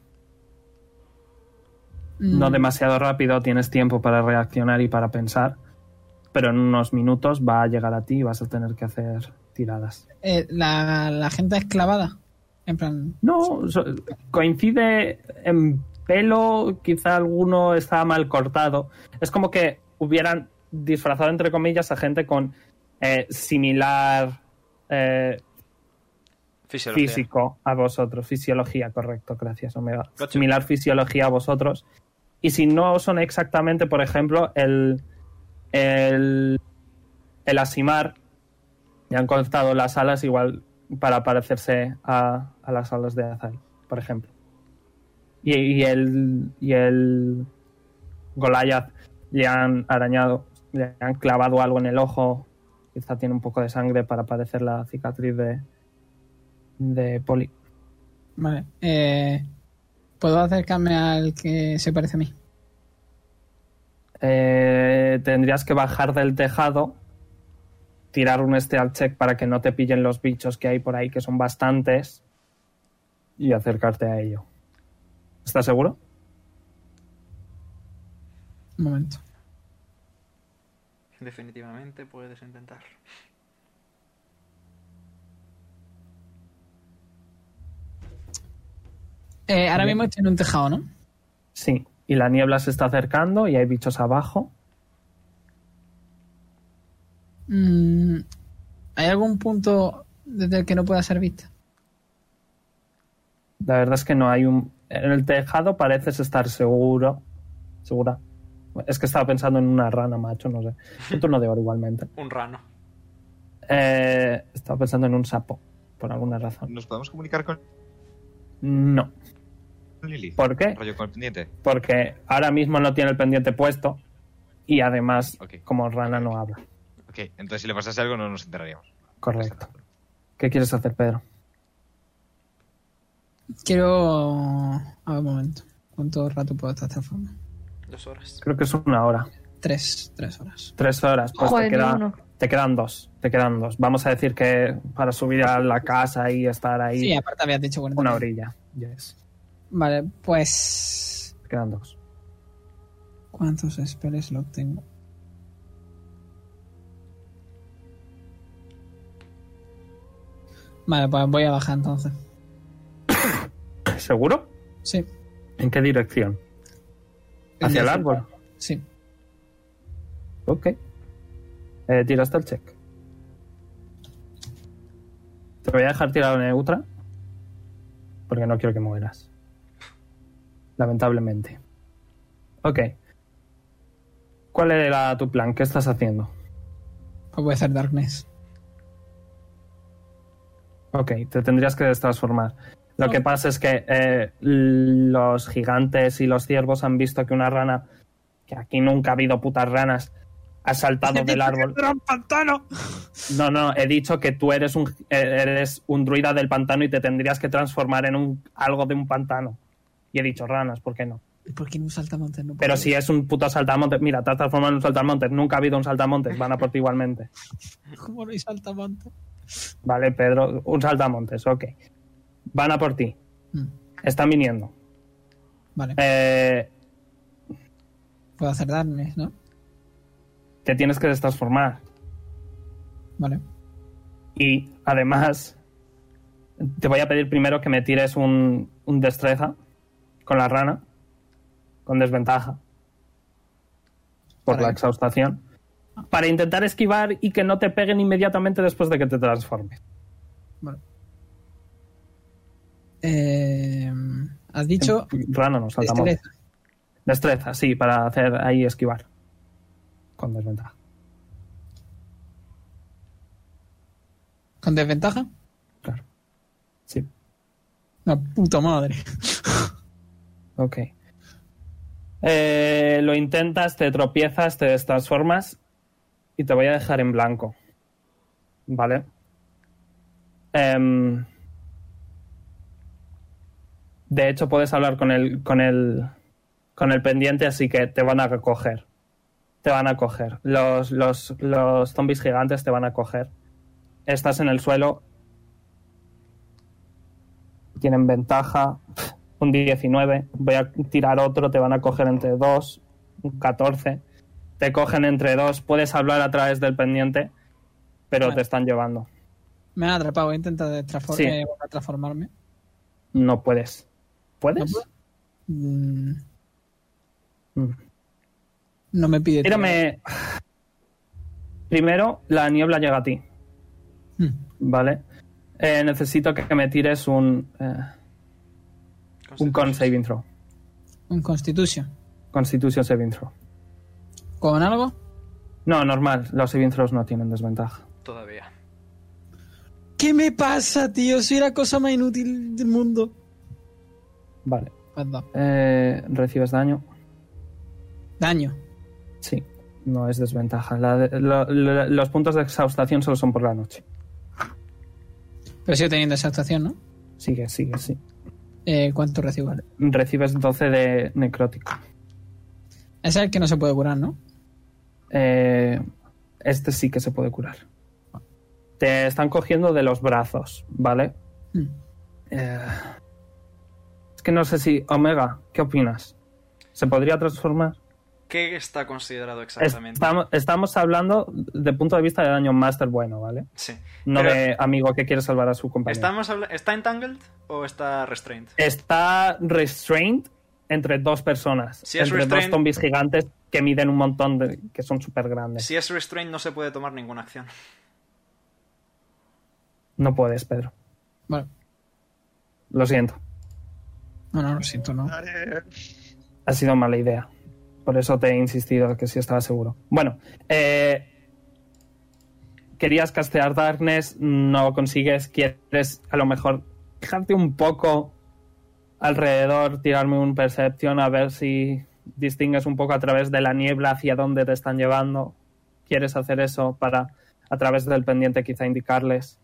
Speaker 2: No demasiado rápido, tienes tiempo para reaccionar y para pensar, pero en unos minutos va a llegar a ti y vas a tener que hacer tiradas.
Speaker 6: La gente es clavada. En plan...
Speaker 2: No, coincide en pelo, quizá alguno está mal cortado. Es como que hubieran disfrazado, entre comillas, a gente con similar físico a vosotros. Fisiología, correcto, gracias, Omega.
Speaker 1: Gotcha.
Speaker 2: Similar fisiología a vosotros. Y si no son exactamente, por ejemplo, el Asimar, le han cortado las alas igual para parecerse a las alas de Azael, por ejemplo. Y el Goliath le han arañado, le han clavado algo en el ojo, quizá tiene un poco de sangre para parecer la cicatriz de Poli.
Speaker 6: Vale. ¿Puedo acercarme al que se parece a mí?
Speaker 2: Tendrías que bajar del tejado, tirar un stealth check para que no te pillen los bichos que hay por ahí, que son bastantes, y acercarte a ello. ¿Estás seguro?
Speaker 6: Un momento.
Speaker 1: Definitivamente puedes intentar.
Speaker 6: Ahora mismo estoy en un tejado, ¿no?
Speaker 2: Sí. Y la niebla se está acercando y hay bichos abajo.
Speaker 6: ¿Hay algún punto desde el que no pueda ser vista?
Speaker 2: La verdad es que no hay un... En el tejado pareces estar segura. Es que estaba pensando en una rana, macho, no sé. Un turno de oro igualmente.
Speaker 1: Un rano.
Speaker 2: Estaba pensando en un sapo, por alguna razón.
Speaker 5: ¿Nos podemos comunicar con
Speaker 2: No.
Speaker 5: Lilith?
Speaker 2: ¿Por qué?
Speaker 5: Rollo con el pendiente.
Speaker 2: Porque ahora mismo no tiene el pendiente puesto y además,
Speaker 5: Ok.
Speaker 2: como rana, no habla.
Speaker 5: Ok, entonces si le pasase algo no nos enteraríamos.
Speaker 2: Correcto. ¿Qué quieres hacer, Pedro?
Speaker 6: Quiero... A ver, un momento. ¿Cuánto rato puedo estar de esta forma?
Speaker 1: 2 horas.
Speaker 2: Creo que es 1 hora.
Speaker 6: 3 horas.
Speaker 2: 3 horas. Pues
Speaker 3: Joder,
Speaker 2: te
Speaker 3: uno.
Speaker 2: quedan 2. Te quedan 2. Vamos a decir que para subir a la casa y estar ahí
Speaker 6: Sí, aparte habías dicho 40
Speaker 2: una
Speaker 6: minutos.
Speaker 2: orilla. Yes.
Speaker 6: Vale, pues...
Speaker 2: Te quedan 2.
Speaker 6: ¿Cuántos spell slot tengo? Vale, pues voy a bajar entonces.
Speaker 2: ¿Seguro?
Speaker 6: Sí,
Speaker 2: ¿En qué dirección? ¿Hacia el árbol?
Speaker 6: sí.
Speaker 2: Ok. Tiraste el check. Te voy a dejar tirado neutra. Porque no quiero que mueras. Lamentablemente. Ok. ¿Cuál era tu plan? ¿Qué estás haciendo?
Speaker 6: Pues voy a hacer Darkness.
Speaker 2: Ok, te tendrías que destransformar. Lo que pasa es que los gigantes y los ciervos han visto que una rana, que aquí nunca ha habido putas ranas, ha saltado del árbol.
Speaker 6: ¡Era un pantano!
Speaker 2: No, he dicho que tú eres un druida del pantano y te tendrías que transformar en algo de un pantano. Y he dicho ranas, ¿por qué no?
Speaker 6: ¿Por qué no un saltamontes? No
Speaker 2: Pero si es un puto saltamontes, mira, te has transformado en un saltamontes, nunca ha habido un saltamontes, van a por ti igualmente.
Speaker 6: ¿Cómo no hay saltamontes?
Speaker 2: Vale, Pedro, un saltamontes, ok. Van a por ti. Están viniendo.
Speaker 6: Vale. Puedo hacer Darkness, ¿no?
Speaker 2: Te tienes que destransformar.
Speaker 6: Vale.
Speaker 2: Y además, te voy a pedir primero que me tires un destreza con la rana, con desventaja, por la exhaustación, para intentar esquivar y que no te peguen inmediatamente después de que te transformes.
Speaker 6: Vale. Has dicho...
Speaker 2: Rana no, saltamontes. Destreza, sí, para hacer ahí esquivar. Con desventaja.
Speaker 6: ¿Con desventaja?
Speaker 2: Claro. Sí.
Speaker 6: La puta madre.
Speaker 2: Ok. Lo intentas, te tropiezas, te destransformas y te voy a dejar en blanco. ¿Vale? De hecho, puedes hablar con el pendiente, así que te van a recoger. Te van a coger. Los zombies gigantes te van a coger. Estás en el suelo. Tienen ventaja. Un 19. Voy a tirar otro. Te van a coger entre 2. Un 14. Te cogen entre 2. Puedes hablar a través del pendiente, pero
Speaker 6: vale.
Speaker 2: Te están llevando.
Speaker 6: Me han atrapado. Voy a intentar
Speaker 2: Sí.
Speaker 6: transformarme.
Speaker 2: No puedes. ¿Puedes?
Speaker 6: ¿No puedo? No me pide.
Speaker 2: Tírame. Primero, la niebla llega a ti. Vale. Necesito que me tires un con saving throw.
Speaker 6: Un Constitution.
Speaker 2: Constitution saving throw.
Speaker 6: ¿Con algo?
Speaker 2: No, normal. Los saving throws no tienen desventaja.
Speaker 1: Todavía.
Speaker 6: ¿Qué me pasa, tío? Soy la cosa más inútil del mundo.
Speaker 2: Vale.
Speaker 6: Perdón.
Speaker 2: Recibes daño.
Speaker 6: Daño.
Speaker 2: Sí. No es desventaja. Los puntos de exhaustación solo son por la noche.
Speaker 6: Pero sigo teniendo exhaustación, ¿no?
Speaker 2: Sigue, sí.
Speaker 6: ¿Cuánto recibo?
Speaker 2: Vale. Recibes 12 de necrótico.
Speaker 6: Ese es el que no se puede curar, ¿no?
Speaker 2: Este sí que se puede curar. Te están cogiendo de los brazos, ¿vale? Es que no sé si... Omega, ¿qué opinas? ¿Se podría transformar?
Speaker 1: ¿Qué está considerado exactamente?
Speaker 2: Estamos hablando de punto de vista de daño master bueno, ¿vale?
Speaker 1: Sí.
Speaker 2: No
Speaker 1: Pero
Speaker 2: de amigo que quiere salvar a su compañero.
Speaker 1: ¿Está entangled o está restrained?
Speaker 2: Está restrained entre dos personas.
Speaker 1: Si es
Speaker 2: entre dos zombies gigantes que miden un montón, que son súper grandes.
Speaker 1: Si es restrained no se puede tomar ninguna acción.
Speaker 2: No puedes, Pedro.
Speaker 6: Vale.
Speaker 2: Lo siento.
Speaker 6: No, lo siento, no.
Speaker 2: Ha sido mala idea. Por eso te he insistido que sí estaba seguro. Bueno, querías castear Darkness, no lo consigues, quieres a lo mejor fijarte un poco alrededor, tirarme un Perception a ver si distingues un poco a través de la niebla hacia dónde te están llevando. ¿Quieres hacer eso para a través del pendiente quizá indicarles?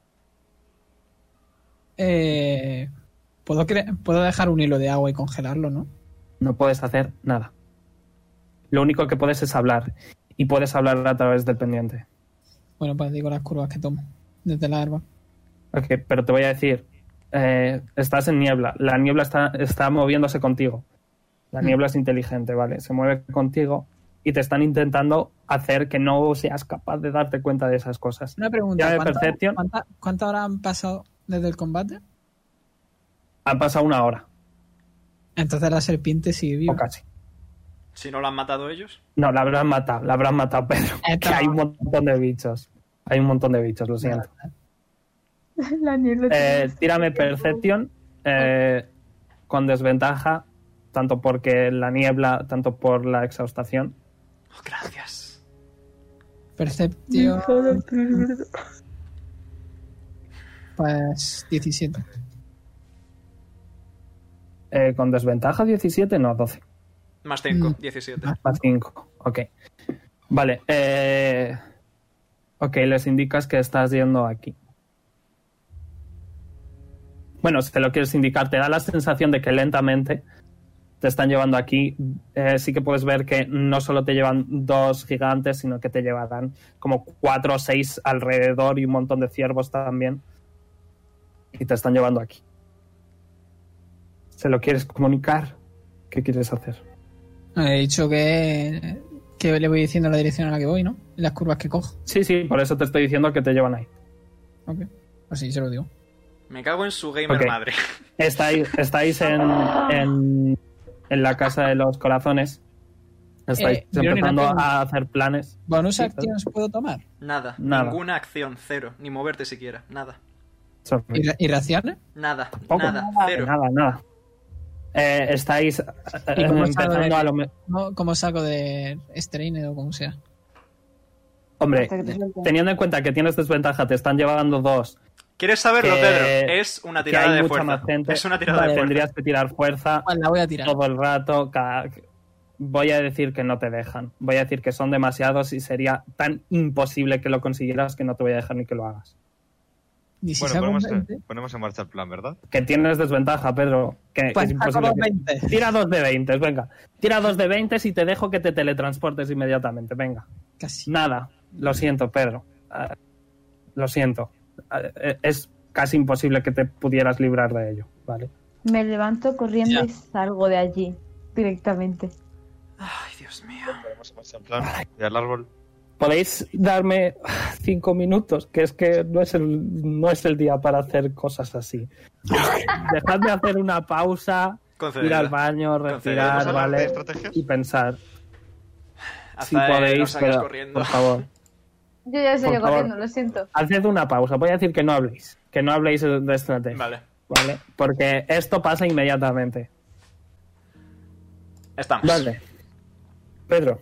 Speaker 6: Puedo dejar un hilo de agua y congelarlo, ¿no?
Speaker 2: No puedes hacer nada. Lo único que puedes es hablar. Y puedes hablar a través del pendiente.
Speaker 6: Bueno, pues digo las curvas que tomo desde la herba.
Speaker 2: Ok, pero te voy a decir, estás en niebla. La niebla está moviéndose contigo. La niebla es inteligente, ¿vale? Se mueve contigo y te están intentando hacer que no seas capaz de darte cuenta de esas cosas.
Speaker 6: Una pregunta,
Speaker 2: Perception.
Speaker 6: ¿cuántas horas han pasado desde el combate?
Speaker 2: Han pasado 1 hora.
Speaker 6: Entonces la serpiente sigue viva.
Speaker 2: O casi.
Speaker 1: ¿Si no la han matado ellos?
Speaker 2: No, la habrán matado, Pedro. Que hay un montón de bichos. Hay un montón de bichos, lo siento.
Speaker 3: La niebla.
Speaker 2: Tírame Perception con desventaja tanto porque la niebla, tanto por la exhaustación.
Speaker 1: Oh, gracias.
Speaker 6: Percepción. Pues 17.
Speaker 2: Con desventaja 17, no, 12.
Speaker 1: Más 5, 17.
Speaker 2: Más 5, ok. Vale, ok, les indicas que estás yendo aquí. Bueno, si te lo quieres indicar, te da la sensación de que lentamente te están llevando aquí. Sí que puedes ver que no solo te llevan 2 gigantes, sino que te llevarán como 4 o 6 alrededor y un montón de ciervos también. Y te están llevando aquí. ¿Se lo quieres comunicar? ¿Qué quieres hacer?
Speaker 6: He dicho que le voy diciendo la dirección a la que voy, ¿no? Y las curvas que cojo.
Speaker 2: Sí, por eso te estoy diciendo que te llevan ahí.
Speaker 6: Ok. Pues sí, se lo digo.
Speaker 1: Me cago en su gamer
Speaker 2: Ok.
Speaker 1: madre.
Speaker 2: Estáis en la casa de los corazones. Estáis
Speaker 6: Verónica,
Speaker 2: empezando
Speaker 6: pregunta.
Speaker 2: a hacer planes.
Speaker 6: ¿Bonus
Speaker 2: Sí,
Speaker 6: actions puedo tomar?
Speaker 1: Nada.
Speaker 2: Nada.
Speaker 1: Ninguna acción. 0. Ni moverte siquiera. Nada.
Speaker 2: Sorry.
Speaker 6: ¿Y reacciones?
Speaker 1: Nada.
Speaker 2: Tampoco.
Speaker 1: Nada. 0.
Speaker 2: Nada. Estáis
Speaker 6: ¿Y cómo
Speaker 2: empezando a lo
Speaker 6: ¿No? ¿Cómo saco de Strained o como sea?
Speaker 2: Hombre,
Speaker 3: Hasta que te suelten.
Speaker 2: teniendo en cuenta que tienes desventaja, te están llevando 2.
Speaker 1: ¿Quieres saberlo,
Speaker 2: Que-
Speaker 1: Pedro? Es una
Speaker 2: Que
Speaker 1: tirada
Speaker 2: hay
Speaker 1: de
Speaker 2: mucha
Speaker 1: fuerza.
Speaker 2: más gente.
Speaker 1: Es una tirada
Speaker 6: Vale,
Speaker 1: de fuerza.
Speaker 2: Tendrías que tirar fuerza
Speaker 6: Pues la voy a tirar.
Speaker 2: todo el rato. Voy a decir que no te dejan. Voy a decir que son demasiados y sería tan imposible que lo consiguieras que no te voy a dejar ni que lo hagas.
Speaker 6: Ni si
Speaker 5: Bueno,
Speaker 6: saco un
Speaker 5: ponemos,
Speaker 6: 20.
Speaker 5: ponemos en marcha el plan, ¿verdad?
Speaker 2: Que tienes desventaja, Pedro. Que
Speaker 6: Pues
Speaker 2: es
Speaker 6: saco
Speaker 2: imposible.
Speaker 6: los
Speaker 2: que-
Speaker 6: 20.
Speaker 2: Tira 2 de 20, venga. Tira 2 de 20 y te dejo que te teletransportes inmediatamente, venga.
Speaker 6: Casi.
Speaker 2: Nada, lo siento, Pedro. Lo siento. Es casi imposible que te pudieras librar de ello, ¿vale?
Speaker 3: Me levanto corriendo
Speaker 6: Ya.
Speaker 3: y salgo de allí directamente.
Speaker 1: Ay, Dios mío.
Speaker 5: Ponemos en marcha el plan. Y al árbol.
Speaker 2: ¿Podéis darme 5 minutos? Que es que no es el día para hacer cosas así. Dejadme hacer una pausa, ir al baño,
Speaker 5: ¿Podemos
Speaker 2: respirar,
Speaker 5: hablar de
Speaker 2: ¿vale?
Speaker 5: estrategias?
Speaker 2: Y pensar. Si
Speaker 1: Azael, no
Speaker 2: podéis,
Speaker 1: salgas
Speaker 2: pero,
Speaker 1: corriendo.
Speaker 2: por favor.
Speaker 3: Yo ya estoy
Speaker 2: Por favor.
Speaker 3: corriendo, lo siento.
Speaker 2: Haced una pausa. Voy a decir que no habléis. Que no habléis de estrategia.
Speaker 1: Vale.
Speaker 2: ¿Vale? Porque esto pasa inmediatamente.
Speaker 1: Estamos.
Speaker 2: Vale. Pedro,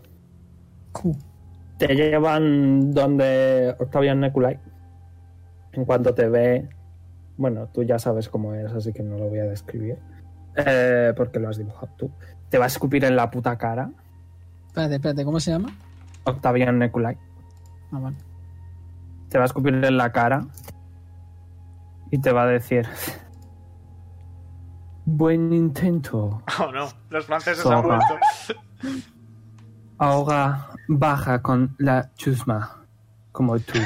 Speaker 2: te llevan donde Octavian Neculai. En cuanto te ve... Bueno, tú ya sabes cómo es, así que no lo voy a describir. Porque lo has dibujado tú. Te va a escupir en la puta cara
Speaker 6: Espérate, ¿cómo se llama?
Speaker 2: Octavian Neculai.
Speaker 6: Ah, vale.
Speaker 2: Te va a escupir en la cara y te va a decir: buen intento.
Speaker 1: Oh, no. Los franceses han
Speaker 2: Soja.
Speaker 1: vuelto.
Speaker 2: Ahora baja con la chusma, como tú.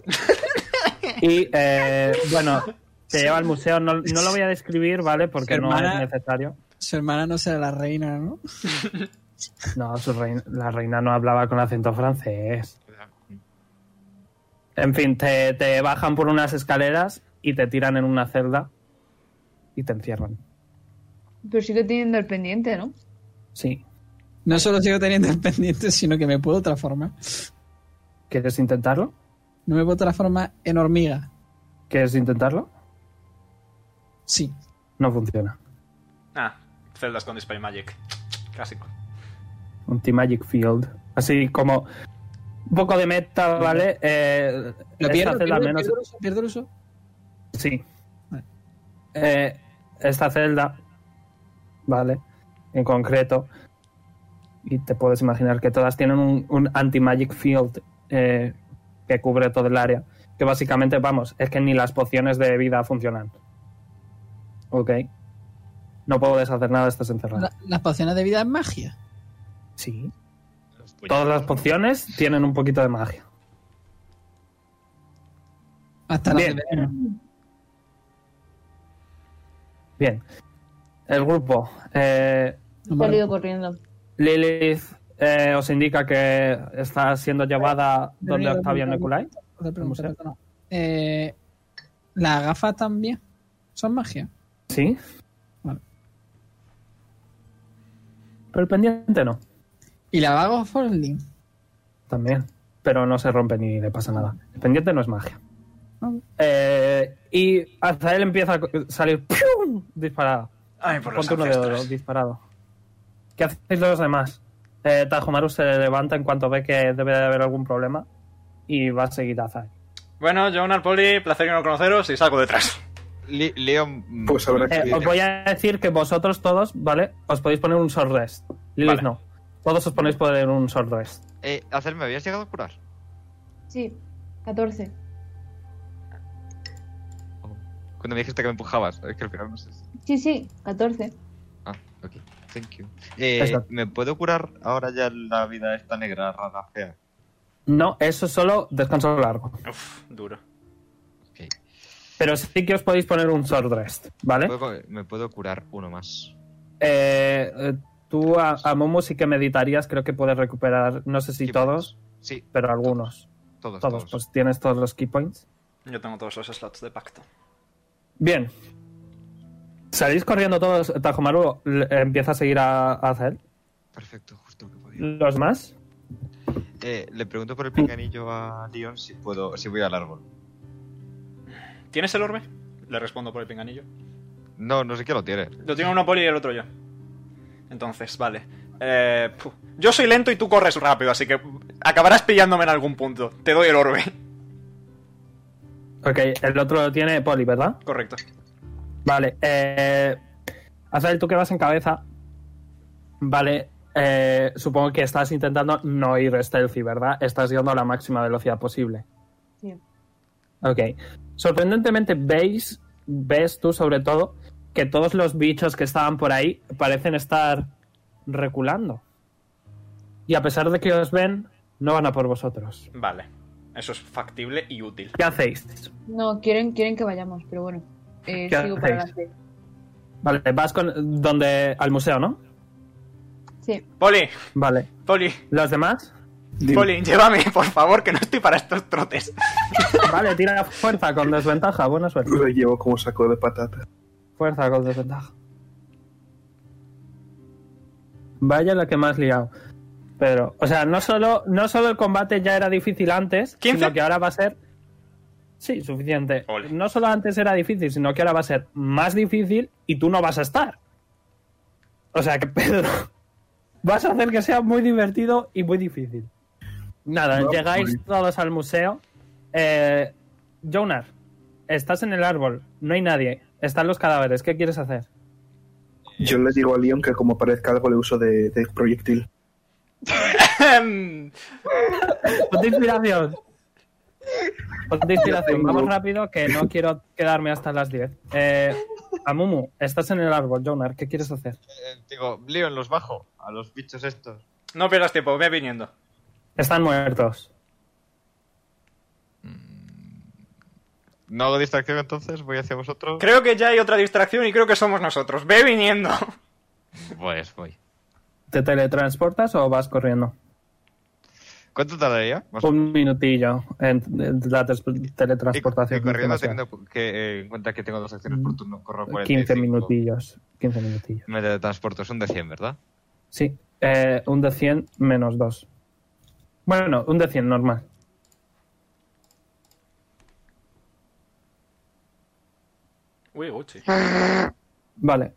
Speaker 2: Y bueno, te lleva al museo. No lo voy a describir, ¿vale? Porque
Speaker 6: Su
Speaker 2: no
Speaker 6: hermana-
Speaker 2: es necesario.
Speaker 6: Su hermana no será la reina, ¿no?
Speaker 2: No, la reina no hablaba con acento francés. En fin, te bajan por unas escaleras y te tiran en una celda y te encierran.
Speaker 3: Pero sigo teniendo el pendiente, ¿no?
Speaker 2: Sí.
Speaker 6: No solo sigo teniendo el pendiente, sino que me puedo transformar.
Speaker 2: ¿Quieres intentarlo?
Speaker 6: No me puedo transformar en hormiga.
Speaker 2: ¿Quieres intentarlo?
Speaker 6: Sí.
Speaker 2: No funciona.
Speaker 1: Ah, celdas con Dispel Magic. Clásico.
Speaker 2: Anti-Magic Field. Así como un poco de meta, ¿vale?
Speaker 6: ¿Lo
Speaker 2: esta
Speaker 6: pierdo?
Speaker 2: celda menos...
Speaker 6: ¿Pierdo el uso?
Speaker 2: Sí.
Speaker 6: Vale.
Speaker 2: Esta celda, ¿vale? En concreto, y te puedes imaginar que todas tienen un anti-magic field que cubre todo el área. Que básicamente, vamos, es que ni las pociones de vida funcionan. ¿Ok? No puedo deshacer nada, estás encerrado.
Speaker 6: Las pociones de vida es magia.
Speaker 2: Sí. Todas las pociones tienen un poquito de magia.
Speaker 6: Hasta las de
Speaker 2: Bien.
Speaker 6: veneno.
Speaker 2: Bien. El grupo.
Speaker 3: Salido corriendo.
Speaker 2: Lilith os indica que está siendo llevada donde Octavian Neculai.
Speaker 6: Otra pregunta,
Speaker 2: museo.
Speaker 6: perdona. ¿Las gafas también son magia?
Speaker 2: Sí.
Speaker 6: Vale.
Speaker 2: Pero el pendiente no.
Speaker 6: ¿Y la vago folding?
Speaker 2: También. Pero no se rompe ni le pasa nada. El pendiente no es magia.
Speaker 6: Ah.
Speaker 2: Y hasta él empieza a salir ¡pium! Disparado.
Speaker 1: Ay, por los
Speaker 2: Ponte uno de oro
Speaker 1: ancestros.
Speaker 2: disparado. ¿Qué hacéis los demás? Tajomaru se levanta en cuanto ve que debe de haber algún problema y va a seguir a Zai.
Speaker 1: Bueno, Jonar, Poli, placer en no conoceros y salgo detrás.
Speaker 5: Leon...
Speaker 4: Pues habrá que...
Speaker 2: Os voy a decir que vosotros todos, ¿vale? Os podéis poner un short rest. Lilith
Speaker 1: Vale.
Speaker 2: no. Todos os ponéis poner un short rest.
Speaker 5: Azel, ¿me habías llegado a curar?
Speaker 3: Sí, 14.
Speaker 5: Cuando me dijiste que me empujabas. Es que al final no sé.
Speaker 3: Sí, 14.
Speaker 5: Ah, ok. Thank you.
Speaker 2: Exacto.
Speaker 5: ¿Me puedo curar ahora ya la vida esta negra, rara, fea?
Speaker 2: No, eso es solo descanso largo.
Speaker 1: Uf, duro.
Speaker 5: Ok.
Speaker 2: Pero sí que os podéis poner un short rest, ¿vale?
Speaker 5: Me puedo curar uno más.
Speaker 2: Tú a Momo sí que meditarías, creo que puedes recuperar, no sé si
Speaker 5: Key
Speaker 2: todos,
Speaker 5: points. Sí,
Speaker 2: pero algunos.
Speaker 5: todos.
Speaker 2: Pues tienes todos los key points.
Speaker 1: Yo tengo todos los slots de pacto.
Speaker 2: Bien. Salís corriendo todos. Tajomaru empieza a seguir a Azel.
Speaker 5: Perfecto, justo lo que podía.
Speaker 2: ¿Los más?
Speaker 5: Le pregunto por el pinganillo a Leon si voy al árbol.
Speaker 1: ¿Tienes el orbe? Le respondo por el pinganillo.
Speaker 5: No sé quién lo tiene.
Speaker 1: Lo tiene uno Poli y el otro yo. Entonces, vale. Yo soy lento y tú corres rápido, así que acabarás pillándome en algún punto. Te doy el orbe.
Speaker 2: Ok, el otro lo tiene Poli, ¿verdad?
Speaker 1: Correcto.
Speaker 2: Vale. Azel, tú que vas en cabeza. Vale. Supongo que estás intentando no ir stealthy, ¿verdad? Estás yendo a la máxima velocidad posible.
Speaker 3: Sí.
Speaker 2: Ok. Sorprendentemente ves tú sobre todo que todos los bichos que estaban por ahí parecen estar reculando. Y a pesar de que os ven, no van a por vosotros.
Speaker 1: Vale. Eso es factible y útil.
Speaker 2: ¿Qué hacéis?
Speaker 3: No, quieren que vayamos, pero bueno. Sigo
Speaker 2: hacéis?
Speaker 3: para adelante.
Speaker 2: Vale, vas al museo, ¿no?
Speaker 3: Sí.
Speaker 1: Poli,
Speaker 2: Vale.
Speaker 1: Poli,
Speaker 2: ¿Los demás?
Speaker 4: Dime.
Speaker 1: Poli, llévame, por favor, que no estoy para estos trotes.
Speaker 2: Vale, tira fuerza con desventaja. Buena suerte.
Speaker 4: Lo llevo como saco de patata.
Speaker 2: Fuerza con desventaja. Vaya la que me has liado. Pero, o sea, no solo el combate ya era difícil antes,
Speaker 1: 15.
Speaker 2: sino que ahora va a ser... Sí, suficiente.
Speaker 1: Ole.
Speaker 2: No solo antes era difícil, sino que ahora va a ser más difícil y tú no vas a estar. O sea que, Pedro, vas a hacer que sea muy divertido y muy difícil. Nada,
Speaker 4: No,
Speaker 2: llegáis
Speaker 4: muy-
Speaker 2: todos al museo. Jonar, estás en el árbol, no hay nadie. Están los cadáveres, ¿qué quieres hacer?
Speaker 4: Yo le digo a Leon que como parezca algo le uso de proyectil.
Speaker 2: Ponte inspiración. Ponte inspiración. Vamos rápido, que no quiero quedarme hasta las 10. Amumu, estás en el árbol, Jonar, ¿qué quieres hacer?
Speaker 5: Digo, Leon, los bajo a los bichos estos.
Speaker 1: No pierdas tiempo, ve viniendo.
Speaker 2: Están muertos.
Speaker 5: No hago distracción entonces, voy hacia vosotros.
Speaker 1: Creo que ya hay otra distracción y creo que somos nosotros. Ve viniendo.
Speaker 5: Pues voy.
Speaker 2: ¿Te teletransportas o vas corriendo?
Speaker 5: ¿Cuánto tardaría? Más o
Speaker 2: Un minutillo en la
Speaker 5: Y
Speaker 2: teletransportación.
Speaker 5: corriendo
Speaker 2: demasiado.
Speaker 5: teniendo en cuenta que tengo 2 acciones por turno, corro 45.
Speaker 2: 15 minutillos. 15 minutillos.
Speaker 5: Me teletransporto, son de 100, ¿verdad?
Speaker 2: Sí, un de 100 menos 2. Bueno, no, un de 100 normal.
Speaker 1: Uy, Gucci.
Speaker 2: Vale.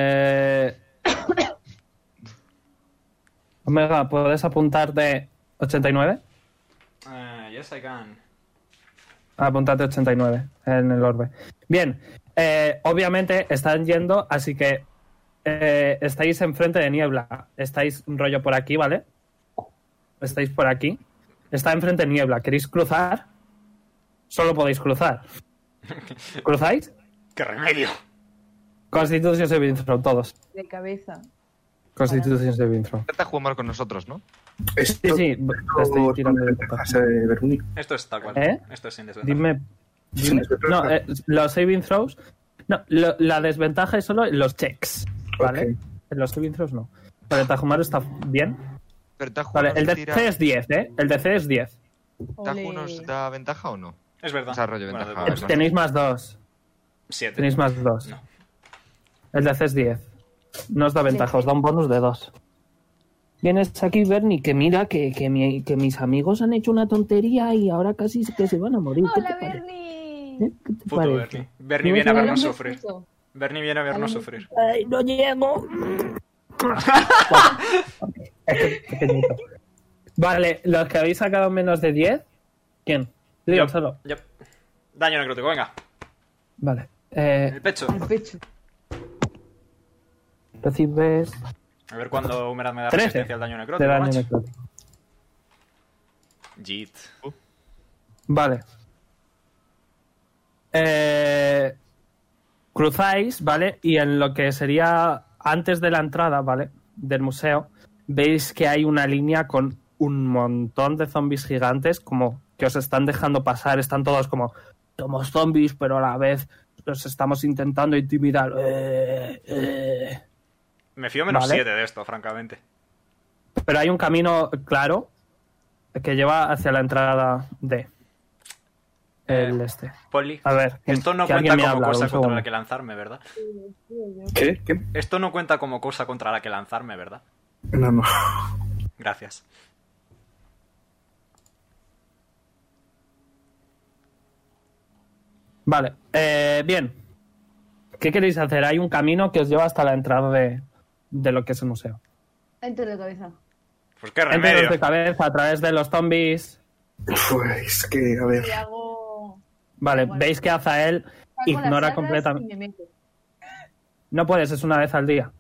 Speaker 2: Omega, ¿puedes apuntarte 89?
Speaker 1: Yes, I can.
Speaker 2: Apuntarte 89 en el orbe. Bien, obviamente están yendo, así que estáis enfrente de niebla. Estáis un rollo por aquí, ¿vale? Estáis por aquí. Está enfrente de niebla. ¿Queréis cruzar? Solo podéis cruzar. ¿Cruzáis?
Speaker 1: ¡Qué remedio!
Speaker 2: Constitución Saving Throw, todos.
Speaker 3: De cabeza.
Speaker 2: Constitución Saving Throw.
Speaker 5: Intenta jugar con nosotros, ¿no?
Speaker 4: Esto,
Speaker 2: Sí, estoy tirando de
Speaker 4: ventajas, Beruni.
Speaker 1: Esto es tal cual.
Speaker 2: ¿Eh?
Speaker 1: Esto es sin desventaja.
Speaker 2: Dime. No, los saving throws. No, la desventaja es solo en los checks. ¿Vale?
Speaker 4: Ok.
Speaker 2: En los saving throws no. Vale, Tajumaru está bien.
Speaker 5: Pero Tajo
Speaker 2: Vale, el
Speaker 5: nos
Speaker 2: DC es 10, ¿eh? El DC es 10.
Speaker 5: ¿Tajo nos da ventaja o no?
Speaker 1: Es verdad.
Speaker 5: Desarrollo de
Speaker 1: Bueno,
Speaker 5: ventaja.
Speaker 1: de-
Speaker 5: Vale.
Speaker 2: Tenéis más 2.
Speaker 1: 7.
Speaker 2: Tenéis más 2.
Speaker 1: No.
Speaker 2: El DC es 10. No os da ventaja, os da un bonus de 2. Vienes aquí, Bernie, que mira que mis amigos han hecho una tontería y ahora casi que se van a morir. ¿Qué te
Speaker 3: ¡Hola,
Speaker 2: parece?
Speaker 3: Bernie!
Speaker 2: ¿Eh? ¿Qué te
Speaker 1: Puto
Speaker 2: parece?
Speaker 1: Bernie. Bernie viene a vernos
Speaker 3: Hablando
Speaker 1: sufrir.
Speaker 3: justo.
Speaker 1: Bernie viene a vernos sufrir.
Speaker 2: Ay, no llego. Es pequeñito. Vale, los que habéis sacado menos de 10, ¿quién? Leon,
Speaker 1: Yo.
Speaker 2: solo.
Speaker 1: Yo. Daño necrótico, venga.
Speaker 2: Vale.
Speaker 1: En el pecho.
Speaker 3: Al pecho.
Speaker 2: Recibes
Speaker 1: A ver cuándo Humeraz me da
Speaker 2: 13
Speaker 1: resistencia al daño
Speaker 2: de
Speaker 1: necrótico,
Speaker 2: daño
Speaker 1: macho.
Speaker 2: necrótico.
Speaker 1: Jit.
Speaker 2: Vale. Cruzáis, ¿vale? Y en lo que sería antes de la entrada, ¿vale? Del museo, veis que hay una línea con un montón de zombies gigantes, como que os están dejando pasar. Están todos como, somos zombies, pero a la vez los estamos intentando intimidar.
Speaker 1: Me fío menos
Speaker 2: Vale.
Speaker 1: 7 de esto, francamente.
Speaker 2: Pero hay un camino claro que lleva hacia la entrada de el este.
Speaker 1: Poli.
Speaker 2: A ver,
Speaker 1: Esto no
Speaker 2: que alguien
Speaker 1: cuenta
Speaker 2: me
Speaker 1: como
Speaker 2: habla,
Speaker 1: cosa
Speaker 2: un
Speaker 1: contra
Speaker 2: segundo.
Speaker 1: la que lanzarme, ¿verdad?
Speaker 4: ¿Qué? ¿Qué?
Speaker 1: Esto no cuenta como cosa contra la que lanzarme, ¿verdad?
Speaker 4: No, no.
Speaker 1: Gracias.
Speaker 2: Vale, bien. ¿Qué queréis hacer? Hay un camino que os lleva hasta la entrada de lo que es el museo.
Speaker 3: Entro de cabeza.
Speaker 1: Pues qué
Speaker 2: Entraros
Speaker 1: remedio.
Speaker 2: de cabeza a través de los zombies.
Speaker 4: Pues que, a ver.
Speaker 3: Y hago...
Speaker 2: Vale,
Speaker 3: Bueno.
Speaker 2: veis que Azael
Speaker 3: saco las
Speaker 2: ignora
Speaker 3: garras
Speaker 2: completamente.
Speaker 3: y me meto.
Speaker 2: No puedes, es una vez al día.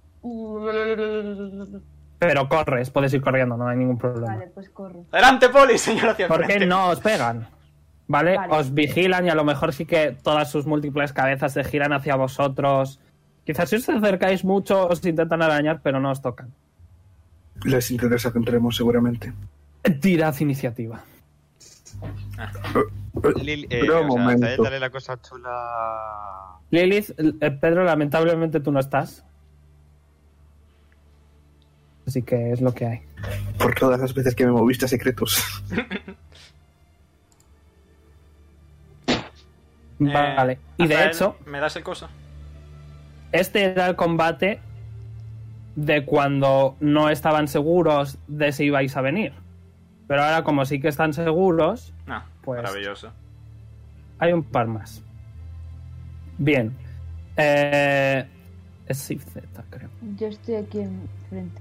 Speaker 2: Pero corres, puedes ir corriendo, no hay ningún problema.
Speaker 3: Vale, pues corro.
Speaker 1: Adelante, Poli, señor hacia el
Speaker 2: Porque
Speaker 1: frente.
Speaker 2: no os pegan. ¿Vale?
Speaker 3: Vale.
Speaker 2: Os vigilan y a lo mejor sí que todas sus múltiples cabezas se giran hacia vosotros. Quizás si os acercáis mucho os intentan arañar, pero no os tocan.
Speaker 4: Les encontraremos seguramente.
Speaker 2: Tirad iniciativa.
Speaker 4: Pero un momento.
Speaker 5: Dale la cosa chula.
Speaker 2: Lilith, Pedro, lamentablemente tú no estás. Así que es lo que hay.
Speaker 4: Por todas las veces que me moviste a secretos.
Speaker 2: Vale. Y de
Speaker 1: Azael,
Speaker 2: hecho,
Speaker 1: ¿me das el coso?
Speaker 2: este era el combate de cuando no estaban seguros de si ibais a venir. Pero ahora, como sí que están seguros,
Speaker 1: No,
Speaker 2: Pues-
Speaker 1: maravilloso.
Speaker 2: hay un par más. Bien. Es Shift Z, creo.
Speaker 3: Yo estoy aquí enfrente.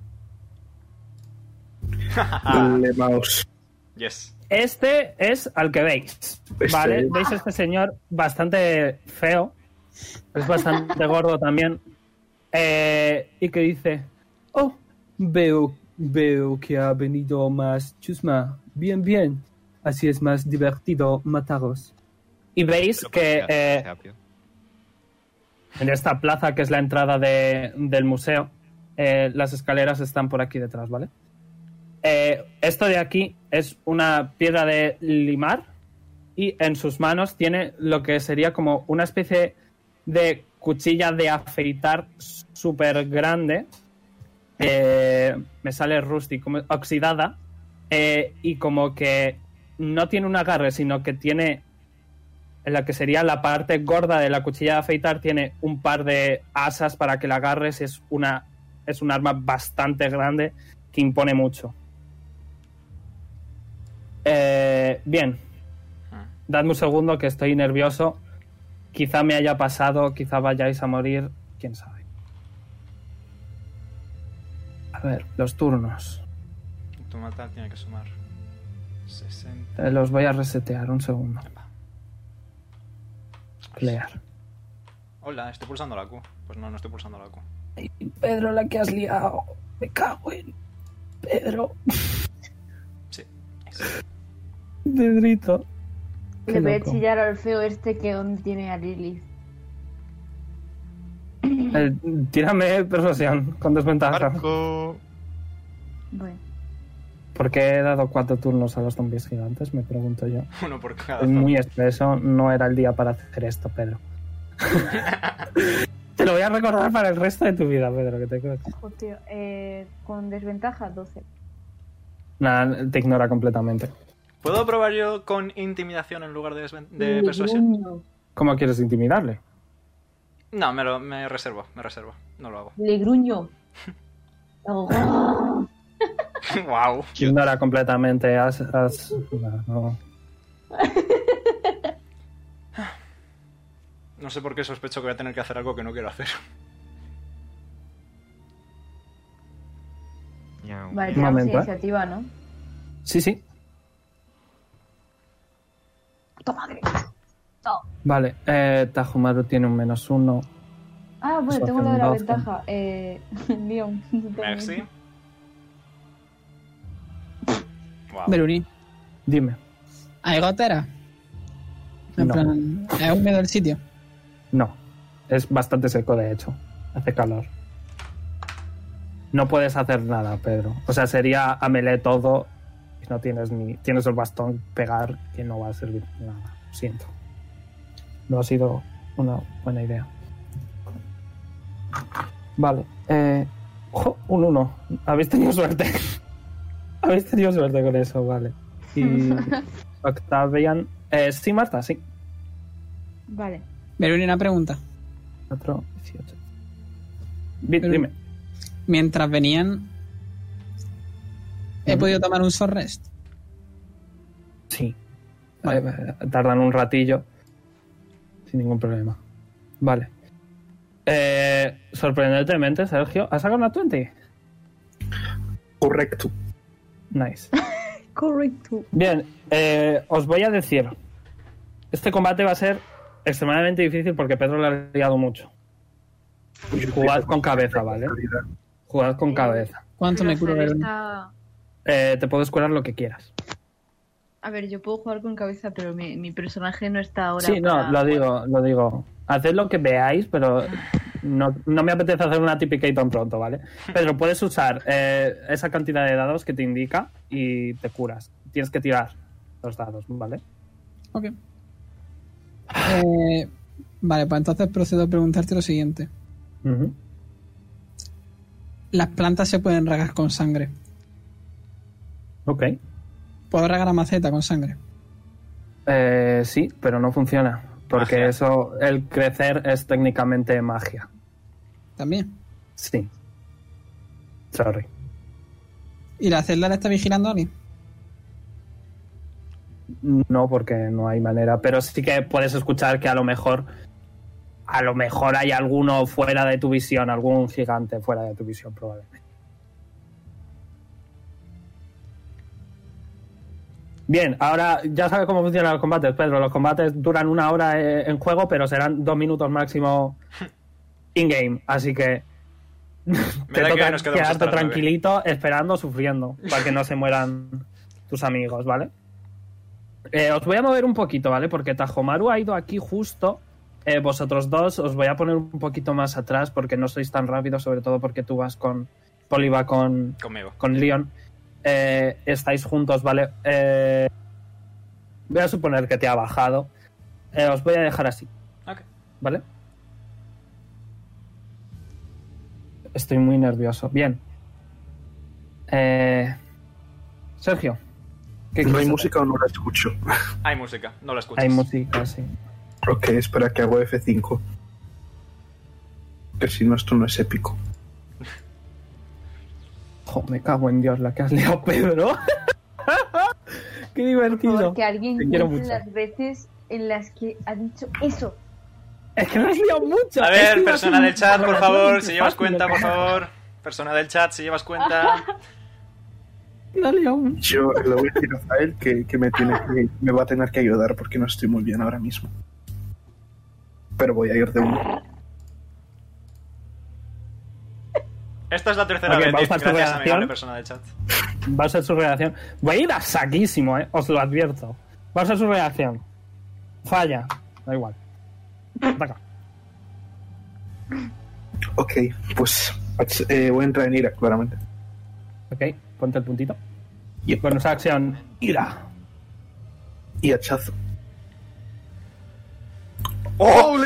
Speaker 4: Le mouse.
Speaker 1: Yes.
Speaker 2: Este es al que veis. ¿Vale? ¿Veis este señor bastante feo? Es bastante gordo también. Y que dice: Oh, veo que ha venido más chusma. Bien, bien. Así es más divertido mataros. Y veis que en esta plaza, que es la entrada del museo, las escaleras están por aquí detrás, ¿vale? Esto de aquí es una piedra de limar y en sus manos tiene lo que sería como una especie de cuchilla de afeitar súper grande. Me sale rusty, como oxidada, y como que no tiene un agarre, sino que tiene en la que sería la parte gorda de la cuchilla de afeitar, tiene un par de asas para que la agarres. Es un arma bastante grande que impone mucho. Bien. Dadme un segundo que estoy nervioso. Quizá me haya pasado, quizá vayáis a morir. Quién sabe. A ver, los turnos.
Speaker 1: Tu matar tiene que sumar 60.
Speaker 2: Los voy a resetear, un segundo. Clear.
Speaker 1: Hola, estoy pulsando la Q. Pues no estoy pulsando la Q.
Speaker 2: Ay, Pedro, la que has liado. Me cago en... Pedro.
Speaker 1: Sí.
Speaker 2: Pedrito. Qué
Speaker 3: Le voy a
Speaker 2: loco.
Speaker 3: chillar al feo este que aún tiene a Lilith.
Speaker 2: Tírame persuasión con desventaja.
Speaker 5: Marco.
Speaker 3: Bueno,
Speaker 2: ¿Por qué he dado 4 turnos a los zombies gigantes? Me pregunto yo.
Speaker 1: Uno por cada
Speaker 2: Es muy espeso, no era el día para hacer esto, Pedro. Te lo voy a recordar para el resto de tu vida, Pedro, que te creo.
Speaker 3: joder, con desventaja 12.
Speaker 2: Nada, te ignora completamente.
Speaker 1: ¿Puedo probar yo con intimidación en lugar de persuasión?
Speaker 3: Legruño.
Speaker 2: ¿Cómo quieres intimidarle?
Speaker 1: No, me reservo. No lo hago.
Speaker 3: Legruño. Hago-
Speaker 1: Wow.
Speaker 2: Ignora completamente. No.
Speaker 1: No sé por qué sospecho que voy a tener que hacer algo que no quiero hacer.
Speaker 5: Miau.
Speaker 3: Vale,
Speaker 2: Un
Speaker 3: tenemos
Speaker 2: momento,
Speaker 3: iniciativa, ¿no?
Speaker 2: Sí.
Speaker 3: ¡Puta madre!
Speaker 2: Vale, Tajumaru tiene un -1.
Speaker 3: Ah, bueno,
Speaker 2: Eso
Speaker 3: tengo
Speaker 2: hace
Speaker 3: lo de la
Speaker 2: un 12.
Speaker 3: ventaja. Leon.
Speaker 1: Merci. Wow.
Speaker 6: Beruni,
Speaker 2: Dime.
Speaker 6: ¿hay gotera? En
Speaker 2: No.
Speaker 6: plan, ¿es húmedo el sitio?
Speaker 2: No. Es bastante seco, de hecho. Hace calor. No puedes hacer nada, Pedro. O sea, sería a melee todo y no tienes tienes el bastón pegar que no va a servir de nada. Siento. No ha sido una buena idea. Vale. Un 1. Habéis tenido suerte. Habéis tenido suerte con eso, vale. Y Octavian... sí, Marta, sí.
Speaker 3: Vale.
Speaker 6: Beruni, una pregunta.
Speaker 2: 4, 18.
Speaker 6: Pero-
Speaker 2: Dime.
Speaker 6: Mientras venían, ¿he
Speaker 2: Ujú.
Speaker 6: podido tomar un short rest?
Speaker 2: Sí.
Speaker 6: Vale.
Speaker 2: Tardan un ratillo. Sin ningún problema. Vale. Sorprendentemente, Sergio, ¿has sacado una 20?
Speaker 4: Correcto.
Speaker 2: Nice.
Speaker 3: Correcto.
Speaker 2: Bien, os voy a decir. Este combate va a ser extremadamente difícil porque Pedro le ha liado mucho. Jugad con cabeza, ¿vale? Jugad con cabeza.
Speaker 6: ¿Cuánto me curo, Beruni?
Speaker 2: Te puedes curar lo que quieras.
Speaker 3: A ver, yo puedo jugar con cabeza, pero mi personaje no está ahora.
Speaker 2: Sí, no,
Speaker 3: para
Speaker 2: lo digo. Haced lo que veáis, pero no me apetece hacer una típica tan pronto, ¿vale? Pero puedes usar esa cantidad de dados que te indica y te curas. Tienes que tirar los dados, ¿vale?
Speaker 6: Ok. Vale, pues entonces procedo a preguntarte lo siguiente.
Speaker 2: Ujú.
Speaker 6: Las plantas se pueden regar con sangre.
Speaker 2: Ok.
Speaker 6: ¿Puedo regar a maceta con sangre?
Speaker 2: Sí, pero no funciona. Porque
Speaker 1: Magia.
Speaker 2: eso, el crecer es técnicamente magia.
Speaker 6: También.
Speaker 2: Sí. Sorry.
Speaker 6: ¿Y la celda la está vigilando alguien?
Speaker 2: No, porque no hay manera. Pero sí que puedes escuchar que a lo mejor hay alguno fuera de tu visión, algún gigante fuera de tu visión, probablemente. Bien, ahora ya sabes cómo funcionan los combates, Pedro. Los combates duran 1 hora en juego, pero serán 2 minutos máximo in-game. Así que te
Speaker 1: da que
Speaker 2: toca
Speaker 1: nos quedamos hasta
Speaker 2: quedarte
Speaker 1: las 9.
Speaker 2: tranquilito, esperando, sufriendo, para que no se mueran tus amigos, ¿vale? Os voy a mover un poquito, ¿vale? Porque Tajomaru ha ido aquí justo. Vosotros dos os voy a poner un poquito más atrás porque no sois tan rápidos, sobre todo porque tú vas con... Poli va con
Speaker 1: Conmigo.
Speaker 2: Leon. Estáis juntos, ¿vale? Voy a suponer que te ha bajado. Os voy a dejar así,
Speaker 1: Ok.
Speaker 2: ¿vale? Estoy muy nervioso. Bien. Sergio. ¿qué
Speaker 4: ¿No hay
Speaker 2: quieres
Speaker 4: música o no la escucho?
Speaker 1: Hay música, no la escuchas.
Speaker 2: hacer? Hay música, sí.
Speaker 4: Ok, espera que hago F5. Que si no, esto no es épico.
Speaker 2: Jo, me cago en Dios, la que has liado, Pedro. Qué divertido.
Speaker 3: Porque alguien
Speaker 2: Te quiero
Speaker 3: dice
Speaker 2: mucho.
Speaker 3: las veces en las que ha dicho eso.
Speaker 2: Es que me has liado mucho.
Speaker 1: A
Speaker 2: Es
Speaker 1: ver,
Speaker 2: que iba
Speaker 1: persona
Speaker 2: ser
Speaker 1: del chat, por favor,
Speaker 2: relativamente
Speaker 1: si llevas
Speaker 2: fácil,
Speaker 1: cuenta, por
Speaker 2: ¿no?
Speaker 1: favor. Persona del chat, si llevas cuenta.
Speaker 2: Me has liado mucho.
Speaker 4: Yo le voy a decir a Rafael que me va a tener que ayudar porque no estoy muy bien ahora mismo. Pero voy a ir de uno.
Speaker 1: Esta es la tercera
Speaker 2: Ok,
Speaker 1: vez.
Speaker 2: vamos a tu
Speaker 1: Gracias,
Speaker 2: reacción.
Speaker 1: amigable persona del chat.
Speaker 2: Va a ser su reacción. Voy a ir a saquísimo, os lo advierto. Va a ser su reacción. Falla. Da igual. Ataca.
Speaker 4: Ok, pues voy a entrar en ira, claramente.
Speaker 2: Ok, ponte el puntito.
Speaker 4: Y,
Speaker 2: Bonus acción. Ira.
Speaker 4: y hachazo.
Speaker 1: ¡Oh!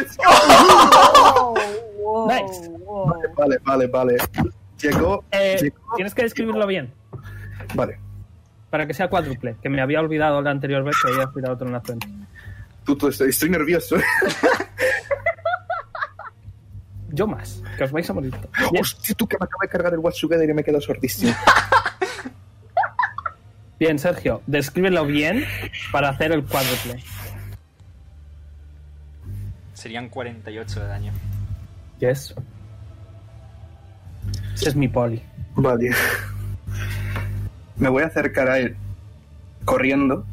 Speaker 2: Nice.
Speaker 4: Vale. Llegó.
Speaker 2: Tienes que describirlo bien.
Speaker 4: Vale.
Speaker 2: Para que sea cuádruple. Que me había olvidado la anterior vez que había tirado otro en la frente.
Speaker 4: Tú, estoy nervioso.
Speaker 2: Yo más. Que os vais a morir. Bien.
Speaker 4: Hostia, tú que me acabo de cargar el Watch Together y me quedo sordísimo.
Speaker 2: Bien, Sergio. Descríbelo bien para hacer el cuádruple.
Speaker 1: Serían 48 de daño.
Speaker 2: Yes. Ese es mi poli.
Speaker 4: Vale. me voy a acercar a él corriendo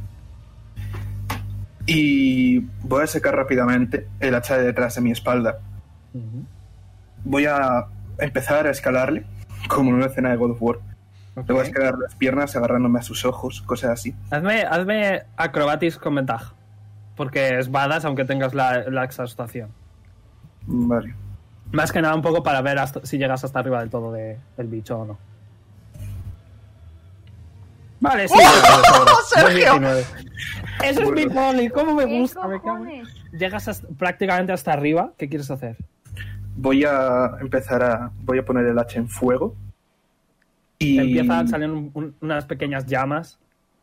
Speaker 4: y voy a sacar rápidamente el hacha de detrás de mi espalda. Voy a empezar a escalarle como en una escena de God of War. Le voy a escalar las piernas agarrándome a sus ojos, cosas así.
Speaker 2: Hazme acrobatics con ventaja. Porque es badass aunque tengas la exhaustación.
Speaker 4: Vale.
Speaker 2: Más que nada un poco para ver si llegas hasta arriba del todo del bicho o no. Vale, sí.
Speaker 1: ¡Sergio!
Speaker 2: 19. Eso es mi poli, ¿cómo me
Speaker 3: ¿Qué
Speaker 2: gusta? Me cago.
Speaker 3: cojones?
Speaker 2: Llegas prácticamente hasta arriba. ¿Qué quieres hacer?
Speaker 4: Voy a poner el hacha en fuego. Y
Speaker 2: Empiezan a salir unas pequeñas llamas.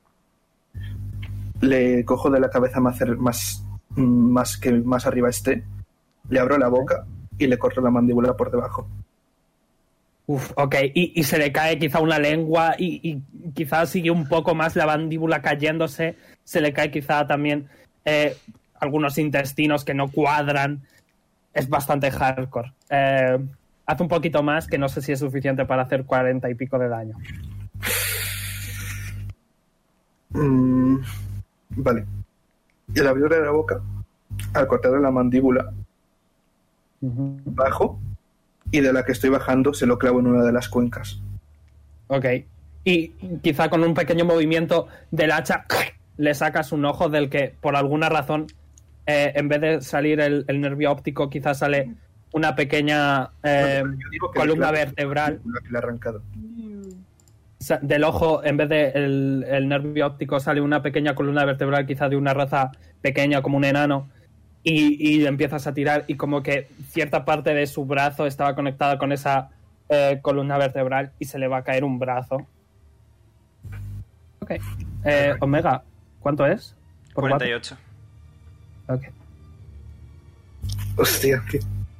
Speaker 4: le cojo de la cabeza más que más arriba esté. Le abro la boca y le corto la mandíbula por debajo.
Speaker 2: Uf, ok. Y se le cae quizá una lengua y quizá sigue un poco más la mandíbula cayéndose. Se le cae quizá también algunos intestinos que no cuadran. Es bastante hardcore. Haz un poquito más, que no sé si es suficiente para hacer 40 y pico de daño.
Speaker 4: Vale. Y al abrirle la boca, al cortarle la mandíbula, bajo, y de la que estoy bajando se lo clavo en una de las cuencas.
Speaker 2: Ok. Y quizá con un pequeño movimiento del hacha le sacas un ojo del que, por alguna razón, en vez de salir el nervio óptico, quizás sale una pequeña columna vertebral.
Speaker 4: Que le he arrancado.
Speaker 2: Del ojo, en vez de el nervio óptico, sale una pequeña columna vertebral, quizá de una raza pequeña como un enano, y empiezas a tirar, y como que cierta parte de su brazo estaba conectada con esa columna vertebral, y se le va a caer un brazo. Ok. Omega, ¿cuánto es? ¿Por
Speaker 1: 48.
Speaker 2: Ok.
Speaker 4: Hostia, qué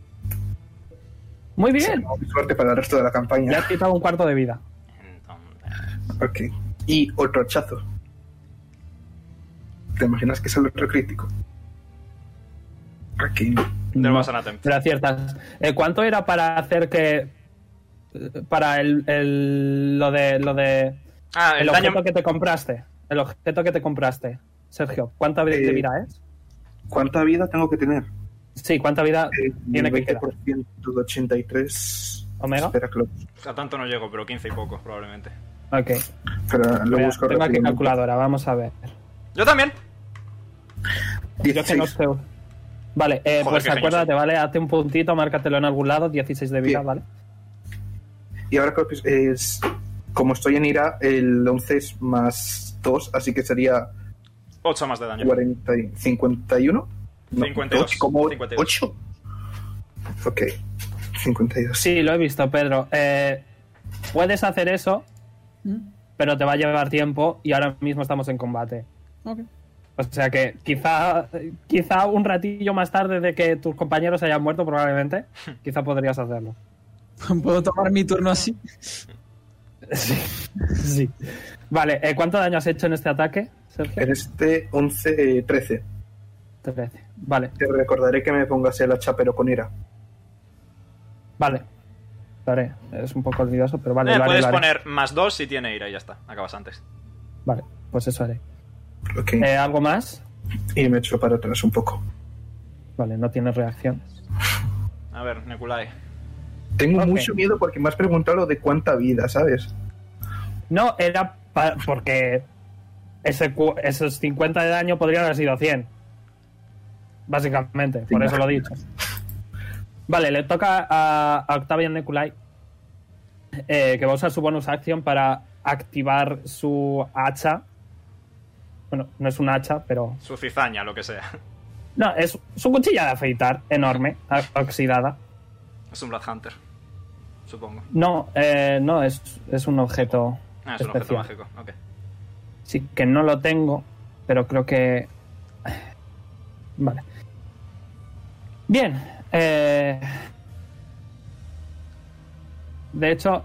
Speaker 2: Muy bien.
Speaker 4: suerte para el resto de la
Speaker 2: Ya
Speaker 4: campaña.
Speaker 2: has quitado un cuarto de vida.
Speaker 1: Entonces,
Speaker 4: Ok. Y otro hachazo. ¿Te imaginas que es el otro crítico? Aquí.
Speaker 1: There was an attempt.
Speaker 2: Pero aciertas. ¿Cuánto era para hacer que... para lo de
Speaker 1: Ah,
Speaker 2: el
Speaker 1: el daño.
Speaker 2: objeto que te compraste? El objeto que te compraste, Sergio. ¿Cuánta de vida es?
Speaker 4: ¿Cuánta vida tengo que tener?
Speaker 2: Sí, ¿cuánta vida tiene que
Speaker 4: 20%
Speaker 2: quedar?
Speaker 4: de 83.
Speaker 2: ¿Omega?
Speaker 4: Espera que lo,
Speaker 1: A tanto no llego, pero 15 y poco, probablemente.
Speaker 2: Ok.
Speaker 4: espera, lo
Speaker 2: Mira,
Speaker 4: busco
Speaker 2: tengo aquí
Speaker 4: rápidamente.
Speaker 2: calculadora, vamos a ver.
Speaker 1: Yo también.
Speaker 2: Yo que
Speaker 4: 16.
Speaker 2: no sé... Vale,
Speaker 1: Joder,
Speaker 2: pues
Speaker 1: qué genio
Speaker 2: acuérdate,
Speaker 1: soy.
Speaker 2: ¿vale? Hazte un puntito, márcatelo en algún lado, 16 de vida,
Speaker 4: Bien.
Speaker 2: ¿vale?
Speaker 4: Y ahora es... Como estoy en ira, el 11 es más 2, así que sería
Speaker 1: 8 más de daño.
Speaker 4: 40 y 51. No,
Speaker 1: 52.
Speaker 4: ¿Como
Speaker 1: 52.
Speaker 4: 8? Ok. 52.
Speaker 2: Sí, lo he visto, Pedro. Puedes hacer eso, pero te va a llevar tiempo y ahora mismo estamos en combate.
Speaker 6: Ok.
Speaker 2: O sea que quizá un ratillo más tarde de que tus compañeros hayan muerto, probablemente, quizá podrías hacerlo.
Speaker 6: ¿Puedo tomar mi turno así?
Speaker 2: Sí. Vale, ¿cuánto daño has hecho en este ataque, Sergio?
Speaker 4: En este 11, 13.
Speaker 2: 13. Vale,
Speaker 4: Te recordaré que me pongas el hacha, pero con ira.
Speaker 2: vale. Lo haré. Es un poco olvidoso, pero vale, lo haré,
Speaker 1: Puedes
Speaker 2: lo haré.
Speaker 1: poner más 2 si tiene ira y ya está. Acabas antes.
Speaker 2: Vale, pues eso haré.
Speaker 4: Ok.
Speaker 2: ¿Algo más?
Speaker 4: Y me echo para atrás un poco.
Speaker 2: Vale, no tienes reacción.
Speaker 1: A ver, Nekulai.
Speaker 4: Tengo
Speaker 2: Ok.
Speaker 4: mucho miedo porque me has preguntado lo de cuánta vida, ¿sabes?
Speaker 2: No, era porque esos 50 de daño podrían haber sido 100. Básicamente, por eso lo he dicho. Vale, le toca a Octavian Nekulai, que va a usar su bonus action para activar su hacha. Bueno, no es un hacha, pero...
Speaker 1: Su cizaña, lo que sea.
Speaker 2: No, es su cuchilla de afeitar, enorme, oxidada.
Speaker 1: Es un Blood Hunter. Supongo.
Speaker 2: No, no, es un objeto
Speaker 1: Ah, es un objeto
Speaker 2: especial.
Speaker 1: mágico. Ok.
Speaker 2: Sí, que no lo tengo, pero creo que... Vale. Bien. De hecho...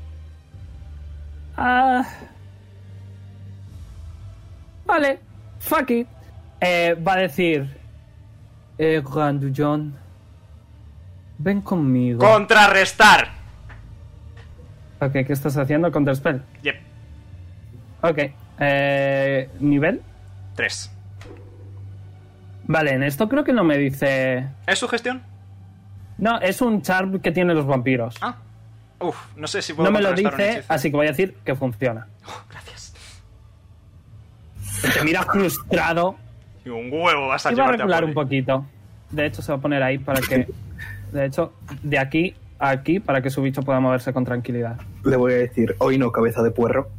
Speaker 2: Vale. Fuck it. Va a decir... Grandullón, ven conmigo.
Speaker 1: ¡Contrarrestar!
Speaker 2: Ok, ¿qué estás haciendo contra Spell?
Speaker 1: Yep.
Speaker 2: Ok. ¿Nivel?
Speaker 1: 3.
Speaker 2: Vale, en esto creo que no me dice...
Speaker 1: ¿Es su gestión?
Speaker 2: No, es un charm que tienen los vampiros.
Speaker 1: Ah. Uf, no sé si puedo
Speaker 2: No me lo
Speaker 1: contrarrestar un
Speaker 2: dice,
Speaker 1: hechizo.
Speaker 2: así que voy a decir que funciona.
Speaker 1: Oh, gracias.
Speaker 2: Te mira frustrado.
Speaker 1: Y un huevo vas a
Speaker 2: Y va a
Speaker 1: llevarte
Speaker 2: recular
Speaker 1: a
Speaker 2: un
Speaker 1: Poli.
Speaker 2: poquito. De hecho, se va a poner ahí para que... De hecho, de aquí a aquí para que su bicho pueda moverse con tranquilidad.
Speaker 4: Le voy a decir, hoy no, cabeza de puerro.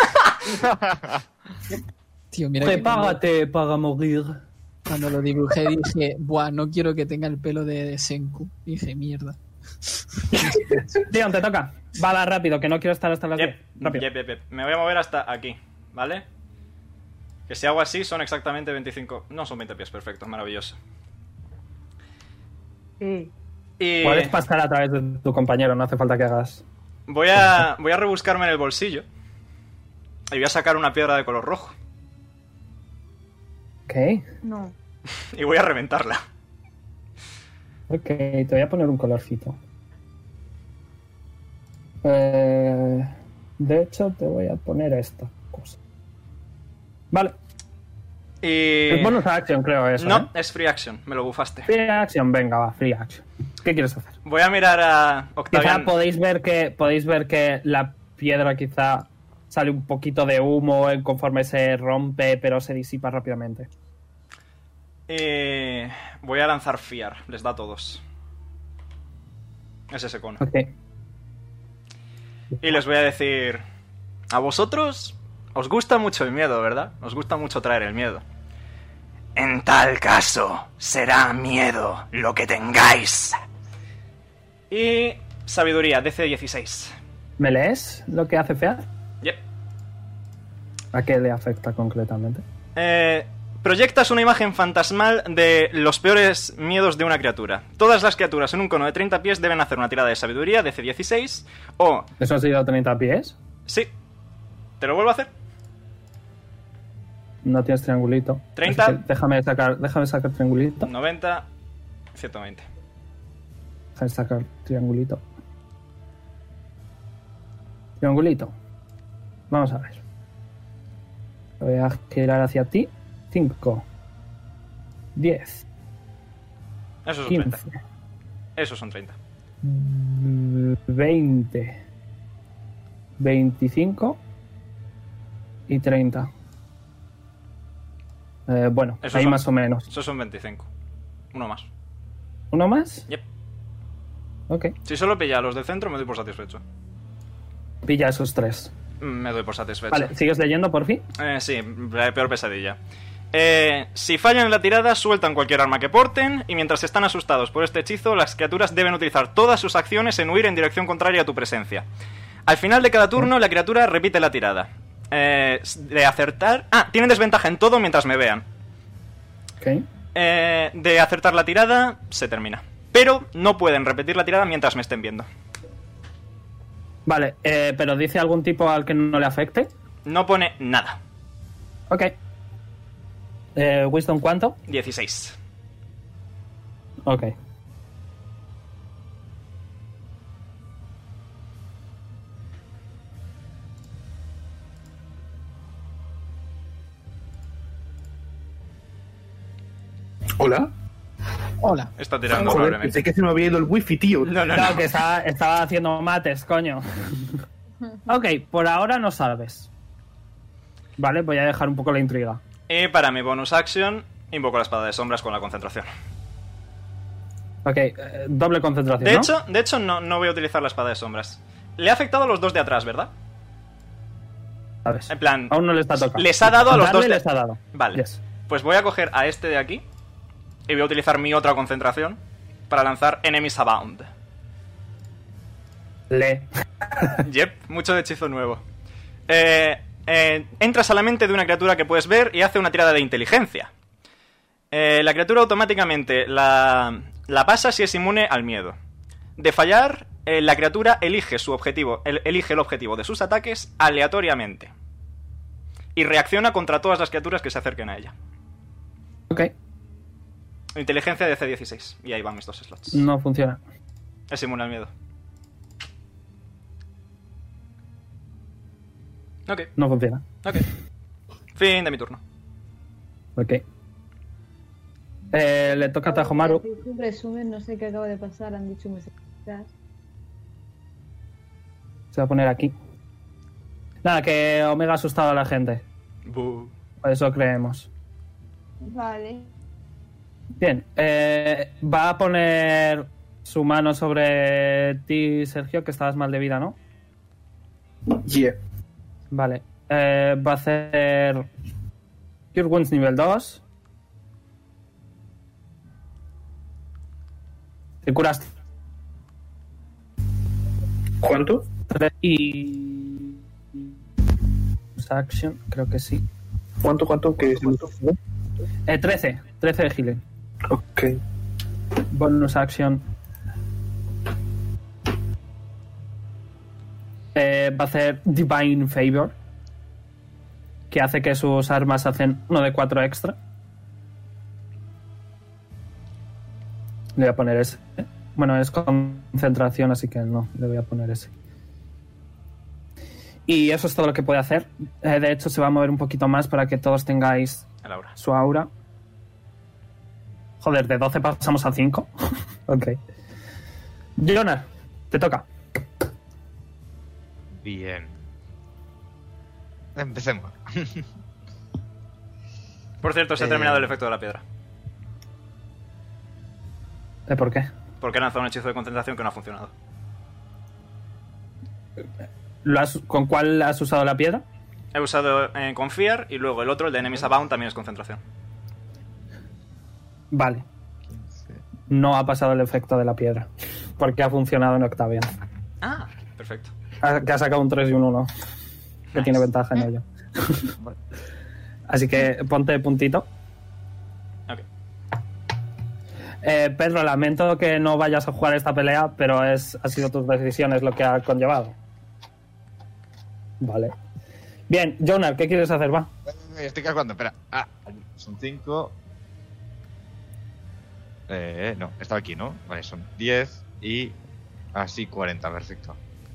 Speaker 6: Tío, mira que
Speaker 2: Prepárate para morir.
Speaker 6: cuando lo dibujé dije, buah, no quiero que tenga el pelo de Senku. Dije, mierda.
Speaker 2: Dion, te toca. Va rápido, que no quiero estar hasta las 10. Rápido.
Speaker 1: Yep. Me voy a mover hasta aquí, ¿vale? Que si hago así son exactamente 25... No, son 20 pies, perfecto, maravilloso. Y
Speaker 2: Puedes pasar a través de tu compañero, no hace falta que hagas...
Speaker 1: voy a rebuscarme en el bolsillo y voy a sacar una piedra de color rojo
Speaker 2: Ok.
Speaker 3: No.
Speaker 1: y voy a reventarla.
Speaker 2: Ok, te voy a poner un colorcito. De hecho, te voy a poner esta cosa. Vale.
Speaker 1: Y...
Speaker 2: Es bonus action, creo eso.
Speaker 1: No,
Speaker 2: ¿eh?
Speaker 1: es free action, me lo bufaste.
Speaker 2: Free action, venga, va, free action. ¿Qué quieres hacer?
Speaker 1: Voy a mirar a
Speaker 2: Quizá
Speaker 1: Octavian.
Speaker 2: podéis ver que la piedra quizá sale un poquito de humo conforme se rompe, pero se disipa rápidamente.
Speaker 1: Y voy a lanzar Fear, les da a todos. Es ese cono.
Speaker 2: Ok.
Speaker 1: Y les voy a decir... A vosotros os gusta mucho el miedo, ¿verdad? Os gusta mucho traer el miedo. En tal caso, será miedo lo que tengáis. Y... Sabiduría, DC 16.
Speaker 2: ¿Me lees lo que hace Fear?
Speaker 1: Yep.
Speaker 2: ¿A qué le afecta concretamente?
Speaker 1: Proyectas una imagen fantasmal de los peores miedos de una criatura. Todas las criaturas en un cono de 30 pies deben hacer una tirada de sabiduría, DC 16, o...
Speaker 2: ¿Eso ha sido 30 pies?
Speaker 1: Sí. ¿Te lo vuelvo a hacer?
Speaker 2: No tienes triangulito.
Speaker 1: 30.
Speaker 2: Así que déjame sacar triangulito.
Speaker 1: 90, 120.
Speaker 2: Déjame sacar triangulito. Triangulito. Vamos a ver. Voy a girar hacia ti. 5, 10,
Speaker 1: Esos son
Speaker 2: 15,
Speaker 1: 30. Esos son 30.
Speaker 2: 20, 25 y 30. Bueno,
Speaker 1: Esos
Speaker 2: ahí
Speaker 1: son-
Speaker 2: más o menos.
Speaker 1: Esos son 25. Uno más.
Speaker 2: ¿Uno más?
Speaker 1: Yep.
Speaker 2: Ok.
Speaker 1: Si solo pilla a los del centro, me doy por satisfecho.
Speaker 2: Pilla esos 3.
Speaker 1: Me doy por satisfecho.
Speaker 2: Vale, ¿sigues leyendo por fin?
Speaker 1: Sí, la peor pesadilla. Si fallan en la tirada, sueltan cualquier arma que porten, y mientras están asustados por este hechizo, las criaturas deben utilizar todas sus acciones en huir en dirección contraria a tu presencia. Al final de cada turno, la criatura repite la tirada. De acertar... tienen desventaja en todo mientras me vean.
Speaker 2: Ok.
Speaker 1: De acertar la tirada, se termina. Pero no pueden repetir la tirada mientras me estén viendo.
Speaker 2: Vale, pero ¿dice algún tipo al que no le afecte?
Speaker 1: No pone nada.
Speaker 2: Ok. ¿Wisdom cuánto?
Speaker 1: 16.
Speaker 2: Ok.
Speaker 4: ¿Hola?
Speaker 6: Hola.
Speaker 1: Está tirando
Speaker 4: Joder,
Speaker 1: probablemente.
Speaker 4: pensé que se me había ido el wifi, tío.
Speaker 1: No.
Speaker 2: Claro que estaba haciendo mates, coño. Ok, por ahora no sabes. Vale, voy a dejar un poco la intriga.
Speaker 1: Y para mi bonus action, invoco la espada de sombras con la concentración.
Speaker 2: Ok, doble concentración,
Speaker 1: De hecho no voy a utilizar la espada de sombras. Le ha afectado a los dos de atrás, ¿verdad?
Speaker 2: ¿Sabes?
Speaker 1: En plan,
Speaker 2: Aún no le está tocando.
Speaker 1: les ha dado a los
Speaker 2: Darle
Speaker 1: dos de...
Speaker 2: les ha dado.
Speaker 1: Vale.
Speaker 2: Yes.
Speaker 1: Pues voy a coger a este de aquí y voy a utilizar mi otra concentración para lanzar Enemies Abound. Yep, mucho de hechizo nuevo. Entras a la mente de una criatura que puedes ver y hace una tirada de inteligencia. La criatura automáticamente la pasa si es inmune al miedo. De fallar, la criatura elige su objetivo, elige el objetivo de sus ataques aleatoriamente. Y reacciona contra todas las criaturas que se acerquen a ella.
Speaker 2: Ok,
Speaker 1: Inteligencia de C16. Y ahí van mis dos slots.
Speaker 2: no funciona.
Speaker 1: Es inmune al miedo. Ok,
Speaker 2: No funciona.
Speaker 1: ok. Fin de mi turno.
Speaker 2: Ok. Le toca a Tajomaru.
Speaker 7: Un resumen, no sé qué acaba de pasar, han dicho un
Speaker 2: Se va a poner aquí. Nada, que Omega ha asustado a la gente.
Speaker 1: Buh.
Speaker 2: Por eso creemos.
Speaker 3: Vale.
Speaker 2: Bien. Va a poner su mano sobre ti, Sergio, que estabas mal de vida, ¿no?
Speaker 4: Yeah.
Speaker 2: Vale. Va a hacer Cure Wounds nivel 2. Te curas
Speaker 4: ¿Cuánto?
Speaker 2: 3 y... Action, creo que sí.
Speaker 4: ¿Cuánto? ¿Qué es?
Speaker 2: 13 de healing.
Speaker 4: Ok.
Speaker 2: Bonus action. Va a hacer Divine Favor, que hace que sus armas hacen 1 de 4 extra. Le voy a poner ese. Bueno, es concentración, así que no, le voy a poner ese. Y eso es todo lo que puede hacer. De hecho, se va a mover un poquito más para que todos tengáis
Speaker 1: El aura.
Speaker 2: su aura. Joder, de 12 pasamos a 5. Ok. Jonar, te toca.
Speaker 5: Bien. Empecemos.
Speaker 1: Por cierto, se ha terminado el efecto de la piedra.
Speaker 2: ¿Por qué?
Speaker 1: Porque he lanzado un hechizo de concentración que no ha funcionado.
Speaker 2: ¿Con cuál has usado la piedra?
Speaker 1: He usado Confiar y luego el otro, el de Enemies Abound, también es concentración.
Speaker 2: Vale. No ha pasado el efecto de la piedra. Porque ha funcionado en Octavian.
Speaker 1: Ah, perfecto.
Speaker 2: Que ha sacado un 3 y un 1. Que
Speaker 1: Nice.
Speaker 2: tiene ventaja en ello. Así que ponte puntito.
Speaker 1: Ok.
Speaker 2: Pedro, lamento que no vayas a jugar esta pelea, pero ha sido tus decisiones lo que ha conllevado. Vale. Bien, Jonar, ¿qué quieres hacer? Va.
Speaker 5: Estoy calculando, espera. Son 5. No, estaba aquí, ¿no? Vale, son 10 y así 40, perfecto.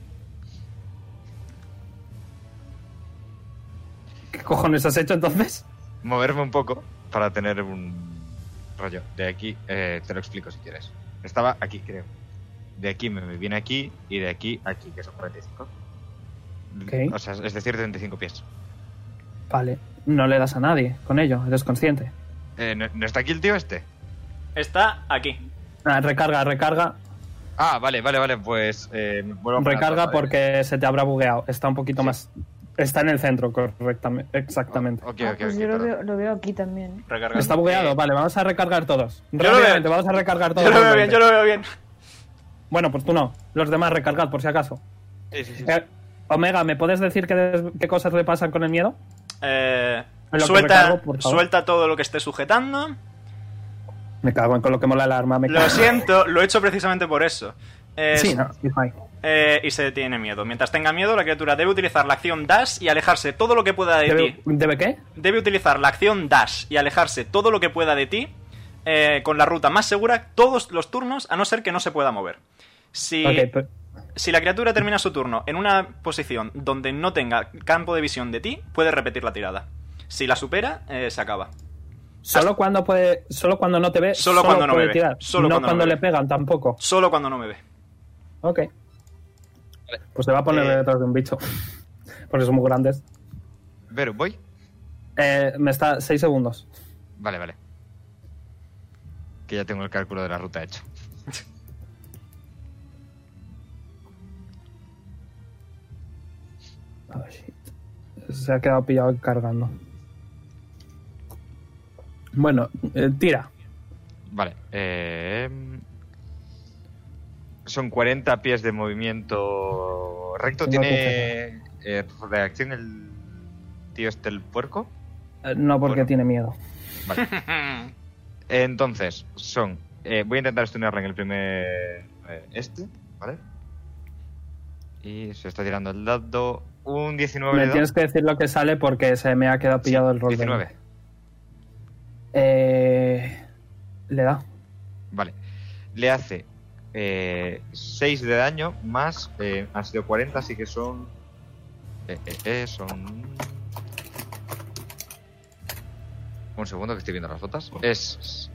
Speaker 2: ¿Qué cojones has hecho entonces?
Speaker 5: Moverme un poco para tener un rollo. De aquí, te lo explico si quieres. Estaba aquí, creo. De aquí me viene aquí y de aquí a aquí, que son 45.
Speaker 2: Ok.
Speaker 5: O sea, es decir, 35 pies.
Speaker 2: Vale. No le das a nadie con ello, eres consciente.
Speaker 5: ¿No está aquí el tío este?
Speaker 1: Está aquí.
Speaker 2: Recarga.
Speaker 5: Vale, pues me vuelvo a poner
Speaker 2: Recarga
Speaker 5: atrás, ¿vale?
Speaker 2: porque se te habrá bugueado. Está un poquito más... Está en el centro, correctamente. Exactamente.
Speaker 5: Ok,
Speaker 7: pues yo lo veo aquí también.
Speaker 1: Recarga.
Speaker 2: Está bugueado, vale, vamos a recargar todos.
Speaker 1: Yo lo
Speaker 2: Rápidamente,
Speaker 1: veo.
Speaker 2: vamos a recargar todos.
Speaker 1: Yo lo veo bien,
Speaker 2: 20.
Speaker 1: yo lo veo bien.
Speaker 2: Bueno, pues tú no. Los demás recargad, por si acaso.
Speaker 5: Sí.
Speaker 2: Omega, ¿me puedes decir qué cosas le pasan con el miedo? Lo que
Speaker 1: Suelta,
Speaker 2: recargo, por favor.
Speaker 1: suelta todo lo que esté sujetando.
Speaker 2: Me cago en con lo que mola el arma. Me
Speaker 1: Lo
Speaker 2: cago.
Speaker 1: siento, lo he hecho precisamente por eso.
Speaker 2: Sí, no, it's fine.
Speaker 1: Y se tiene miedo. Mientras tenga miedo, la criatura debe utilizar la acción Dash y alejarse todo lo que pueda de ti.
Speaker 2: ¿Debe qué?
Speaker 1: Debe utilizar la acción Dash y alejarse todo lo que pueda de ti con la ruta más segura todos los turnos, a no ser que no se pueda mover. Si la criatura termina su turno en una posición donde no tenga campo de visión de ti, puede repetir la tirada. Si la supera, se acaba.
Speaker 2: Solo cuando no te ve.
Speaker 1: Solo cuando no
Speaker 2: puede
Speaker 1: me ve.
Speaker 2: tirar.
Speaker 1: Solo
Speaker 2: no
Speaker 1: cuando
Speaker 2: cuando
Speaker 1: no me
Speaker 2: le
Speaker 1: ve.
Speaker 2: pegan tampoco.
Speaker 1: Solo cuando no me ve.
Speaker 2: Ok. Pues se va a poner detrás de un bicho. Porque son muy grandes.
Speaker 5: Pero, ¿voy?
Speaker 2: Me está 6 segundos.
Speaker 5: Vale. Que ya tengo el cálculo de la ruta hecho.
Speaker 2: Oh, shit. Se ha quedado pillado cargando. Bueno, tira.
Speaker 5: Vale. Son 40 pies de movimiento recto.
Speaker 2: Tengo
Speaker 5: ¿Tiene reacción el tío este, el puerco?
Speaker 2: No, porque
Speaker 5: Bueno.
Speaker 2: tiene miedo.
Speaker 5: Vale. Entonces, son... voy a intentar stunearla en el primer... ¿vale? Y se está tirando el dado. Un 19
Speaker 2: Me
Speaker 5: de
Speaker 2: tienes que decir lo que sale porque se me ha quedado pillado el rol.
Speaker 5: 19.
Speaker 2: Le da.
Speaker 5: Vale. Le hace 6 de daño más... han sido 40, así que son Son... Un segundo que estoy viendo las botas. Es...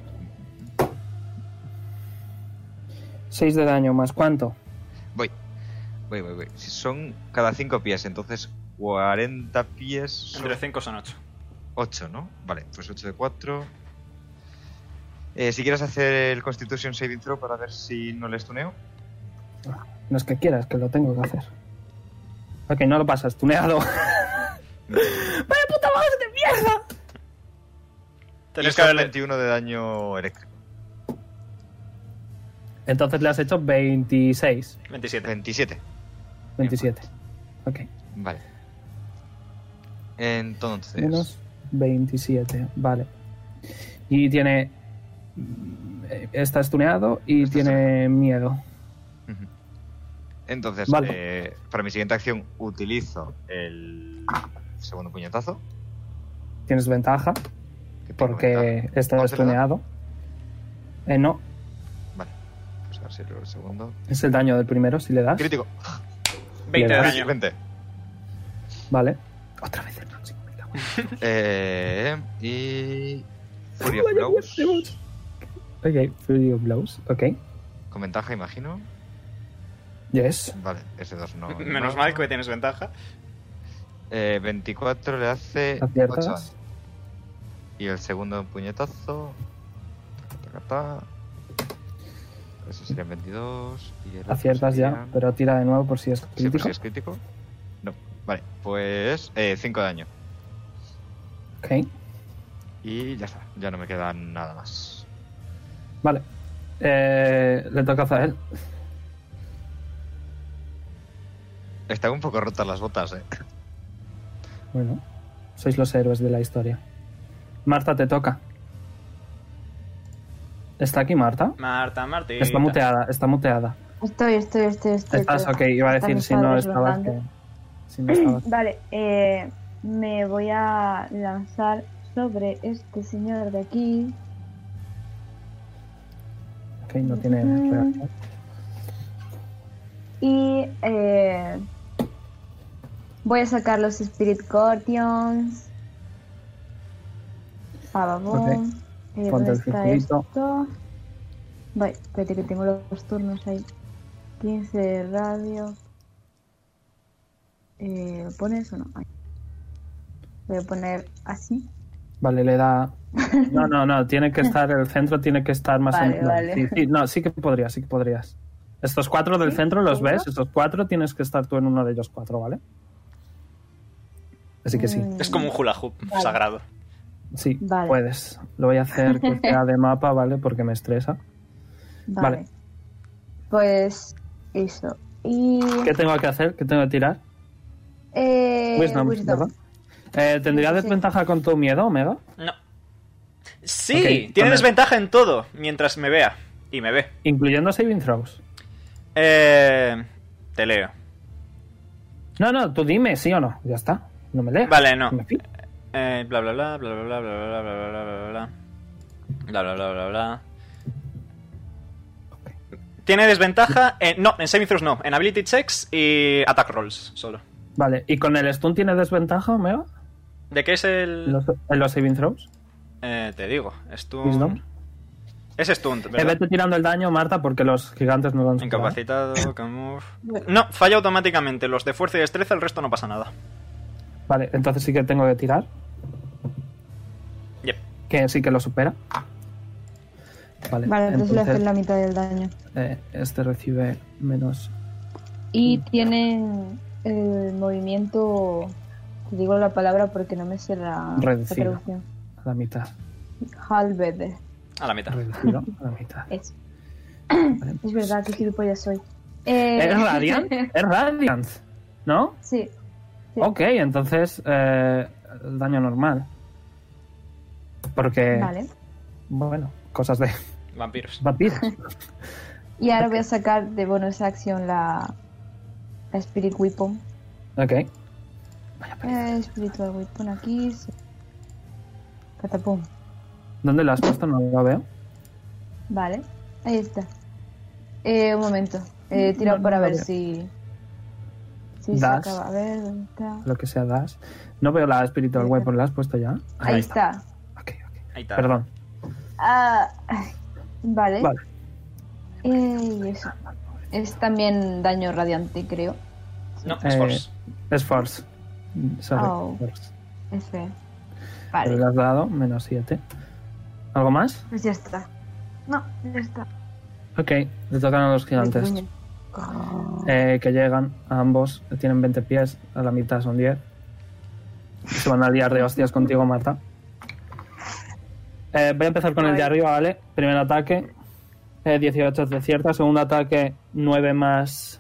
Speaker 2: 6 de daño, ¿más cuánto?
Speaker 5: Voy. Si son cada 5 pies, entonces 40 pies... Son...
Speaker 1: Entre 5 son 8.
Speaker 5: 8, ¿no? Vale, pues 8 de 4. Si quieres hacer el Constitution Saving Throw para ver si no le stuneo.
Speaker 2: No es que quieras, que lo tengo que hacer. Ok, no lo pasas, tuneado. ¡Vaya puta madre de mierda!
Speaker 1: Tenés
Speaker 5: Y
Speaker 1: que
Speaker 5: son
Speaker 1: haberle...
Speaker 5: 21 de daño eléctrico.
Speaker 2: Entonces le has hecho 26.
Speaker 1: 27.
Speaker 2: 27. Ok.
Speaker 5: Vale. Entonces...
Speaker 2: Menos 27, vale. Y tiene... Está estuneado y
Speaker 5: Está
Speaker 2: tiene miedo.
Speaker 5: Ujú. Entonces,
Speaker 2: Vale.
Speaker 5: para mi siguiente acción utilizo el segundo puñetazo.
Speaker 2: Tienes ventaja
Speaker 5: que tengo
Speaker 2: porque
Speaker 5: ventaja.
Speaker 2: está
Speaker 5: 11 le da.
Speaker 2: estuneado. No,
Speaker 5: Vale, pues a ver si el segundo.
Speaker 2: es el daño del primero si le das.
Speaker 5: Crítico.
Speaker 1: 20 de
Speaker 2: Le das.
Speaker 1: daño.
Speaker 5: 20.
Speaker 2: Vale. Otra vez el máximo. me cago en-
Speaker 5: Y... Fury of
Speaker 2: Vaya
Speaker 5: Blows.
Speaker 2: huevos. Ok, Fury of Blows. Ok.
Speaker 5: Con ventaja, imagino.
Speaker 2: Yes.
Speaker 5: Vale, ese 2 no.
Speaker 1: Menos
Speaker 5: no.
Speaker 1: mal que tienes ventaja.
Speaker 5: 24 le hace 8
Speaker 2: ¿Aciertas?
Speaker 5: daño. Y el segundo puñetazo. Eso serían 22. Y el otro
Speaker 2: Aciertas ya,
Speaker 5: serían-
Speaker 2: pero tira de nuevo por si es
Speaker 5: Sí, pues
Speaker 2: crítico.
Speaker 5: si es crítico. No. Vale, pues 5 de daño.
Speaker 2: Ok.
Speaker 5: Y ya está. Ya no me queda nada más.
Speaker 2: Vale. Le toca a Zael.
Speaker 5: Están un poco rotas las botas,
Speaker 2: Bueno, sois los héroes de la historia. Marta, te toca. ¿Está aquí Marta?
Speaker 1: Marta.
Speaker 2: Está muteada, está muteada.
Speaker 7: Estoy.
Speaker 2: Estás, ok, iba a decir
Speaker 7: Están
Speaker 2: si no
Speaker 7: mis
Speaker 2: estabas.
Speaker 7: padres
Speaker 2: Si no estabas.
Speaker 7: Vale, me voy a lanzar sobre este señor de aquí.
Speaker 2: Ok, no tiene reacción.
Speaker 7: Y voy a sacar los Spirit Guardians. Pavabón.
Speaker 2: Ponte
Speaker 7: ¿Dónde
Speaker 2: el
Speaker 7: está
Speaker 2: circulito.
Speaker 7: esto? Vale, espérate que tengo los turnos ahí. 15 de radio. ¿Lo pones o no? Ahí. Voy a poner así.
Speaker 2: Vale, le da. No, tiene que estar, el centro tiene que estar más
Speaker 7: Vale,
Speaker 2: no,
Speaker 7: vale.
Speaker 2: Sí, no, sí que podrías. Estos 4 del
Speaker 7: ¿Sí?
Speaker 2: centro los
Speaker 7: ¿Seguro?
Speaker 2: ves, estos 4 tienes que estar tú en uno de ellos 4, ¿vale? Así que sí,
Speaker 1: Es como un hula hoop
Speaker 7: Vale.
Speaker 1: sagrado.
Speaker 2: sí,
Speaker 7: Vale.
Speaker 2: puedes. Lo voy a hacer que sea de mapa, ¿vale? Porque me estresa.
Speaker 7: Vale.
Speaker 2: Vale.
Speaker 7: Pues eso. Y.
Speaker 2: ¿Qué tengo que hacer? ¿Qué tengo que tirar? Wisdom, ¿verdad? ¿Tendría
Speaker 7: Sí.
Speaker 2: desventaja con tu miedo, Omega?
Speaker 1: No. Sí,
Speaker 2: Ok,
Speaker 1: tiene
Speaker 2: con el-
Speaker 1: desventaja en todo mientras me vea. Y me ve.
Speaker 2: Incluyendo saving throws.
Speaker 1: Te leo.
Speaker 2: No, tú dime, sí o no. Ya está. No me leas.
Speaker 1: Vale, no.
Speaker 2: Me fío.
Speaker 1: Bla bla bla bla bla bla bla bla bla bla bla bla bla bla bla bla bla bla. Tiene desventaja no, en saving throws no, en ability checks y attack rolls solo.
Speaker 2: Vale, ¿y con el stun tiene desventaja, Omega?
Speaker 1: ¿De qué es el...?
Speaker 2: ¿En los saving throws?
Speaker 1: Te digo,
Speaker 2: Wisdom.
Speaker 1: stun... Es stunt, ¿verdad?
Speaker 2: Vete tirando el daño, Marta, porque los gigantes no lo han superado.
Speaker 1: Incapacitado, can move... No, falla automáticamente. Los de fuerza y destreza, el resto no pasa nada.
Speaker 2: Vale, entonces sí que tengo que tirar.
Speaker 1: Yep.
Speaker 2: Que sí que lo supera. Vale,
Speaker 7: Vale, entonces le
Speaker 2: entonces
Speaker 7: hacen la mitad del daño.
Speaker 2: este recibe menos...
Speaker 7: Y tienen el movimiento. Te digo la palabra porque no me sé la
Speaker 2: Reducido.
Speaker 7: traducción.
Speaker 2: a la mitad.
Speaker 7: Halved.
Speaker 1: A la mitad.
Speaker 2: Reducido a la mitad.
Speaker 7: Es.
Speaker 2: Vale.
Speaker 7: Es verdad, que gilipollas soy.
Speaker 2: ¿Es Radiant? ¿Es Radiant? ¿No?
Speaker 7: Sí. Sí.
Speaker 2: Ok, entonces el daño normal. Porque,
Speaker 7: Vale.
Speaker 2: bueno, cosas de
Speaker 1: Vampiros.
Speaker 2: vampiros.
Speaker 7: Y ahora voy a sacar de bonus action la Spirit Weapon.
Speaker 2: Ok. Vaya pereza.
Speaker 7: Spiritual Weapon aquí. Sí. Catapum.
Speaker 2: ¿Dónde lo has puesto? No lo veo.
Speaker 7: Vale. Ahí está. Un momento. Tira
Speaker 2: No,
Speaker 7: para
Speaker 2: no
Speaker 7: ver
Speaker 2: veo.
Speaker 7: si. Sí, se
Speaker 2: Das.
Speaker 7: acaba. A ver, ¿dónde está?
Speaker 2: Lo que sea das. No veo la Spiritual Weapon, ¿la has puesto ya?
Speaker 7: Ahí está.
Speaker 2: Ok.
Speaker 1: Ahí está.
Speaker 2: Perdón.
Speaker 7: Ah, vale.
Speaker 2: Vale.
Speaker 7: Y eso. Es también daño radiante, creo.
Speaker 1: No, es Force.
Speaker 2: Es Force. Sorry,
Speaker 7: Oh.
Speaker 2: Force.
Speaker 7: F.
Speaker 2: Pero
Speaker 7: Vale,
Speaker 2: le has dado menos 7. ¿Algo más?
Speaker 7: pues ya está. No, ya está.
Speaker 2: Ok, le tocan a los gigantes. Que llegan a ambos. Tienen 20 pies, a la mitad son 10. Se van a liar de hostias contigo, Marta. Voy a empezar con el de arriba, ¿vale? Primer ataque. 18 te acierta. Segundo ataque, 9 más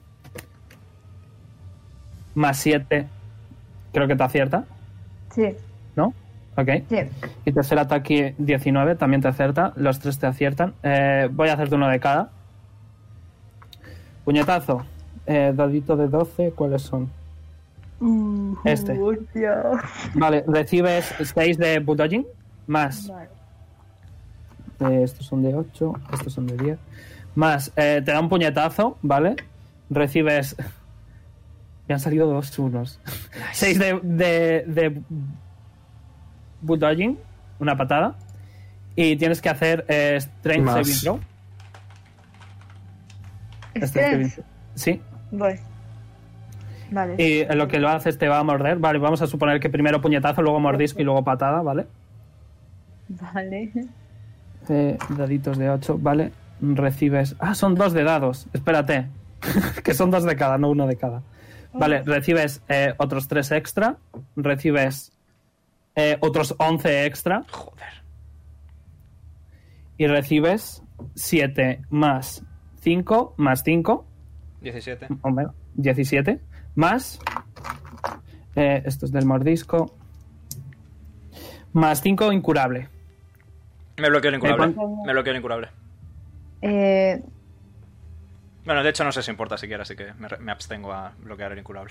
Speaker 2: 7. Creo que te acierta,
Speaker 7: Sí,
Speaker 2: ¿no? Ok.
Speaker 7: sí.
Speaker 2: Y tercer ataque, 19, también te acierta. Los 3 te aciertan. Voy a hacerte uno de cada. Puñetazo. Dadito de 12, ¿cuáles son? Este.
Speaker 7: Hostia.
Speaker 2: Vale, recibes 6 de bulldogging más.
Speaker 7: Vale.
Speaker 2: Estos son de 8, estos son de 10. Más, te da un puñetazo, ¿vale? Recibes. Me han salido 2 unos. 6 de bulldogging, una patada. Y tienes que hacer Strength
Speaker 4: Más.
Speaker 2: Saving Throw. Strength
Speaker 7: Strength.
Speaker 2: saving- Sí.
Speaker 7: Voy. Vale.
Speaker 2: Y en lo que lo haces te va a morder. Vale, vamos a suponer que primero puñetazo, luego mordisco y luego patada, ¿vale?
Speaker 7: Vale.
Speaker 2: Daditos de 8, ¿vale? Recibes... Ah, son 2 de dados. Espérate. Que son 2 de cada, no 1 de cada. Vale, recibes otros 3 extra. Recibes otros 11 extra.
Speaker 1: Joder.
Speaker 2: Y recibes 7 más 5 más 5.
Speaker 1: 17.
Speaker 2: 17. Más... esto es del mordisco. Más 5 incurable.
Speaker 1: Me bloqueo el incurable.
Speaker 7: ¿cuánto?
Speaker 1: Me bloqueo el incurable.
Speaker 7: Eh,
Speaker 1: Bueno, de hecho no sé si importa siquiera, así que me abstengo a bloquear el incurable.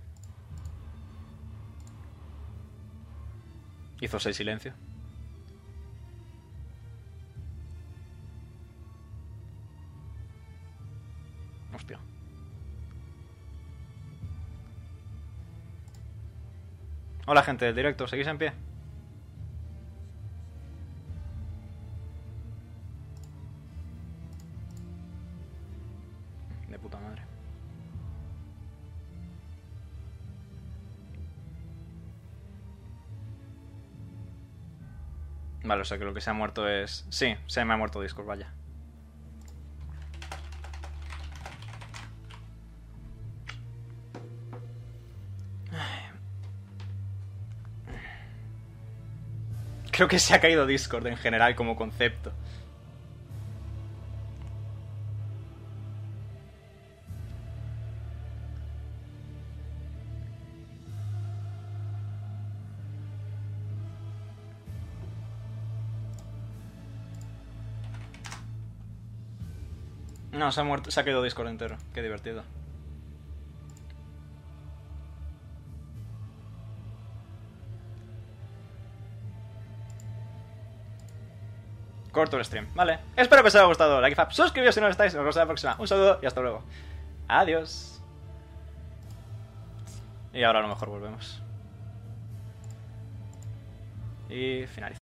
Speaker 1: Hizo 6 silencio. Hostia. Hola gente del directo, ¿seguís en pie? De puta madre. Vale, o sea que lo que se ha muerto es... Sí, se me ha muerto Discord, vaya. Creo que se ha caído Discord en general como concepto. No, se ha muerto, se ha caído Discord entero. Qué divertido. Corto el stream, vale. Espero que os haya gustado. Like, fab, suscribíos si no lo estáis. Nos vemos en la próxima. Un saludo y hasta luego. Adiós. Y ahora a lo mejor volvemos. Y finaliza.